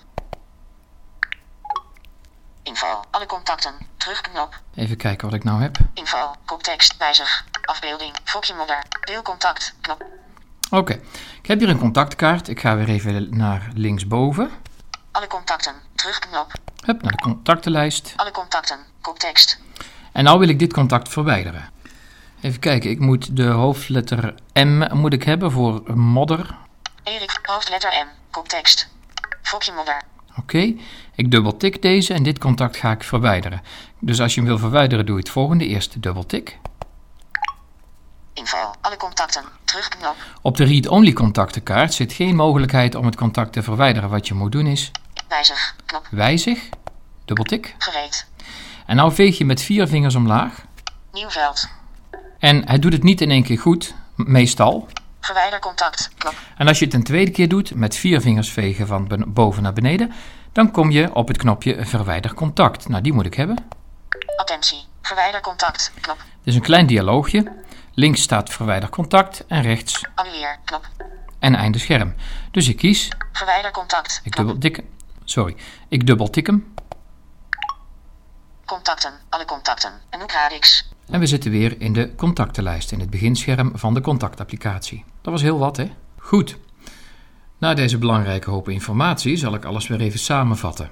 Info, alle contacten, terugknop. Even kijken wat ik nou heb. Info, koptekst, wijzig, afbeelding, fokje modder, deelcontact, knop. Oké, okay. Ik heb hier een contactkaart. Ik ga weer even naar linksboven. Alle contacten, terugknop. Hup, naar de contactenlijst. Alle contacten, koptekst. En nou wil ik dit contact verwijderen. Even kijken, ik moet de hoofdletter M moet ik hebben voor modder. Erik, hoofdletter M, koptekst. Fokje modder. Oké, okay. Ik dubbeltik deze en dit contact ga ik verwijderen. Dus als je hem wil verwijderen doe je het volgende. Eerst dubbeltik. Info, alle contacten, terugknop. Op de read-only contactenkaart zit geen mogelijkheid om het contact te verwijderen. Wat je moet doen is... Wijzig. Knop. Wijzig. Dubbeltik. Gereed. En nou veeg je met vier vingers omlaag. Nieuw veld. En hij doet het niet in één keer goed, meestal. Verwijder contact. Knop. En als je het een tweede keer doet, met vier vingers vegen van ben- boven naar beneden, dan kom je op het knopje verwijder contact. Nou, die moet ik hebben. Attentie. Verwijder contact. Knop. Dit is een klein dialoogje. Links staat verwijder contact en rechts Annuleer. Knop. en einde scherm. Dus ik kies, Verwijder contact. ik Knop. dubbeltik, sorry, ik dubbeltik hem Contacten. Alle contacten. Anouk Radix. en we zitten weer in de contactenlijst, in het beginscherm van de contactapplicatie. Dat was heel wat, hè? Goed. Na deze belangrijke hoop informatie zal ik alles weer even samenvatten.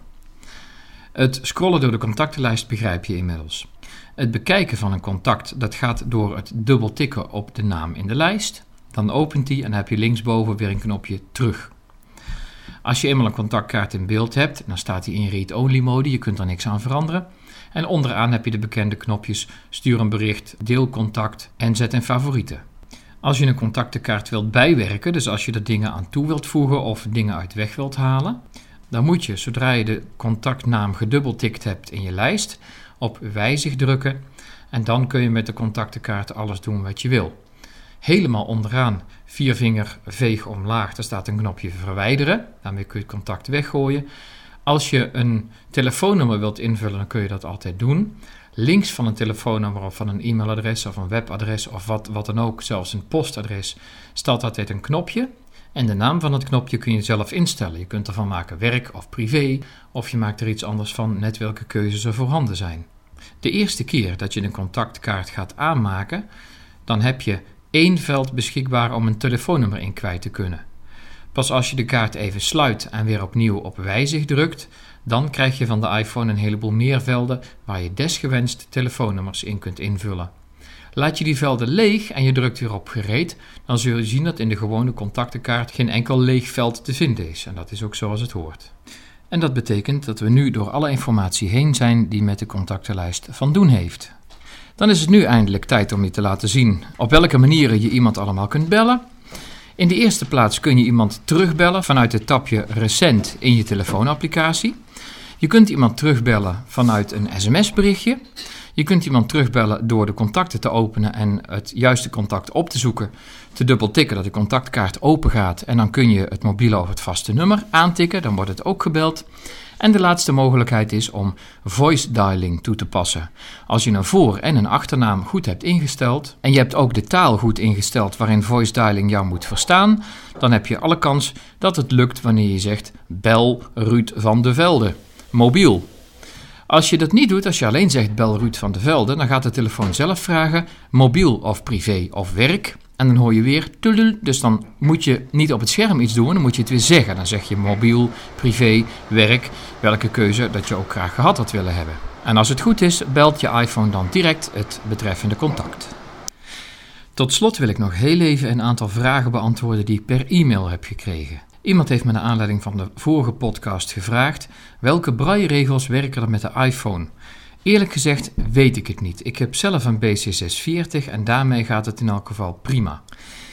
Het scrollen door de contactenlijst begrijp je inmiddels. Het bekijken van een contact, dat gaat door het dubbeltikken op de naam in de lijst. Dan opent die en dan heb je linksboven weer een knopje terug. Als je eenmaal een contactkaart in beeld hebt, dan staat die in read-only mode, je kunt er niks aan veranderen. En onderaan heb je de bekende knopjes stuur een bericht, deel contact en zet in favorieten. Als je een contactenkaart wilt bijwerken, dus als je er dingen aan toe wilt voegen of dingen uit weg wilt halen, dan moet je, zodra je de contactnaam gedubbeltikt hebt in je lijst, op wijzig drukken en dan kun je met de contactenkaart alles doen wat je wil. Helemaal onderaan, viervinger veeg omlaag, daar staat een knopje verwijderen. Daarmee kun je het contact weggooien. Als je een telefoonnummer wilt invullen, dan kun je dat altijd doen. Links van een telefoonnummer of van een e-mailadres of een webadres of wat, wat dan ook, zelfs een postadres, staat altijd een knopje. En de naam van het knopje kun je zelf instellen. Je kunt ervan maken werk of privé, of je maakt er iets anders van, net welke keuzes er voorhanden zijn. De eerste keer dat je een contactkaart gaat aanmaken, dan heb je één veld beschikbaar om een telefoonnummer in kwijt te kunnen. Pas als je de kaart even sluit en weer opnieuw op wijzig drukt, dan krijg je van de iPhone een heleboel meer velden waar je desgewenst telefoonnummers in kunt invullen. Laat je die velden leeg en je drukt weer op gereed, dan zul je zien dat in de gewone contactenkaart geen enkel leeg veld te vinden is. En dat is ook zoals het hoort. En dat betekent dat we nu door alle informatie heen zijn die met de contactenlijst van doen heeft. Dan is het nu eindelijk tijd om je te laten zien op welke manieren je iemand allemaal kunt bellen. In de eerste plaats kun je iemand terugbellen vanuit het tabje Recent in je telefoonapplicatie. Je kunt iemand terugbellen vanuit een sms-berichtje. Je kunt iemand terugbellen door de contacten te openen en het juiste contact op te zoeken, te dubbeltikken dat de contactkaart open gaat en dan kun je het mobiele of het vaste nummer aantikken, dan wordt het ook gebeld. En de laatste mogelijkheid is om voice dialing toe te passen. Als je een voor- en een achternaam goed hebt ingesteld en je hebt ook de taal goed ingesteld waarin voice dialing jou moet verstaan, dan heb je alle kans dat het lukt wanneer je zegt bel Ruud van de Velde, mobiel. Als je dat niet doet, als je alleen zegt bel Ruud van de Velde, dan gaat de telefoon zelf vragen mobiel of privé of werk. En dan hoor je weer tulul, dus dan moet je niet op het scherm iets doen, dan moet je het weer zeggen. Dan zeg je mobiel, privé, werk, welke keuze dat je ook graag gehad had willen hebben. En als het goed is, belt je iPhone dan direct het betreffende contact. Tot slot wil ik nog heel even een aantal vragen beantwoorden die ik per e-mail heb gekregen. Iemand heeft me naar aanleiding van de vorige podcast gevraagd welke brailleregels werken er met de iPhone. Eerlijk gezegd weet ik het niet. Ik heb zelf een B C zeshonderdveertig en daarmee gaat het in elk geval prima.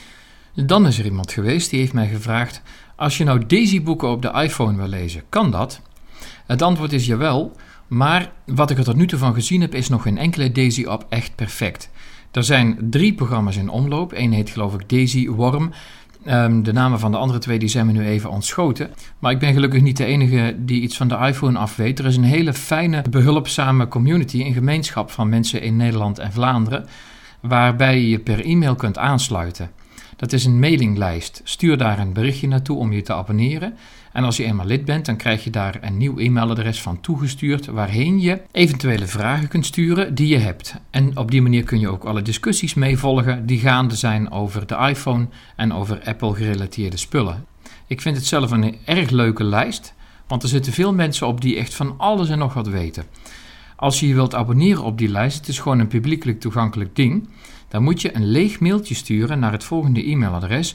Dan is er iemand geweest die heeft mij gevraagd, als je nou Daisy-boeken op de iPhone wil lezen, kan dat? Het antwoord is jawel, maar wat ik er tot nu toe van gezien heb is nog geen enkele Daisy-app echt perfect. Er zijn drie programma's in omloop. Eén heet geloof ik Daisy Worm. Um, de namen van de andere twee die zijn me nu even ontschoten. Maar ik ben gelukkig niet de enige die iets van de iPhone af weet. Er is een hele fijne, behulpzame community, een gemeenschap van mensen in Nederland en Vlaanderen, waarbij je je per e-mail kunt aansluiten. Dat is een mailinglijst. Stuur daar een berichtje naartoe om je te abonneren. En als je eenmaal lid bent, dan krijg je daar een nieuw e-mailadres van toegestuurd, waarheen je eventuele vragen kunt sturen die je hebt. En op die manier kun je ook alle discussies meevolgen die gaande zijn over de iPhone en over Apple-gerelateerde spullen. Ik vind het zelf een erg leuke lijst, want er zitten veel mensen op die echt van alles en nog wat weten. Als je je wilt abonneren op die lijst, het is gewoon een publiekelijk toegankelijk ding, dan moet je een leeg mailtje sturen naar het volgende e-mailadres: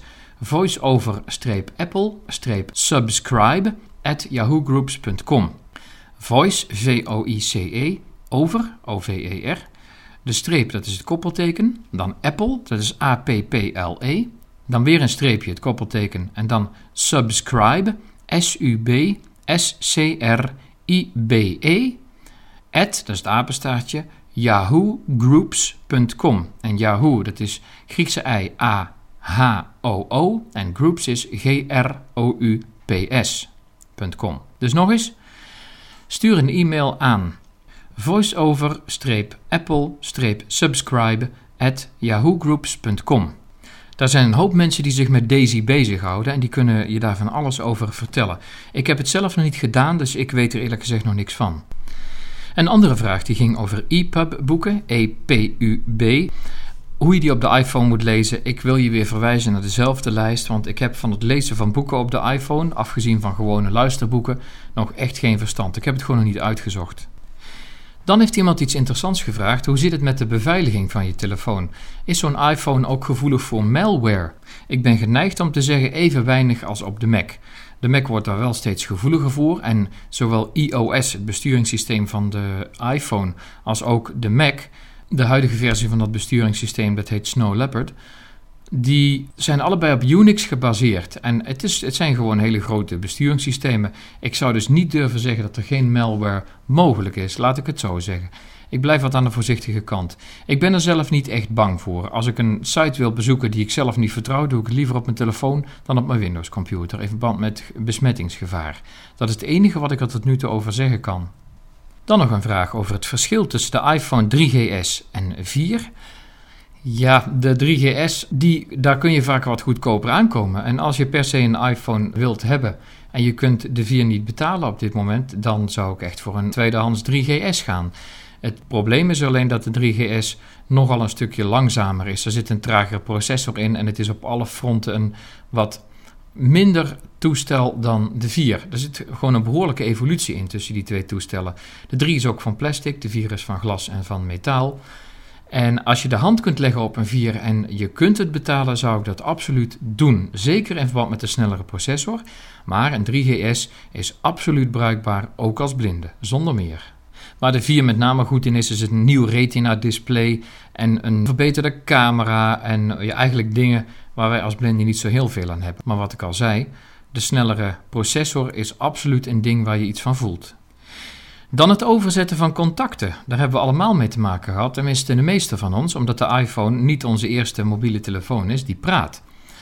voice-over-apple-subscribe at yahoo-groups punt com. Voice, V O I C E, over, O V E R. De streep, dat is het koppelteken. Dan Apple, dat is A P P L E. Dan weer een streepje, het koppelteken. En dan subscribe, S U B S C R I B E, at, dat is het apenstaartje, yahoo groups punt com. En Yahoo, dat is Griekse I, A H O O, en Groups is G R O U P S punt com. Dus nog eens, stuur een e-mail aan voiceover-apple-subscribe at yahoo groups punt com. Daar zijn een hoop mensen die zich met Daisy bezighouden en die kunnen je daar van alles over vertellen. Ik heb het zelf nog niet gedaan, dus ik weet er eerlijk gezegd nog niks van. Een andere vraag die ging over E P U B boeken, E P U B. Hoe je die op de iPhone moet lezen, ik wil je weer verwijzen naar dezelfde lijst, want ik heb van het lezen van boeken op de iPhone, afgezien van gewone luisterboeken, nog echt geen verstand. Ik heb het gewoon nog niet uitgezocht. Dan heeft iemand iets interessants gevraagd. Hoe zit het met de beveiliging van je telefoon? Is zo'n iPhone ook gevoelig voor malware? Ik ben geneigd om te zeggen even weinig als op de Mac. De Mac wordt daar wel steeds gevoeliger voor en zowel iOS, het besturingssysteem van de iPhone, als ook de Mac, de huidige versie van dat besturingssysteem, dat heet Snow Leopard, die zijn allebei op Unix gebaseerd. En het, is, het zijn gewoon hele grote besturingssystemen. Ik zou dus niet durven zeggen dat er geen malware mogelijk is, laat ik het zo zeggen. Ik blijf wat aan de voorzichtige kant. Ik ben er zelf niet echt bang voor. Als ik een site wil bezoeken die ik zelf niet vertrouw, doe ik het liever op mijn telefoon dan op mijn Windows computer, in verband met besmettingsgevaar. Dat is het enige wat ik er tot nu toe over zeggen kan. Dan nog een vraag over het verschil tussen de iPhone drie G S en vier. Ja, de drie G S, die, daar kun je vaak wat goedkoper aankomen. En als je per se een iPhone wilt hebben en je kunt de vier niet betalen op dit moment, dan zou ik echt voor een tweedehands drie G S gaan. Het probleem is alleen dat de drie G S nogal een stukje langzamer is. Er zit een tragere processor in en het is op alle fronten een wat minder toestel dan de vier. Er zit gewoon een behoorlijke evolutie in tussen die twee toestellen. De drie is ook van plastic, de vier is van glas en van metaal. En als je de hand kunt leggen op een vier en je kunt het betalen, zou ik dat absoluut doen. Zeker in verband met de snellere processor. Maar een drie G S is absoluut bruikbaar, ook als blinde, zonder meer. Waar de vier met name goed in is, is het een nieuw retina display en een verbeterde camera en ja, eigenlijk dingen waar wij als blinden niet zo heel veel aan hebben. Maar wat ik al zei, de snellere processor is absoluut een ding waar je iets van voelt. Dan het overzetten van contacten. Daar hebben we allemaal mee te maken gehad, tenminste de meeste van ons, omdat de iPhone niet onze eerste mobiele telefoon is die praat.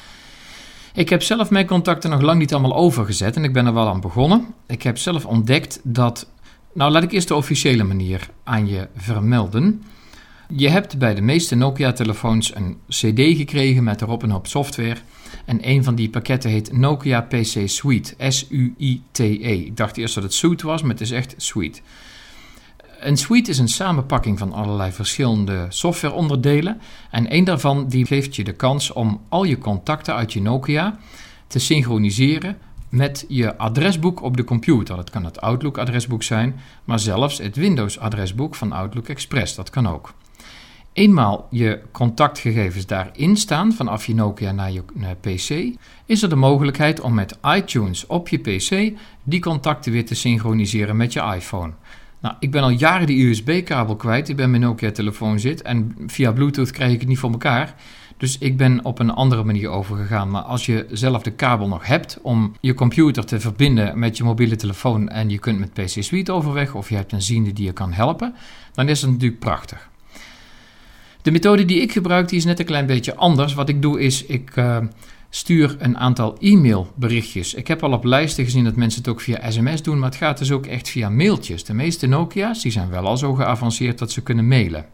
Ik heb zelf mijn contacten nog lang niet allemaal overgezet en ik ben er wel aan begonnen. Ik heb zelf ontdekt dat... Nou, laat ik eerst de officiële manier aan je vermelden. Je hebt bij de meeste Nokia-telefoons een cd gekregen met erop een hoop software. En een van die pakketten heet Nokia P C Suite, S U I T E. Ik dacht eerst dat het Suite was, maar het is echt Suite. Een suite is een samenpakking van allerlei verschillende softwareonderdelen. En één daarvan die geeft je de kans om al je contacten uit je Nokia te synchroniseren met je adresboek op de computer. Dat kan het Outlook-adresboek zijn, maar zelfs het Windows-adresboek van Outlook Express. Dat kan ook. Eenmaal je contactgegevens daarin staan, vanaf je Nokia naar je naar P C, is er de mogelijkheid om met iTunes op je P C die contacten weer te synchroniseren met je iPhone. Nou, ik ben al jaren die U S B-kabel kwijt, die bij mijn Nokia-telefoon zit en via Bluetooth krijg ik het niet voor elkaar. Dus ik ben op een andere manier overgegaan. Maar als je zelf de kabel nog hebt om je computer te verbinden met je mobiele telefoon en je kunt met P C Suite overweg of je hebt een ziende die je kan helpen, dan is het natuurlijk prachtig. De methode die ik gebruik die is net een klein beetje anders. Wat ik doe is, ik uh, stuur een aantal e-mailberichtjes. Ik heb al op lijsten gezien dat mensen het ook via sms doen, maar het gaat dus ook echt via mailtjes. De meeste Nokia's die zijn wel al zo geavanceerd dat ze kunnen mailen.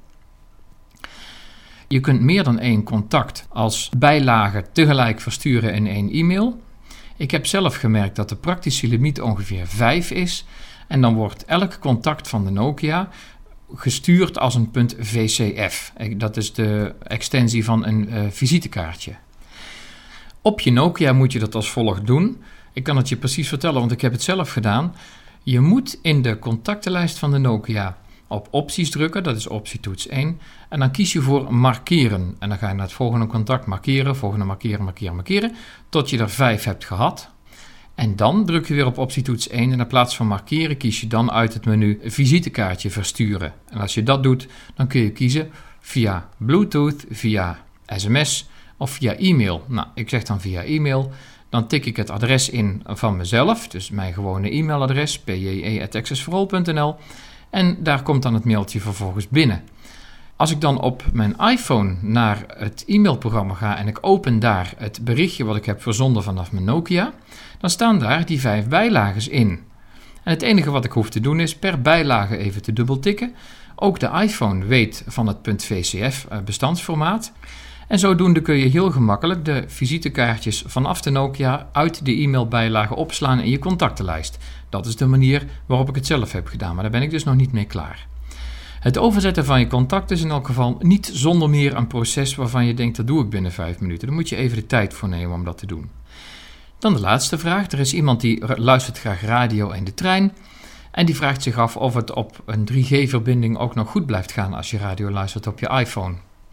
Je kunt meer dan één contact als bijlage tegelijk versturen in één e-mail. Ik heb zelf gemerkt dat de praktische limiet ongeveer vijf is. En dan wordt elk contact van de Nokia gestuurd als een .vcf. Dat is de extensie van een uh, visitekaartje. Op je Nokia moet je dat als volgt doen. Ik kan het je precies vertellen, want ik heb het zelf gedaan. Je moet in de contactenlijst van de Nokia op opties drukken, dat is optietoets één. En dan kies je voor markeren. En dan ga je naar het volgende contact markeren, volgende markeren, markeren, markeren, tot je er vijf hebt gehad. En dan druk je weer op optietoets één en in plaats van markeren kies je dan uit het menu visitekaartje versturen. En als je dat doet, dan kun je kiezen via Bluetooth, via sms of via e-mail. Nou, ik zeg dan via e-mail. Dan tik ik het adres in van mezelf, dus mijn gewone e-mailadres, p j e at access for all punt n l, en daar komt dan het mailtje vervolgens binnen. Als ik dan op mijn iPhone naar het e-mailprogramma ga en ik open daar het berichtje wat ik heb verzonden vanaf mijn Nokia, dan staan daar die vijf bijlages in. En het enige wat ik hoef te doen is per bijlage even te dubbeltikken. Ook de iPhone weet van het .vcf bestandsformaat. En zodoende kun je heel gemakkelijk de visitekaartjes vanaf de Nokia uit de e-mailbijlage opslaan in je contactenlijst. Dat is de manier waarop ik het zelf heb gedaan, maar daar ben ik dus nog niet mee klaar. Het overzetten van je contacten is in elk geval niet zonder meer een proces waarvan je denkt dat doe ik binnen vijf minuten. Daar moet je even de tijd voor nemen om dat te doen. Dan de laatste vraag. Er is iemand die luistert graag radio in de trein en die vraagt zich af of het op een drie G verbinding ook nog goed blijft gaan als je radio luistert op je iPhone.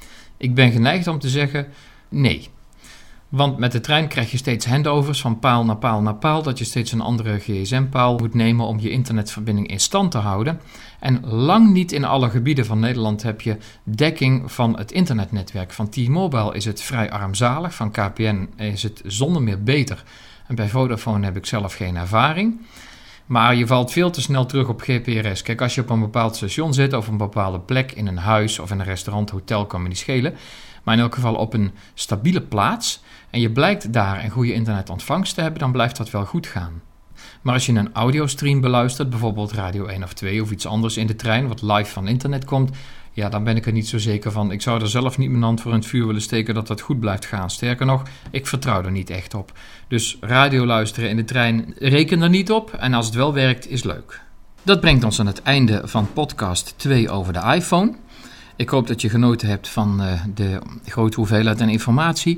Ik ben geneigd om te zeggen nee. Want met de trein krijg je steeds handovers van paal naar paal naar paal, dat je steeds een andere gsm-paal moet nemen om je internetverbinding in stand te houden. En lang niet in alle gebieden van Nederland heb je dekking van het internetnetwerk. Van T-Mobile is het vrij armzalig, van K P N is het zonder meer beter. En bij Vodafone heb ik zelf geen ervaring. Maar je valt veel te snel terug op G P R S. Kijk, als je op een bepaald station zit of een bepaalde plek in een huis of in een restaurant, hotel, kan me niet schelen. Maar in elk geval op een stabiele plaats en je blijkt daar een goede internetontvangst te hebben, dan blijft dat wel goed gaan. Maar als je een audiostream beluistert, bijvoorbeeld Radio één of twee of iets anders in de trein, wat live van internet komt, ja, dan ben ik er niet zo zeker van. Ik zou er zelf niet mijn hand voor in het vuur willen steken dat dat goed blijft gaan. Sterker nog, ik vertrouw er niet echt op. Dus radio luisteren in de trein, reken er niet op. En als het wel werkt, is leuk. Dat brengt ons aan het einde van podcast twee over de iPhone. Ik hoop dat je genoten hebt van uh, de grote hoeveelheid aan informatie.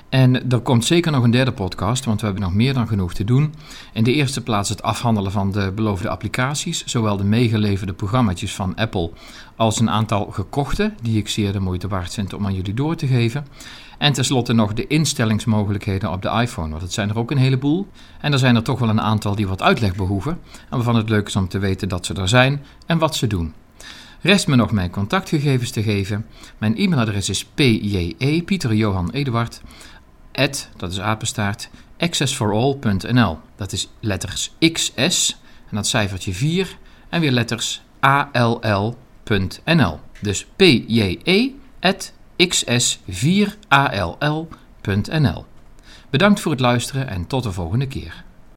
En er komt zeker nog een derde podcast, want we hebben nog meer dan genoeg te doen. In de eerste plaats het afhandelen van de beloofde applicaties, zowel de meegeleverde programma's van Apple als een aantal gekochte, die ik zeer de moeite waard vind om aan jullie door te geven. En tenslotte nog de instellingsmogelijkheden op de iPhone, want het zijn er ook een heleboel. En er zijn er toch wel een aantal die wat uitleg behoeven en waarvan het leuk is om te weten dat ze er zijn en wat ze doen. Rest me nog mijn contactgegevens te geven. Mijn e-mailadres is p j e, Pieter Johan Eduard, at, dat is apenstaart, access for all punt n l. Dat is letters X S en dat cijfertje vier en weer letters A L L punt n l. Dus p j e at x s vier a l l punt n l. Bedankt voor het luisteren en tot de volgende keer.